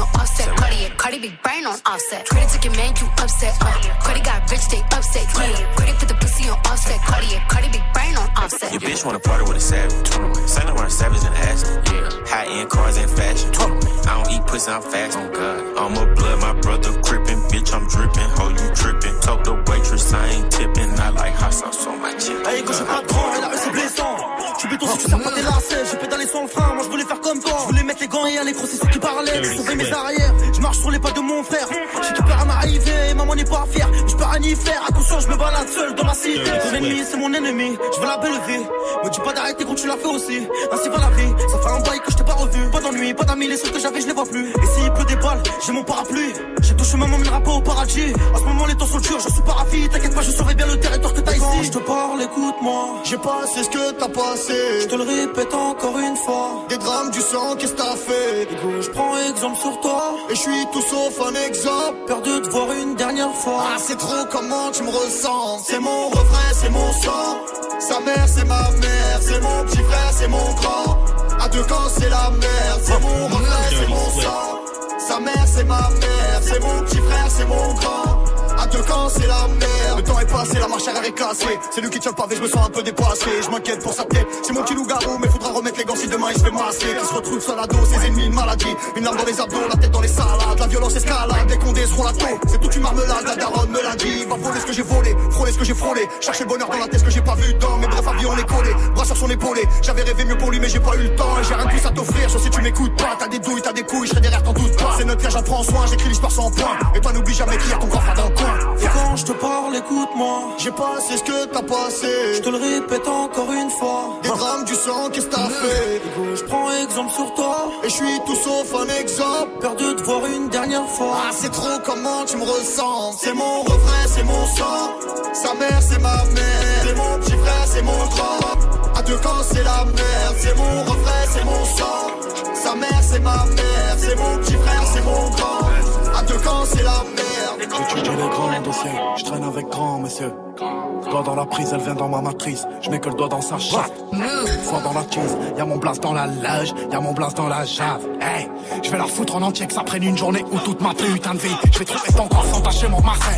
on offset. Cardi big brain on offset. Credit took your man, you upset. Cardi got rich, they upset. Yeah, Cardi put the pussy on offset. Cardi big brain on offset. Your bitch wanna party with a savage. Saint Laurent savage and Aston. Yeah, high end cars and fashion. I don't eat pussy, I'm fast. On God, I'm a blood, my brother crippin'. Bitch, I'm drippin', ho, you trippin'. Talk the waitress, I ain't tippin'. I like hot sauce on my chip. Hey, quand j'ai pas de grand, et la rue c'est blessant. Tu béton si tu sers pas tes lacets. J'ai pédalé sans le frein, moi je voulais faire comme toi. Je voulais mettre les gants et aller crosser ceux qui parlaient. Sauver mes arrières, je marche sur les pas de mon frère. J'ai tout peur à m'arriver, maman n'est pas fière. Je peux rien y faire, attention, je me balade seul dans ma cité. Ton ennemi, c'est mon ennemi, je veux la belle vie. Me dis pas d'arrêter quand tu l'as fait aussi. Ainsi va la vie, ça fait un bail que je t'ai pas revu. Pas d'ennui, pas d'amis, les seuls que j'avais, je les vois plus. Et s'il pleut des balles, j'ai mon parapluie. J'ai touché maman, mènera pas au paradis. En ce moment, les temps sont durs, je suis pas ravi. T'inquiète pas, je saurai bien le territoire que t'as ici. Quand je te parle, écoute-moi. J'ai passé ce que t'as passé. Je te le répète encore une fois. Des drames, du sang, qu'est-ce que t'as fait? Je prends exemple sur toi. Et je suis tout sauf un exemple. Peur de te voir une dernière fois. Ah, c'est trop comment tu me ressens. C'est mon refrain, c'est mon sang. Sa mère, c'est ma mère. C'est mon petit frère, c'est mon grand. À deux camps, c'est la merde. C'est mon refrain, c'est mon sang. Sa mère, c'est ma mère. C'est mon petit frère, c'est mon grand. À deux camps, c'est la merde. Le temps est passé, la marche arrière est cassée. C'est lui qui tient le pavé, je me sens un peu dépassé. Je m'inquiète pour sa tête, c'est mon petit loup-garou. Mais faudra remettre les gants si demain il se fait masser. Qui se retrouve seul à dos, ses ennemis, une maladie. Une larme dans les abdos, la tête dans les salades. La violence escalade, les condés seront la taupe. C'est toute une marmelade, la daronne me l'a dit. Va voler ce que j'ai volé, frôler ce que j'ai frôlé. Chercher le bonheur dans la tête, ce que j'ai pas vu dans mes brefs avis, on est collé. Bras sur son épaulé, j'avais rêvé mieux pour lui, mais j'ai pas eu le temps. Et j'ai rien de plus à t'offrir, sauf si tu m'écoutes pas. T'as des douilles, t'as des couilles, je serai derrière, t'en doute pas. C'est notre cas, j'en prends soin, j'écris l'histoire sans point. Et toi, n'oublie jamais qu'il y a ton grand frère dans le coin. Et quand je te parle, écoute-moi. J'ai passé ce que t'as passé. Je te le répète encore une fois. Des drames, du sang, qu'est-ce que t'as fait? Je prends exemple sur toi. Et je suis tout sauf un exemple. Peur de te voir une dernière fois. Ah, c'est trop comment tu me ressens. C'est mon refrain, c'est mon sang. Sa mère, c'est ma mère. C'est mon petit frère, c'est mon grand. À deux camps, c'est la merde. C'est mon refrain, c'est mon sang. Sa mère, c'est ma mère. C'est mon petit frère, c'est mon grand. À deux camps, c'est la merde. J'étudie les grands dossiers, je traîne avec grand monsieur. Le doigt dans la prise, elle vient dans ma matrice. Je mets que le doigt dans sa chatte. Fois dans la cheese, y'a mon blast dans la loge, y'a mon blast dans la jave. Hey, je vais la foutre en entier, que ça prenne une journée ou toute ma putain de vie. Je vais trouver ton corps sans tâcher mon Marcel.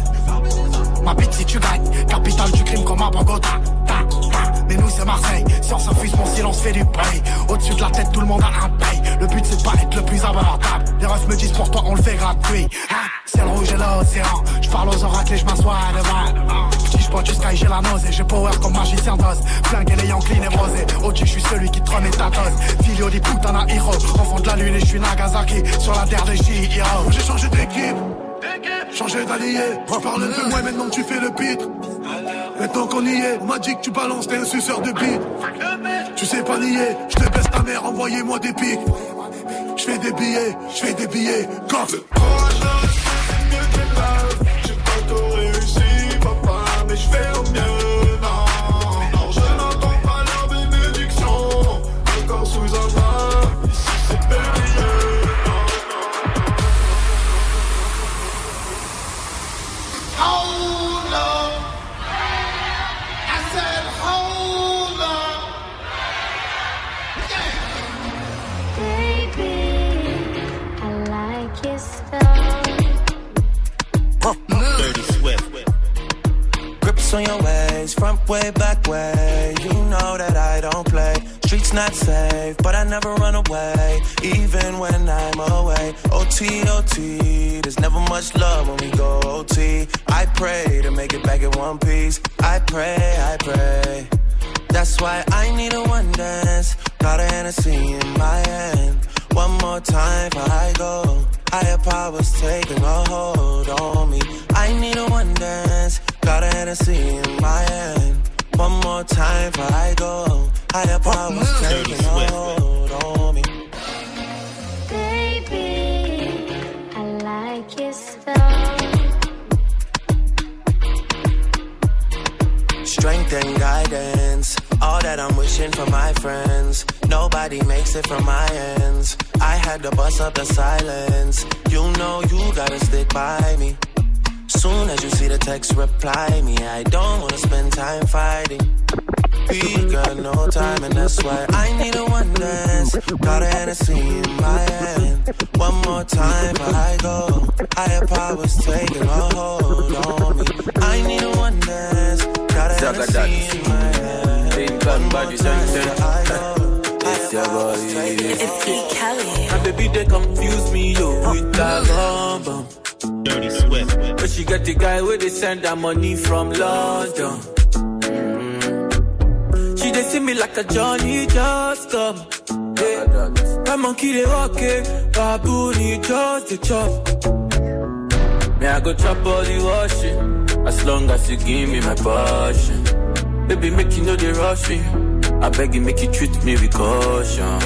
Ma bite si tu gagnes, capitale du crime comme à Bogota. Mais nous c'est Marseille, si on s'infuse mon silence fait du bruit. Au-dessus de la tête tout le monde a un paye. Le but c'est de pas être le plus abordable. Les refs me disent pour toi on le fait gratuit. C'est le rouge et l'océan. Je parle aux oracles et je m'assois devant. Petit je bois du sky, j'ai la nausée. J'ai power comme magicien d'os. Flingue et les Yankees névrosés. Au-dessus je suis celui qui te remet ta dose. Filio di putana hero. Enfant de la lune et je suis Nagasaki. Sur la terre de J-Hero. J'ai changé d'équipe, changé d'allié. Je parle un peu moins maintenant que tu fais le beat. Maintenant qu'on y est, on m'a dit que tu balances, t'es un suceur de bite. Tu sais pas nier, je te baisse ta mère, envoyez-moi des pics. Je fais des billets, coffre. J'ai pas tout réussi, papa, mais je fais au mieux, non. Je n'entends pas leur bénédiction, encore sous un bras, ici c'est périlleux. Hold up, I said hold up. Baby, I like your style. Dirty Swift. Grips on your ways, front way, back way. You know that I don't play. Streets not safe, but I never run away, even when I'm away. OT, OT, there's never much love when we go OT. I pray to make it back in one piece. I pray. That's why I need a one dance. Got a Hennessy in my hand. One more time before I go. Higher powers taking a hold on me. I need a one dance. Got a Hennessy in my hand. One more time before I go. Higher powers taking a hold on me. Baby, I like your style. Strength and guidance, all that I'm wishing for my friends. Nobody makes it from my ends. I had to bust up the silence. You know you gotta stick by me. Soon as you see the text, reply me. I don't wanna spend time fighting. repeat, got no time, and that's why I need a one dance. Got a Hennessy in my hand. One more time before I go. Higher powers taking a hold on me. I need a one dance. Got a Hennessy in my hand. One more time before I go. It's your body. It's E. Kelly. And baby, they confuse me, yo, with that bum. Dirty Swift. But she got the guy where they send her money from London. She they see me like a Johnny just come. Yeah. My monkey they walking, baboon he just the chop. Me I go chop all the washing, as long as you give me my passion. Baby make you know they rush me. I beg you make you treat me with caution.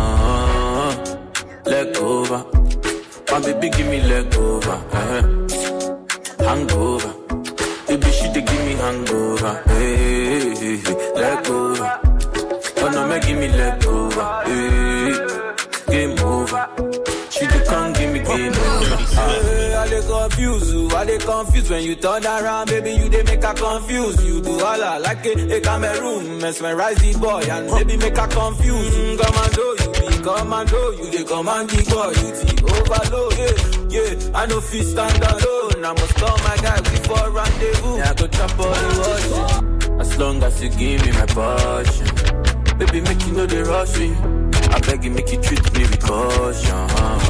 Leg over. My baby give me leg over, hangover. Baby she dey give me hangover, hey, leg over. Oh no, me give me leg over, hey, game over. She dey come give me game over. I dey confuse you, I dey confuse when you turn around, baby you dey make her confuse. You do all I like a Cameroon, mesmerize the boy and baby make her confuse. Commando, you be commando, you dey command the boy, you the overload. Yeah, I know fit stand alone. I must call my guy before rendezvous. Yeah, I go chop all the washing, as long as you give me my passion. Baby make you know they rush me. I beg you make you treat me with caution.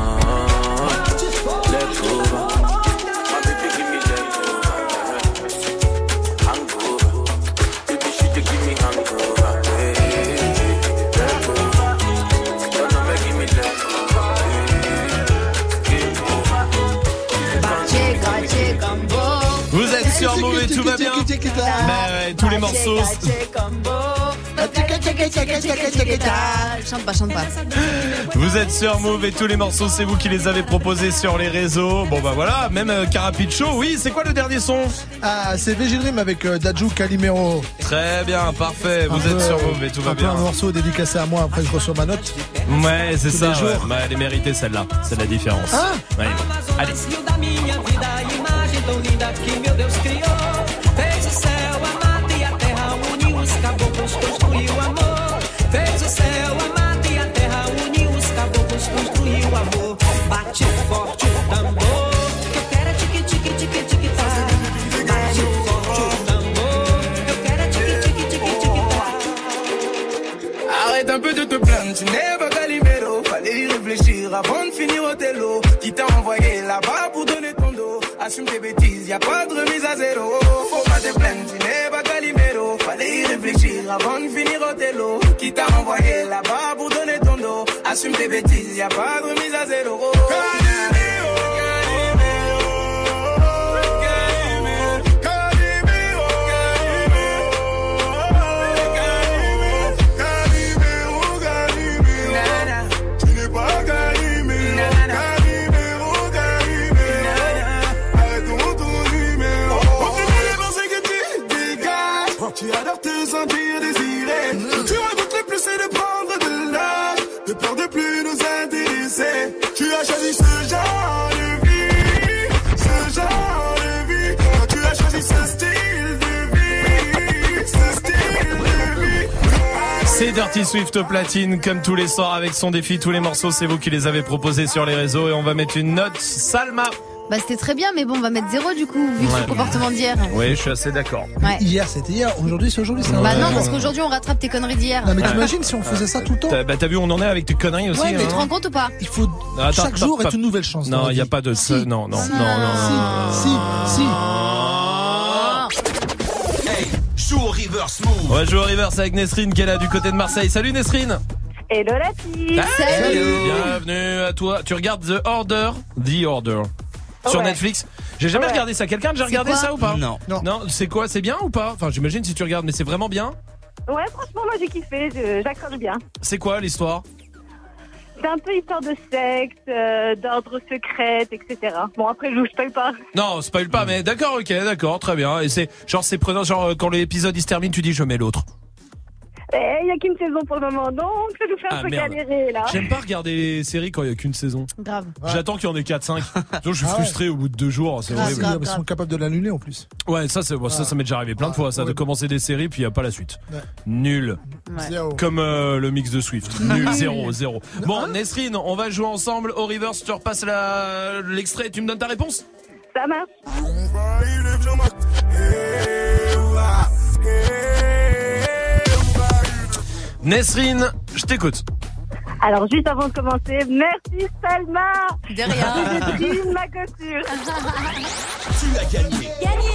Let's go. Vous êtes sur Move et tout va bien. Tous les morceaux. Chante pas. Vous êtes sur Move et tous les morceaux, c'est vous qui les avez proposés sur les réseaux. Bon bah voilà, même Carapicho. Oui, c'est quoi le dernier son? Ah, c'est VG Dream avec Dadju Calimero. Très bien, parfait. Vous êtes sur Move et tout va bien. Un morceau dédicacé à moi, après je reçois ma note. Ouais, c'est ça. Ouais. Bah, elle est méritée celle-là. C'est la différence. Ah ouais, allez. Bate forte o tambor, eu quero é tique tique tique tique tá. Bate forte o tambor, eu quero é tique tique tique tique tá. Arrête un peu de te plaindre, tu n'es pas Calimero. Fallait y réfléchir avant de finir au télo. Qui t'a envoyé là-bas pour donner ton dos. Assume tes bêtises, y a pas de remise à zéro. Faut pas te plaindre, tu n'es pas Calimero. Fallait y réfléchir avant de finir au télo. Qui t'a envoyé là-bas pour donner ton dos. Assume tes bêtises, y a pas de remise à zéro. Tu adores te sentir désiré. Tu racontes le plus c'est de prendre de l'âge, de peur de plus nous intéresser. Tu as choisi ce genre de vie, ce genre de vie. Quand tu as choisi ce style de vie, ce style de vie. C'est Dirty Swift au platine, comme tous les soirs avec son défi. Tous les morceaux, c'est vous qui les avez proposés sur les réseaux. Et on va mettre une note. Salma. Bah c'était très bien, mais bon, on va mettre 0 du coup, vu le comportement d'hier. Oui, je suis assez d'accord. Ouais. Hier c'était hier, aujourd'hui c'est aujourd'hui. Bah non, parce qu'aujourd'hui on rattrape tes conneries d'hier. Non mais t'imagines si on faisait ça tout le temps. Bah t'as vu, on en est avec tes conneries aussi. Ouais, mais tu te rends compte ou pas? Il faut chaque jour est une nouvelle chance. Non, il y a pas de non. Si. Hey, joue au reverse move. On va jouer au reverse avec Nesrine qui est là du côté de Marseille. Salut Nesrine. Hello la fille. Salut. Bienvenue à toi. Tu regardes The Order sur Netflix. J'ai jamais regardé ça. Quelqu'un a déjà regardé ça ou pas? Non. C'est quoi? C'est bien ou pas? Enfin, j'imagine si tu regardes, mais c'est vraiment bien? Ouais, franchement, moi j'ai kiffé. J'accroche bien. C'est quoi l'histoire? C'est un peu histoire de sexe, d'ordre secret, etc. Bon, après, je spoil pas. Non, spoil pas, mais d'accord, ok, d'accord, très bien. Et c'est prenant, genre quand l'épisode il se termine, tu dis je mets l'autre. Il n'y a qu'une saison pour le moment, donc ça nous fait un peu galérer là. J'aime pas regarder les séries quand il n'y a qu'une saison. Grave. J'attends qu'il y en ait 4-5. Donc je suis frustré au bout de 2 jours. C'est horrible. Ils sont capables de l'annuler en plus. Ouais, ça m'est déjà arrivé plein de fois, ça, de commencer des séries puis il n'y a pas la suite. Ouais. Nul. Ouais. Comme le mix de Swift. Nul, 0. Bon, Nesrine, on va jouer ensemble au reverse. Je te repasse l'extrait et tu me donnes ta réponse. Ça marche. Nesrine, je t'écoute. Alors, juste avant de commencer, merci Salma. De rien. J'ai une ma couture. Tu as gagné.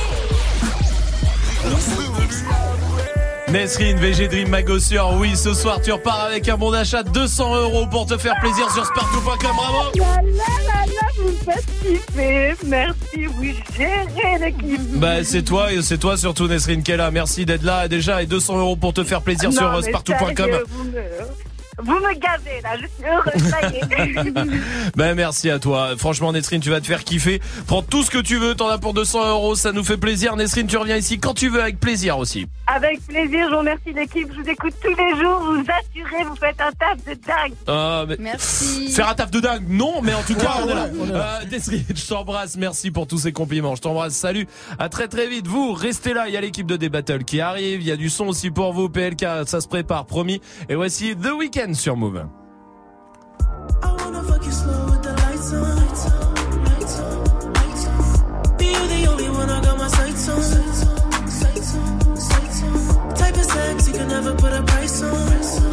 Nesrine, VG Dream Magossure, oui, ce soir tu repars avec un bon d'achat de 200 € pour te faire plaisir sur spartou.com, bravo. Vous me faites kiffer, merci, oui, gérez l'équipe. Bah c'est toi surtout Nesrine qui est là, merci d'être là déjà, et 200 € pour te faire plaisir sur spartou.com. Vous me gavez là, je suis heureuse, ça y est. Ben merci à toi. Franchement Nesrine, tu vas te faire kiffer. Prends tout ce que tu veux, t'en as pour 200 €, ça nous fait plaisir. Nesrine, tu reviens ici quand tu veux avec plaisir aussi. Avec plaisir, je vous remercie l'équipe, je vous écoute tous les jours, vous assurez, vous faites un taf de dingue. Merci. Faire un taf de dingue, non, mais en tout cas on est là. Nesrine, je t'embrasse, merci pour tous ces compliments. Je t'embrasse, salut, à très très vite. Vous, restez là, il y a l'équipe de D-Battle qui arrive, il y a du son aussi pour vous, PLK, ça se prépare, promis. Et voici The Weeknd sur Move. I wanna fuck you slow with the lights on. Be you the only one I got my sights on. Type of sex you can never put a price on.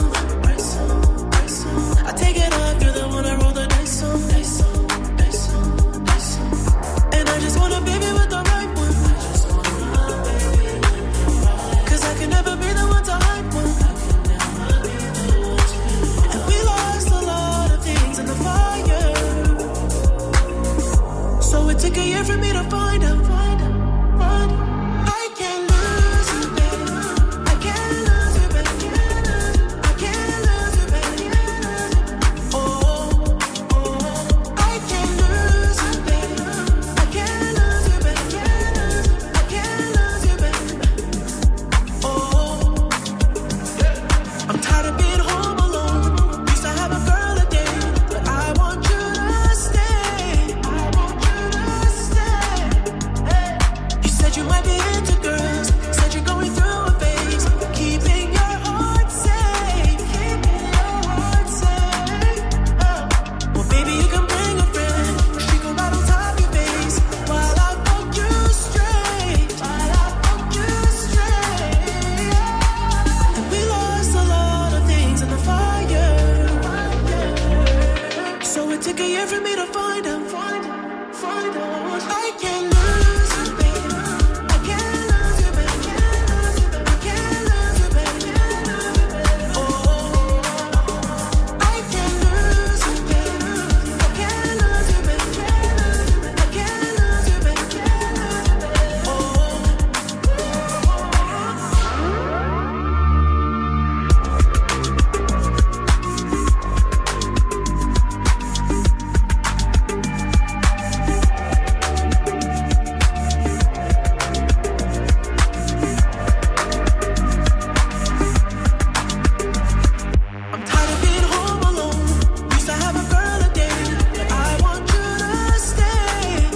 I take it off, you're the one I roll the dice on. And I just want a baby with the right one. 'Cause I can never be the one to hype one. So it took a year for me to find out. I can't lose you, baby. I can't lose you, baby. I can't lose you, baby. Oh, I can't lose you, baby. I can't lose you, baby. I can't lose you, baby. Oh, I'm tired of being home alone. Used to have a girl a day, but I want you to stay. You said you might be into girls. Said you're going through a phase. Keeping your heart safe. Keeping your heart safe. Well, baby, you can bring a friend. She can ride on top your face while I fuck you straight. And we lost a lot of things in the fire. So it took a year for me to find out. I can't lose you, baby. I can't lose you, baby. I can't lose you, baby. Oh, I can't lose you, baby. I can't lose you, baby. I can't lose you, baby. I'm tired of being home alone. Used to have a girl a day, but I want you to stay.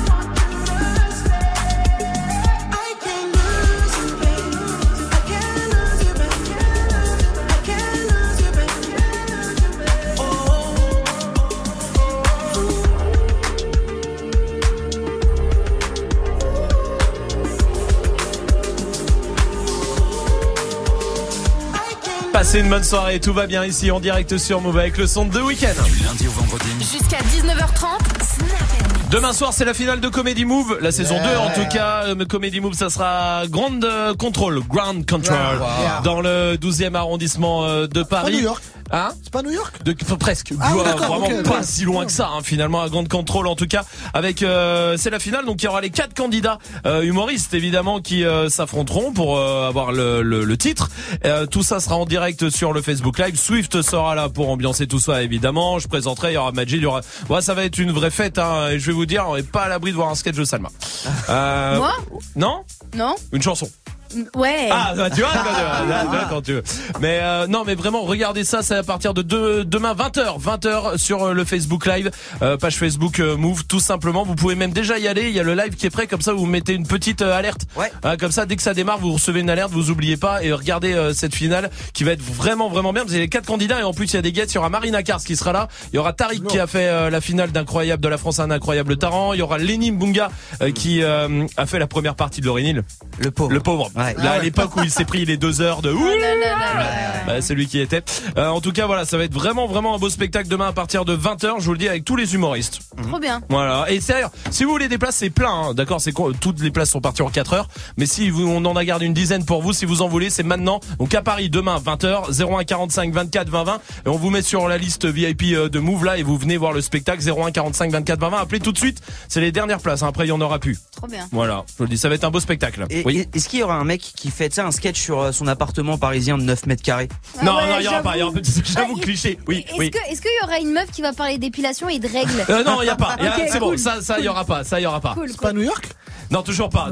I can't lose you, baby. I can't lose you, baby. I can't lose you, baby. Passez une bonne soirée, tout va bien ici en direct sur Move avec le son de The Weeknd. Du lundi au vendredi. Jusqu'à 19h30. Demain soir, c'est la finale de Comedy Move, la saison 2 en tout cas. Comedy Move, ça sera Ground Control, dans le 12e arrondissement de Paris. Pas New York. Hein? C'est pas New York? Presque. Vraiment pas si loin que ça, hein, finalement, à Grand Control en tout cas. Avec c'est la finale, donc il y aura les 4 candidats humoristes évidemment qui s'affronteront pour avoir le titre. Tout ça sera en direct sur le Facebook Live. Swift sera là pour ambiancer tout ça évidemment. Je présenterai, il y aura Majid, il y aura. Ouais, ça va être une vraie fête. Hein, et je vais vous dire, on est pas à l'abri de voir un sketch de Salma. Moi? Non. Non. Une chanson. Ouais. Ah, tu vois quand tu veux. Mais non, mais vraiment, regardez ça, c'est à partir de demain 20h sur le Facebook Live, page Facebook Move, tout simplement. Vous pouvez même déjà y aller, il y a le live qui est prêt, comme ça vous mettez une petite alerte. Ouais. Comme ça, dès que ça démarre, vous recevez une alerte, vous oubliez pas, et regardez cette finale qui va être vraiment bien. Vous avez les 4 candidats, et en plus il y a des guests, il y aura Marina Kars qui sera là, il y aura Tariq qui a fait la finale d'Incroyable de la France à un incroyable talent, il y aura Lenny Mbunga qui a fait la première partie de Lauryn Hill. Le pauvre. Ouais. Là, à l'époque où il s'est pris les 2 heures de c'est lui qui était. En tout cas, voilà, ça va être vraiment un beau spectacle demain à partir de 20h, je vous le dis, avec tous les humoristes. Trop bien. Voilà. Et d'ailleurs, si vous voulez des places, c'est plein, hein. D'accord, toutes les places sont parties en 4 heures. Mais si on en a gardé une dizaine pour vous, si vous en voulez, c'est maintenant. Donc à Paris, demain, 20h, 01 45 24 20 20. Et on vous met sur la liste VIP de Move là, et vous venez voir le spectacle. 01 45 24 20 20. Appelez tout de suite. C'est les dernières places, hein. Après, il y en aura plus. Trop bien. Voilà. Je vous le dis, ça va être un beau spectacle. Oui. Est-ce qu'il y aura un mec qui fait un sketch sur son appartement parisien de 9 mètres carrés? Non, il y aura pas. J'avoue, cliché. Oui. Est-ce qu'il y aura une meuf qui va parler d'épilation et de règles? Non, il y a pas. C'est cool. bon. Ça, il y aura pas. Cool, c'est pas New York? Non, toujours pas.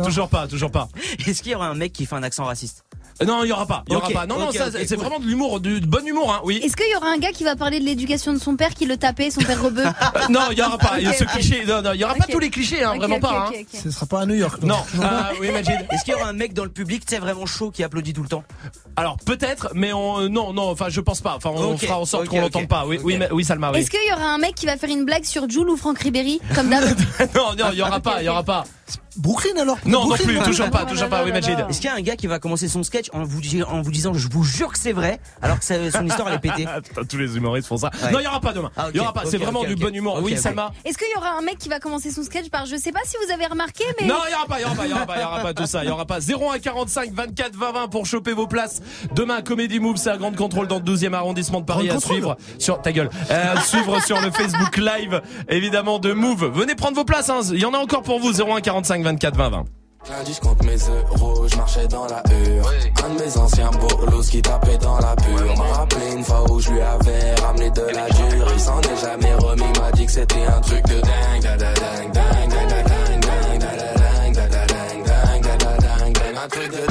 Est-ce qu'il y aura un mec qui fait un accent raciste? Non, il y aura pas. Non, c'est vraiment de l'humour, du bon humour, hein. Oui. Est-ce qu'il y aura un gars qui va parler de l'éducation de son père qui le tapait, son père rebeu? Non, il y aura pas. Ce cliché. Non, il y aura pas tous les clichés, hein, vraiment pas. Hein. Ce sera pas à New York. Non. Oui, Majid. Est-ce qu'il y aura un mec dans le public, tu sais, vraiment chaud qui applaudit tout le temps? Alors peut-être, mais non. Enfin, je pense pas. Enfin, on fera en sorte qu'on l'entende pas. Oui, Salma. Oui. Est-ce qu'il y aura un mec qui va faire une blague sur Jul ou Franck Ribéry comme d'hab? Non, il y aura pas. Brooklyn alors? Non, non plus, toujours pas, oui, Majid. Est-ce qu'il y a un gars qui va commencer son sketch en vous disant je vous jure que c'est vrai, alors que son histoire elle est pétée? Tous les humoristes font ça. Ouais. Non, il y aura pas demain. Il y aura pas, c'est vraiment du bon humour. Oui, Salma. Est-ce qu'il y aura un mec qui va commencer son sketch par je sais pas si vous avez remarqué, mais. Non, il y aura pas tout ça. Il y aura pas 01 45 24 20 20 pour choper vos places. Demain, Comedy Move, c'est un grand contrôle dans le 12e arrondissement de Paris à suivre sur ta gueule. Suivre sur le Facebook Live, évidemment, de Move. Venez prendre vos places, hein. Il y en a encore pour vous. 01 45 24 20 20. Lundi, je compte mes euros, je marchais dans la hure. Un de mes anciens bolos qui tapait dans la pure m'a rappelé une fois où je lui avais ramené de la dure. Il s'en est jamais remis, m'a dit que c'était un truc de dingue. Un truc de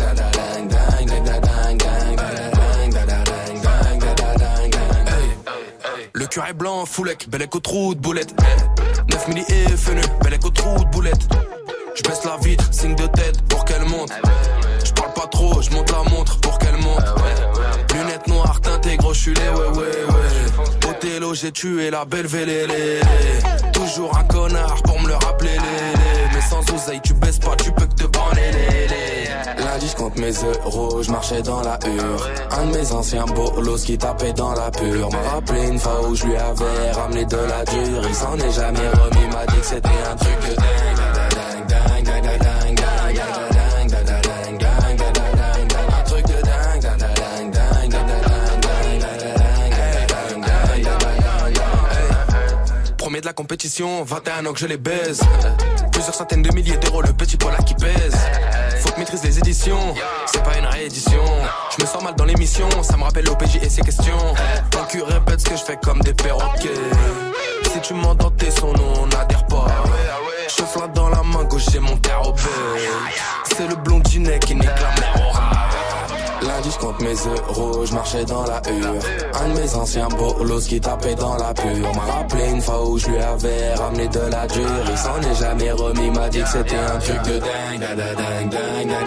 le curé blanc, foulec, bellec au trou de boulette. 9 milli et fenu, bellec au trou de boulette. Je baisse la vitre, signe de tête pour qu'elle monte. Je parle pas trop, je monte la montre pour qu'elle monte. Lunettes noires, teintées, gros chulé, ouais. Othello, j'ai tué la belle vélélé. Toujours un connard pour me le rappeler, mais sans oseille, tu baisses pas, tu peux que te branler, Lundi, je compte mes euros, je marchais dans la hure. Un de mes anciens bolos qui tapait dans la pure m'a rappelé une fois où je lui avais ramené de la dure. Il s'en est jamais remis, m'a dit que c'était un truc de dingue. Premier de la compétition, 21 ans que je les baise. Plusieurs centaines de milliers d'euros, le petit pola qui pèse. Faut que maîtrise les éditions, c'est pas une réédition. Je me sens mal dans l'émission, ça me rappelle l'OPJ et ses questions. Ton cul répète ce que je fais comme des perroquets. Si tu m'entends tes sons, nous on n'adhère pas. Je flatte dans la main gauche, j'ai mon terre au bec. C'est le blondinet qui nique la mère au rat. Lundi, je compte mes euros, je marchais dans la hure. Un de mes anciens bolos qui tapait dans la pure m'a rappelé une fois où je lui avais ramené de la dure. Il s'en est jamais remis, m'a dit que c'était un truc de dingue.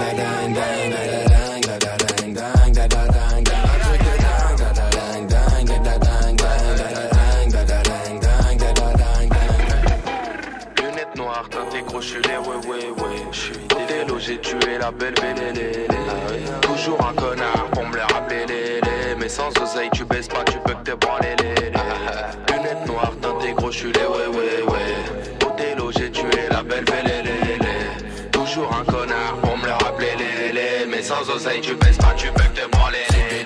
Lunettes noires, teintées, gros chulé, ouais. J'suis Othello, j'ai tué la belle vélélé. Toujours un connard pour me le rappeler, mais sans oseille, tu baisses pas, tu peux que te branler, Lunettes noires, teintées, gros chulé, ouais. Othello, j'ai tué la belle vélélé. Toujours un connard pour me le rappeler, mais sans oseille, tu baisses pas, tu peux que te branler,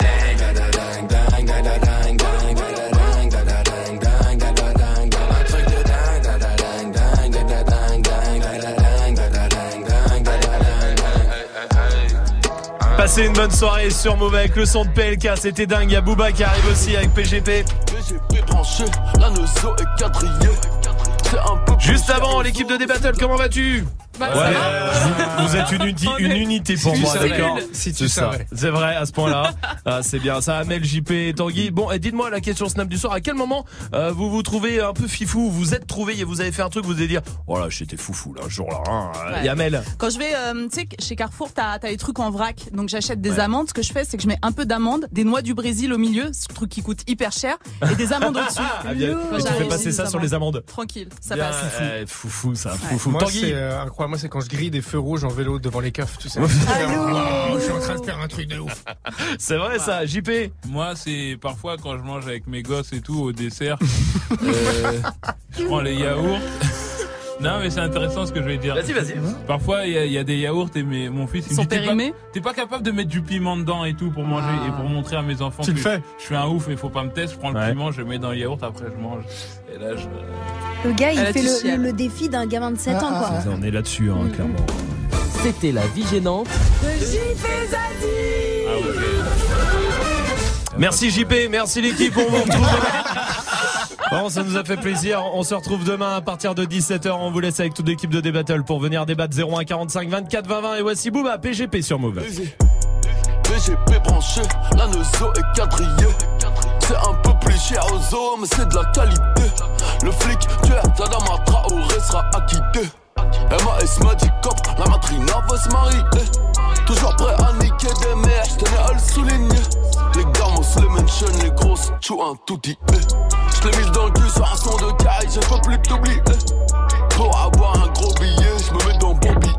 Passez une bonne soirée sur Move avec le son de PLK, c'était dingue. Il y a Booba qui arrive aussi avec PGP. Juste avant, l'équipe de D-Battle, comment vas-tu? Vous êtes une unité pour moi, d'accord? Si tu savais. C'est vrai, à ce point-là. C'est bien ça. Amel, JP et Tanguy. Bon, et dites-moi la question Snap du soir. À quel moment vous vous trouvez un peu fifou? Vous êtes trouvé et vous avez fait un truc, vous allez dire, oh là, j'étais foufou là, ce jour-là. Hein. Ouais. Et Amel? Quand je vais, tu sais, chez Carrefour, t'as les trucs en vrac. Donc j'achète des amandes. Ce que je fais, c'est que je mets un peu d'amandes, des noix du Brésil au milieu, ce truc qui coûte hyper cher, et des amandes au-dessus. Tu fais passer ça sur les amandes. Tranquille, ça bien, passe. Foufou, ça. Foufou. Moi, Tanguy. c'est incroyable. Moi, c'est quand je grille des feux rouges en vélo devant les keufs, tu sais. Wow, je suis en train de faire un truc de ouf. C'est vrai ça, JP. Moi, c'est parfois quand je mange avec mes gosses et tout au dessert, je prends les yaourts. Non, mais c'est intéressant ce que je vais dire. Vas-y. Parfois, il y a des yaourts et mon fils il me dit périmés. t'es pas capable de mettre du piment dedans et tout pour manger et pour montrer à mes enfants tu que le fais. Je suis un ouf et faut pas me tester. Je prends le piment, je le mets dans le yaourt, après je mange. Et là, Le gars, il fait le défi d'un gamin de 7 ans, quoi. On est là-dessus, hein, clairement. C'était la vie gênante. Merci JP, merci l'équipe, on vous retrouve demain. Bon, ça nous a fait plaisir. On se retrouve demain à partir de 17h. On vous laisse avec toute l'équipe de D-Battle pour venir débattre 01 45 24 20 20. Et voici Booba, PGP sur Move. PGP branché, la Neuzo est quadrillée. C'est un peu plus cher aux os, mais c'est de la qualité. Le flic tueur d'Adama Traoré sera acquitté. MAS m'a dit cop, la matrina va se marier. Toujours prêt à niquer des mères, j'tenais à le souligner. Les gamos, les mentions, les grosses, tchou un touti. J'l'ai mise dans le cul sur un son de caille, je peux plus t'oublier. Pour avoir un gros billet, j'me mets dans bon billet.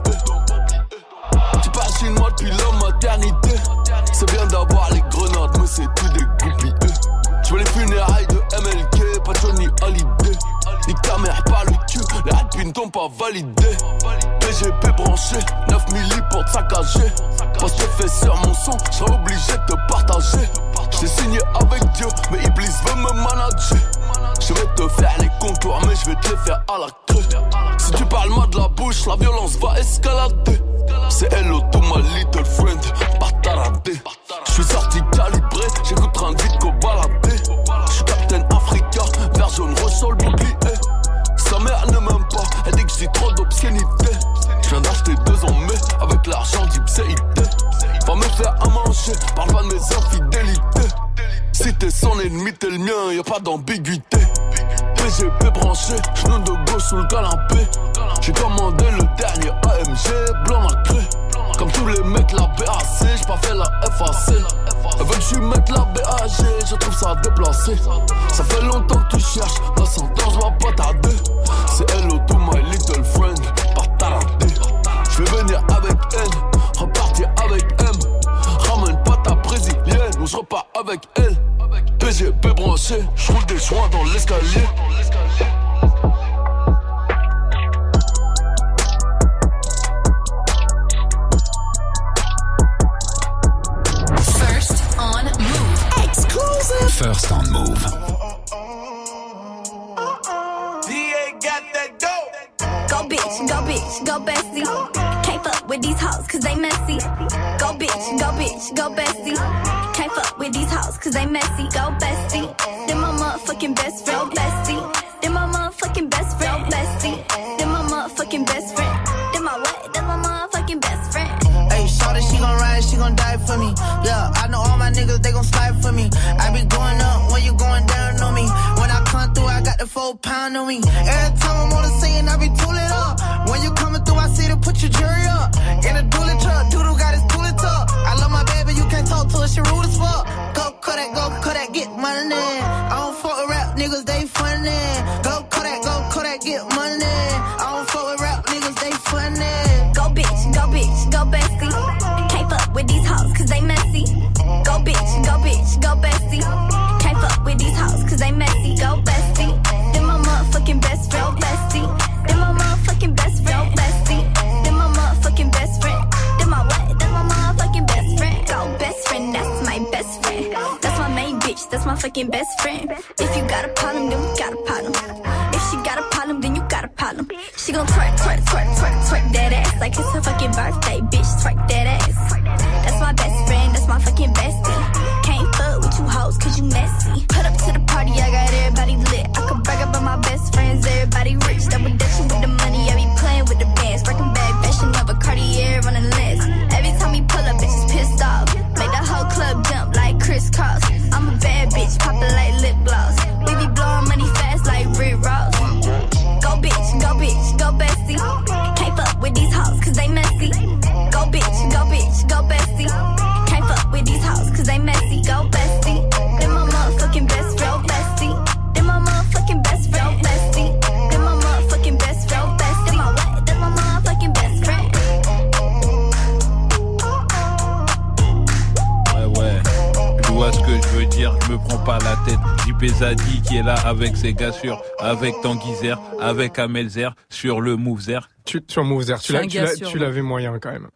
Tu passes chez moi depuis la maternité. C'est bien d'avoir les grenades, mais c'est tout des goupilles. J'veux les funérailles de MLK, pas Johnny Hallyday. Nique ta mère par le cul, les rapines t'ont pas validé. PGP branché, 9 milli pour te saccager. Parce que j'ai fait sur mon son, j'serais obligé de te partager. J't'ai signé avec Dieu, mais Iblis veut me manager. Je vais te faire les contours, mais je vais te les faire à la crue. Si tu parles mal de la bouche, la violence va escalader. C'est hello to my little friend, pas taradé. J'suis sorti calibré, j'écoute train de vite qu'au baladé. J'suis Captain Africa, vert jaune rouge sur le bouclier. Sa mère ne m'aime pas, elle dit que j'ai trop d'obscénité. J'viens d'acheter 2 ans mais avec l'argent d'Ipséité. Va me faire à manger, parle pas de mes infidélités. Si t'es son ennemi, t'es le mien, y'a pas d'ambiguïté. PGP branché, genou de gauche sous le canapé. J'ai commandé le dernier AMG, blanc nacré. Comme tous les mecs, la BAC, j'ai pas fait la FAC. Elle veut que je mette la BAG, je trouve ça déplacé. Ça fait longtemps que tu cherches, dans 100 ans je vais pas tarder. C'est hello to my little friend, pas taradé. Je vais venir avec elle, repartir avec M. Ramène pas ta brésilienne, ou je repars avec elle. PGP branché, je roule des joints dans l'escalier. First on Move. Exclusive. First on Move. DA got that dope. Go bitch, go bestie. Can't fuck with these hoes cause they messy. Go bitch, go bestie. Can't fuck with these hoes cause they messy. Go bestie. Then my motherfucking best friend. Bestie. Then my motherfucking best friend. Bestie. Then my motherfucking best friend. Then my what? Then my motherfucking best friend. Hey, shorty, she gon' ride, she gon' die for me. Yeah, I know all my niggas, they gon' slide for me. I be going up when you going down on me. When I come through, I got the 4 pound on me. Every time I'm on the scene, I be tooling up. When you coming through, I see to put your jury up. In a dually truck, Doodle got his tooling tuck. I love my baby, you can't talk to her, she rude as fuck. Go Kodak, get money. I don't fuck with rap niggas, they funny. Go Kodak, get money. I don't fuck with rap niggas, they funny. Go bitch, go bestie. Can't fuck with these hoes cause they messy. Go bitch, go bestie. Can't fuck with these hoes cause they messy. Go bestie. Then my motherfucking best friend. Bestie. Then my motherfucking best friend. Bestie. Then my motherfucking best friend. Then my what? Then my motherfucking best friend. Go best friend, that's my best friend. That's my main bitch, that's my fucking best friend. If you got a problem, then we got a problem. If she got a problem, then you got a problem. She gon' twerk that ass like it's her fucking birthday, bitch. Twerk that ass. That's my best friend, that's my fucking bestie. Can't fuck with you hoes cause you messy. Put up to the party, I got everybody lit. I could brag about my best friends, everybody rich. Double dutching with the money, I be playing with the bands. Breaking bag, la tête. JP Zadi qui est là avec ses gars sûrs, avec Tanguy Zer, avec Amel Zer, sur le Move Zer. Sur Move Zer, tu l'avais moyen quand même.